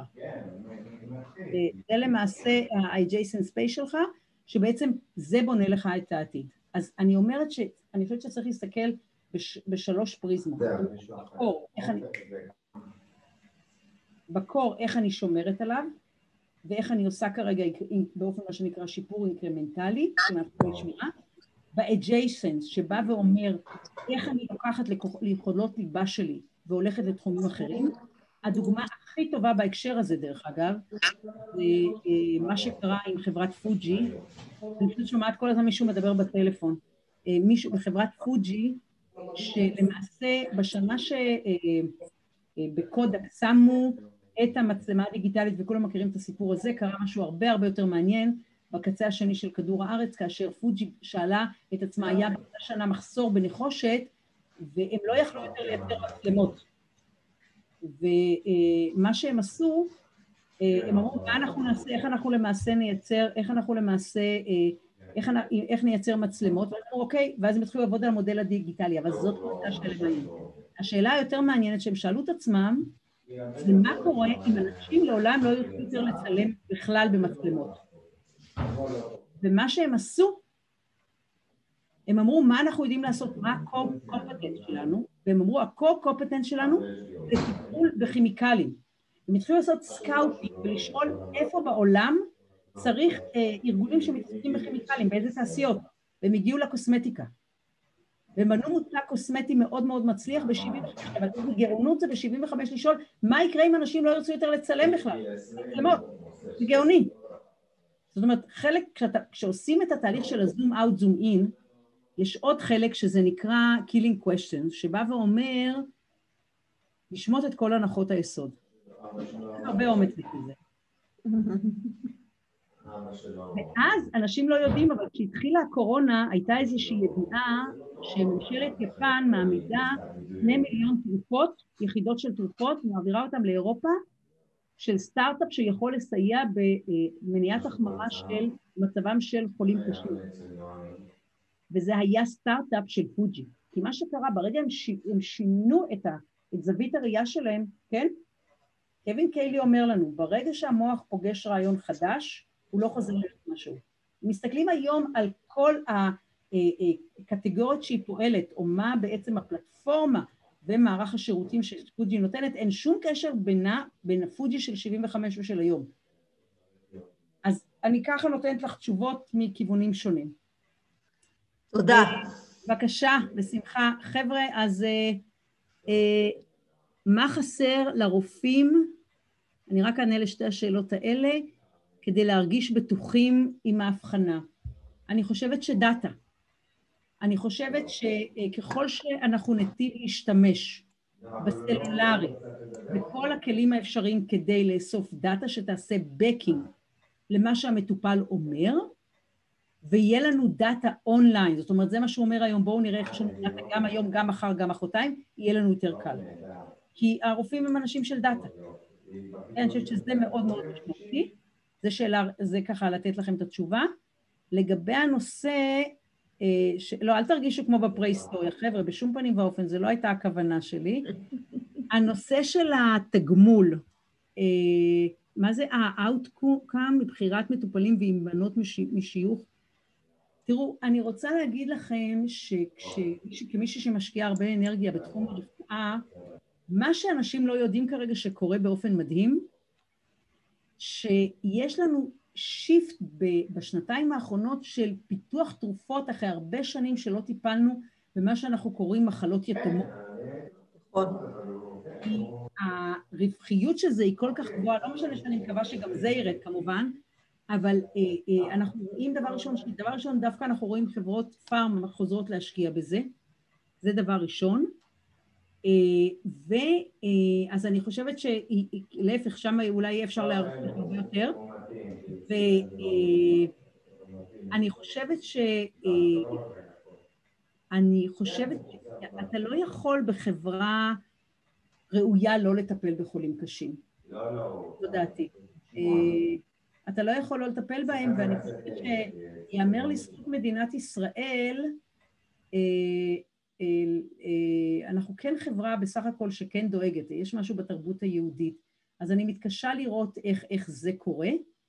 A: זה למעשה ה-adjacent space שלך, שבעצם זה בונה לך את העתיד. אז אני אומרת שאני חושבת שצריך להסתכל בש, בשלוש פריזמות. או, איך אני... בקור איך אני שומרת עליו, ואיך אני עושה כרגע באופן מה שנקרא שיפור אינקרמנטלי, שמאפשר שמירה, ב-adjacent שבא ואומר איך אני לוקחת ליכולות ליבה שלי והולכת לתחומים אחרים. הדוגמה הכי טובה בהקשר הזה דרך אגב, זה מה שקרה עם חברת פוג'י, אני חושבת שומעת כל הזמן מישהו מדבר בטלפון, מישהו בחברת פוג'י, שלמעשה בשנה שבקודק שמו את המצלמה הדיגיטלית, וכולם מכירים את הסיפור הזה, קרה משהו הרבה הרבה יותר מעניין, בקצה השני של כדור הארץ, כאשר פוג'י שאלה את עצמה, היה באותה שנה מחסור בנחושת, והם לא יכלו יותר לייצר מצלמות. ומה שהם עשו, הם אמרו, מה אנחנו נעשה, איך אנחנו למעשה נייצר, איך אנחנו למעשה, איך, איך נייצר מצלמות, ואז אמרו, אוקיי, ואז הם התחילו לעבוד על המודל הדיגיטלי, אבל זאת הייתה שאלה מעניינת. השאלה היותר מעניינת שהם שאלו את עצמם, זה מה קורה אם אנשים לעולם לא יוצאו יותר לצלם בכלל במצלמות. ומה שהם עשו, הם אמרו, מה אנחנו יודעים לעשות, מה ה-co-competence שלנו, והם אמרו, ה-co-competence שלנו זה טיפול בכימיקלים. הם התחילו לעשות סקאוטינג ולשאול איפה בעולם צריך אה, ארגונים שמתעסקים בכימיקלים, באיזה תעשיות, והם הגיעו לקוסמטיקה. והם בנו מותג קוסמטי מאוד מאוד מצליח ב-שבעים וחמש, אבל גאונות זה ב-שבעים וחמש לשאול, מה יקרה אם אנשים לא ירצו יותר לצלם בכלל? מצלמות, זה גאוני. זאת אומרת, חלק, כשאתה, כשעושים את התהליך של הזום אאוט, זום אין, יש עוד חלק שזה נקרא killing questions, שבא ואומר, לשמוט את כל הנחות היסוד. הרבה אומץ לזה. ואז אנשים לא יודעים, אבל כשהתחילה הקורונה, הייתה איזושהי ידיעה שממשלת יפן מעמידה שני מיליון תרופות, יחידות של תרופות, מעבירה אותם לאירופה, של סטארט-אפ שיכול לסייע במניעת החמרה של מצבם של חולים קשים. וזה היה סטארט-אפ של פוג'י. כי מה שקרה, ברגע הם, ש... הם שינו את, ה... את זווית הראייה שלהם, כן? קווין קיילי אומר לנו, ברגע שהמוח פוגש רעיון חדש, הוא לא חוזר להיות משהו. מסתכלים היום על כל הקטגוריות שהיא פועלת, או מה בעצם הפלטפורמה ומערך השירותים שפוג'י נותנת, אין שום קשר בינה, בין הפוג'י של שבעים וחמש ושל היום. אז אני ככה נותנת לך תשובות מכיוונים שונים.
E: תודה.
A: בבקשה, בשמחה. חבר'ה, אז אה, אה, מה חסר לרופאים? אני רק אענה לשתי השאלות האלה, כדי להרגיש בטוחים עם ההבחנה. אני חושבת שדאטה. אני חושבת שככל שאנחנו נטיב להשתמש בסלולרי, בכל הכלים האפשריים כדי לאסוף דאטה שתעשה בקינג למה שהמטופל אומר, ויהיה לנו דאטה אונליין, זאת אומרת, זה מה שהוא אומר היום, בואו נראה איך יש לנו דאטה גם היום, גם מחר, גם מחרתיים, יהיה לנו יותר קל. כי הרופאים הם אנשים של דאטה. אני חושבת שזה מאוד מאוד משמעותי, זה שאלה, זה ככה לתת לכם את התשובה. לגבי הנושא, ש... לא, אל תרגישו כמו בפרה-היסטוריה, חבר'ה, בשום פנים ואופן, זה לא הייתה הכוונה שלי. הנושא של התגמול, מה זה ה-outcome מבחירת מטופלים והימנעות משיוך? תראו, אני רוצה להגיד לכם שכמישהי שמשקיעה הרבה אנרגיה בתחום הרפואה, מה שאנשים לא יודעים כרגע שקורה באופן מדהים, שיש לנו שיפט בשנתיים האחרונות של פיתוח תרופות אחרי הרבה שנים שלא טיפלנו במה שאנחנו קוראים מחלות יתומות. הרווחיות של זה היא כל כך גבוהה, לא משנה שאני מקווה שגם זה ירד כמובן, אבל אנחנו רואים דבר ראשון, דבר ראשון דווקא אנחנו רואים חברות פארמה חוזרות להשקיע בזה, זה דבר ראשון, ואז אני חושבת שלהפך שם אולי יהיה אפשר להרחיב הרבה יותר, ואני חושבת ש... אני חושבת שאתה לא יכול בחברה ראויה לא לטפל בחולים קשים. זו דעתי. אתה לא יכול לא לטפל בהם, ואני חושבת שיאמר לזכות מדינת ישראל, אנחנו כן חברה בסך הכל שכן דואגת, יש משהו בתרבות היהודית, אז אני מתקשה לראות איך, איך זה קורה,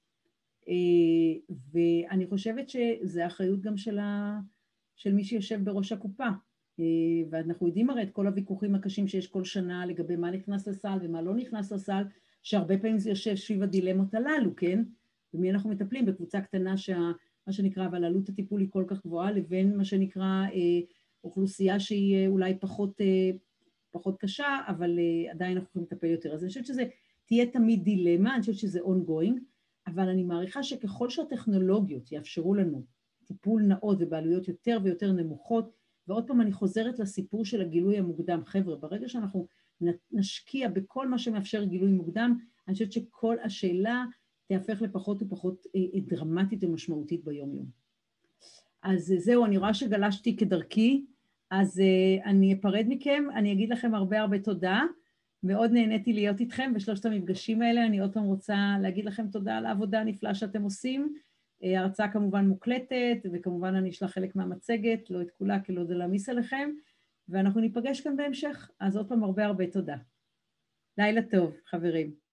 A: ואני חושבת שזה האחריות גם של, ה, של מי שיושב בראש הקופה, ואנחנו יודעים הרי את כל הוויכוחים הקשים שיש כל שנה לגבי מה נכנס לסל ומה לא נכנס לסל, שהרבה פעמים זה יושב סביב הדילמות הללו, כן? במי אנחנו מטפלים? בקבוצה קטנה שה, מה שנקרא, אבל עלות הטיפול היא כל כך גבוהה, לבין מה שנקרא אה, אוכלוסייה שהיא אולי פחות, אה, פחות קשה, אבל אה, עדיין אנחנו יכולים לטפל יותר. אז אני חושבת שזה תהיה תמיד דילמה, אני חושבת שזה ongoing, אבל אני מעריכה שככל שהטכנולוגיות יאפשרו לנו טיפול נאות ובעלויות יותר ויותר נמוכות, ועוד פעם אני חוזרת לסיפור של הגילוי המוקדם. חבר'ה, ברגע שאנחנו נשקיע בכל מה שמאפשר גילוי מוקדם, אני חושבת שכל השאלה תהפך לפחות ופחות דרמטית ומשמעותית ביום יום. אז זהו, אני רואה שגלשתי כדרכי, אז אני אפרד מכם, אני אגיד לכם הרבה הרבה תודה, מאוד נהניתי להיות איתכם בשלושת המפגשים האלה, אני עוד פעם רוצה להגיד לכם תודה על העבודה הנפלאה שאתם עושים, ההרצאה כמובן מוקלטת, וכמובן אני אשלח חלק מהמצגת, לא את כולה, כי לא יודע להמיס עליכם, ואנחנו ניפגש כאן בהמשך, אז עוד פעם הרבה הרבה תודה. לילה טוב, חברים.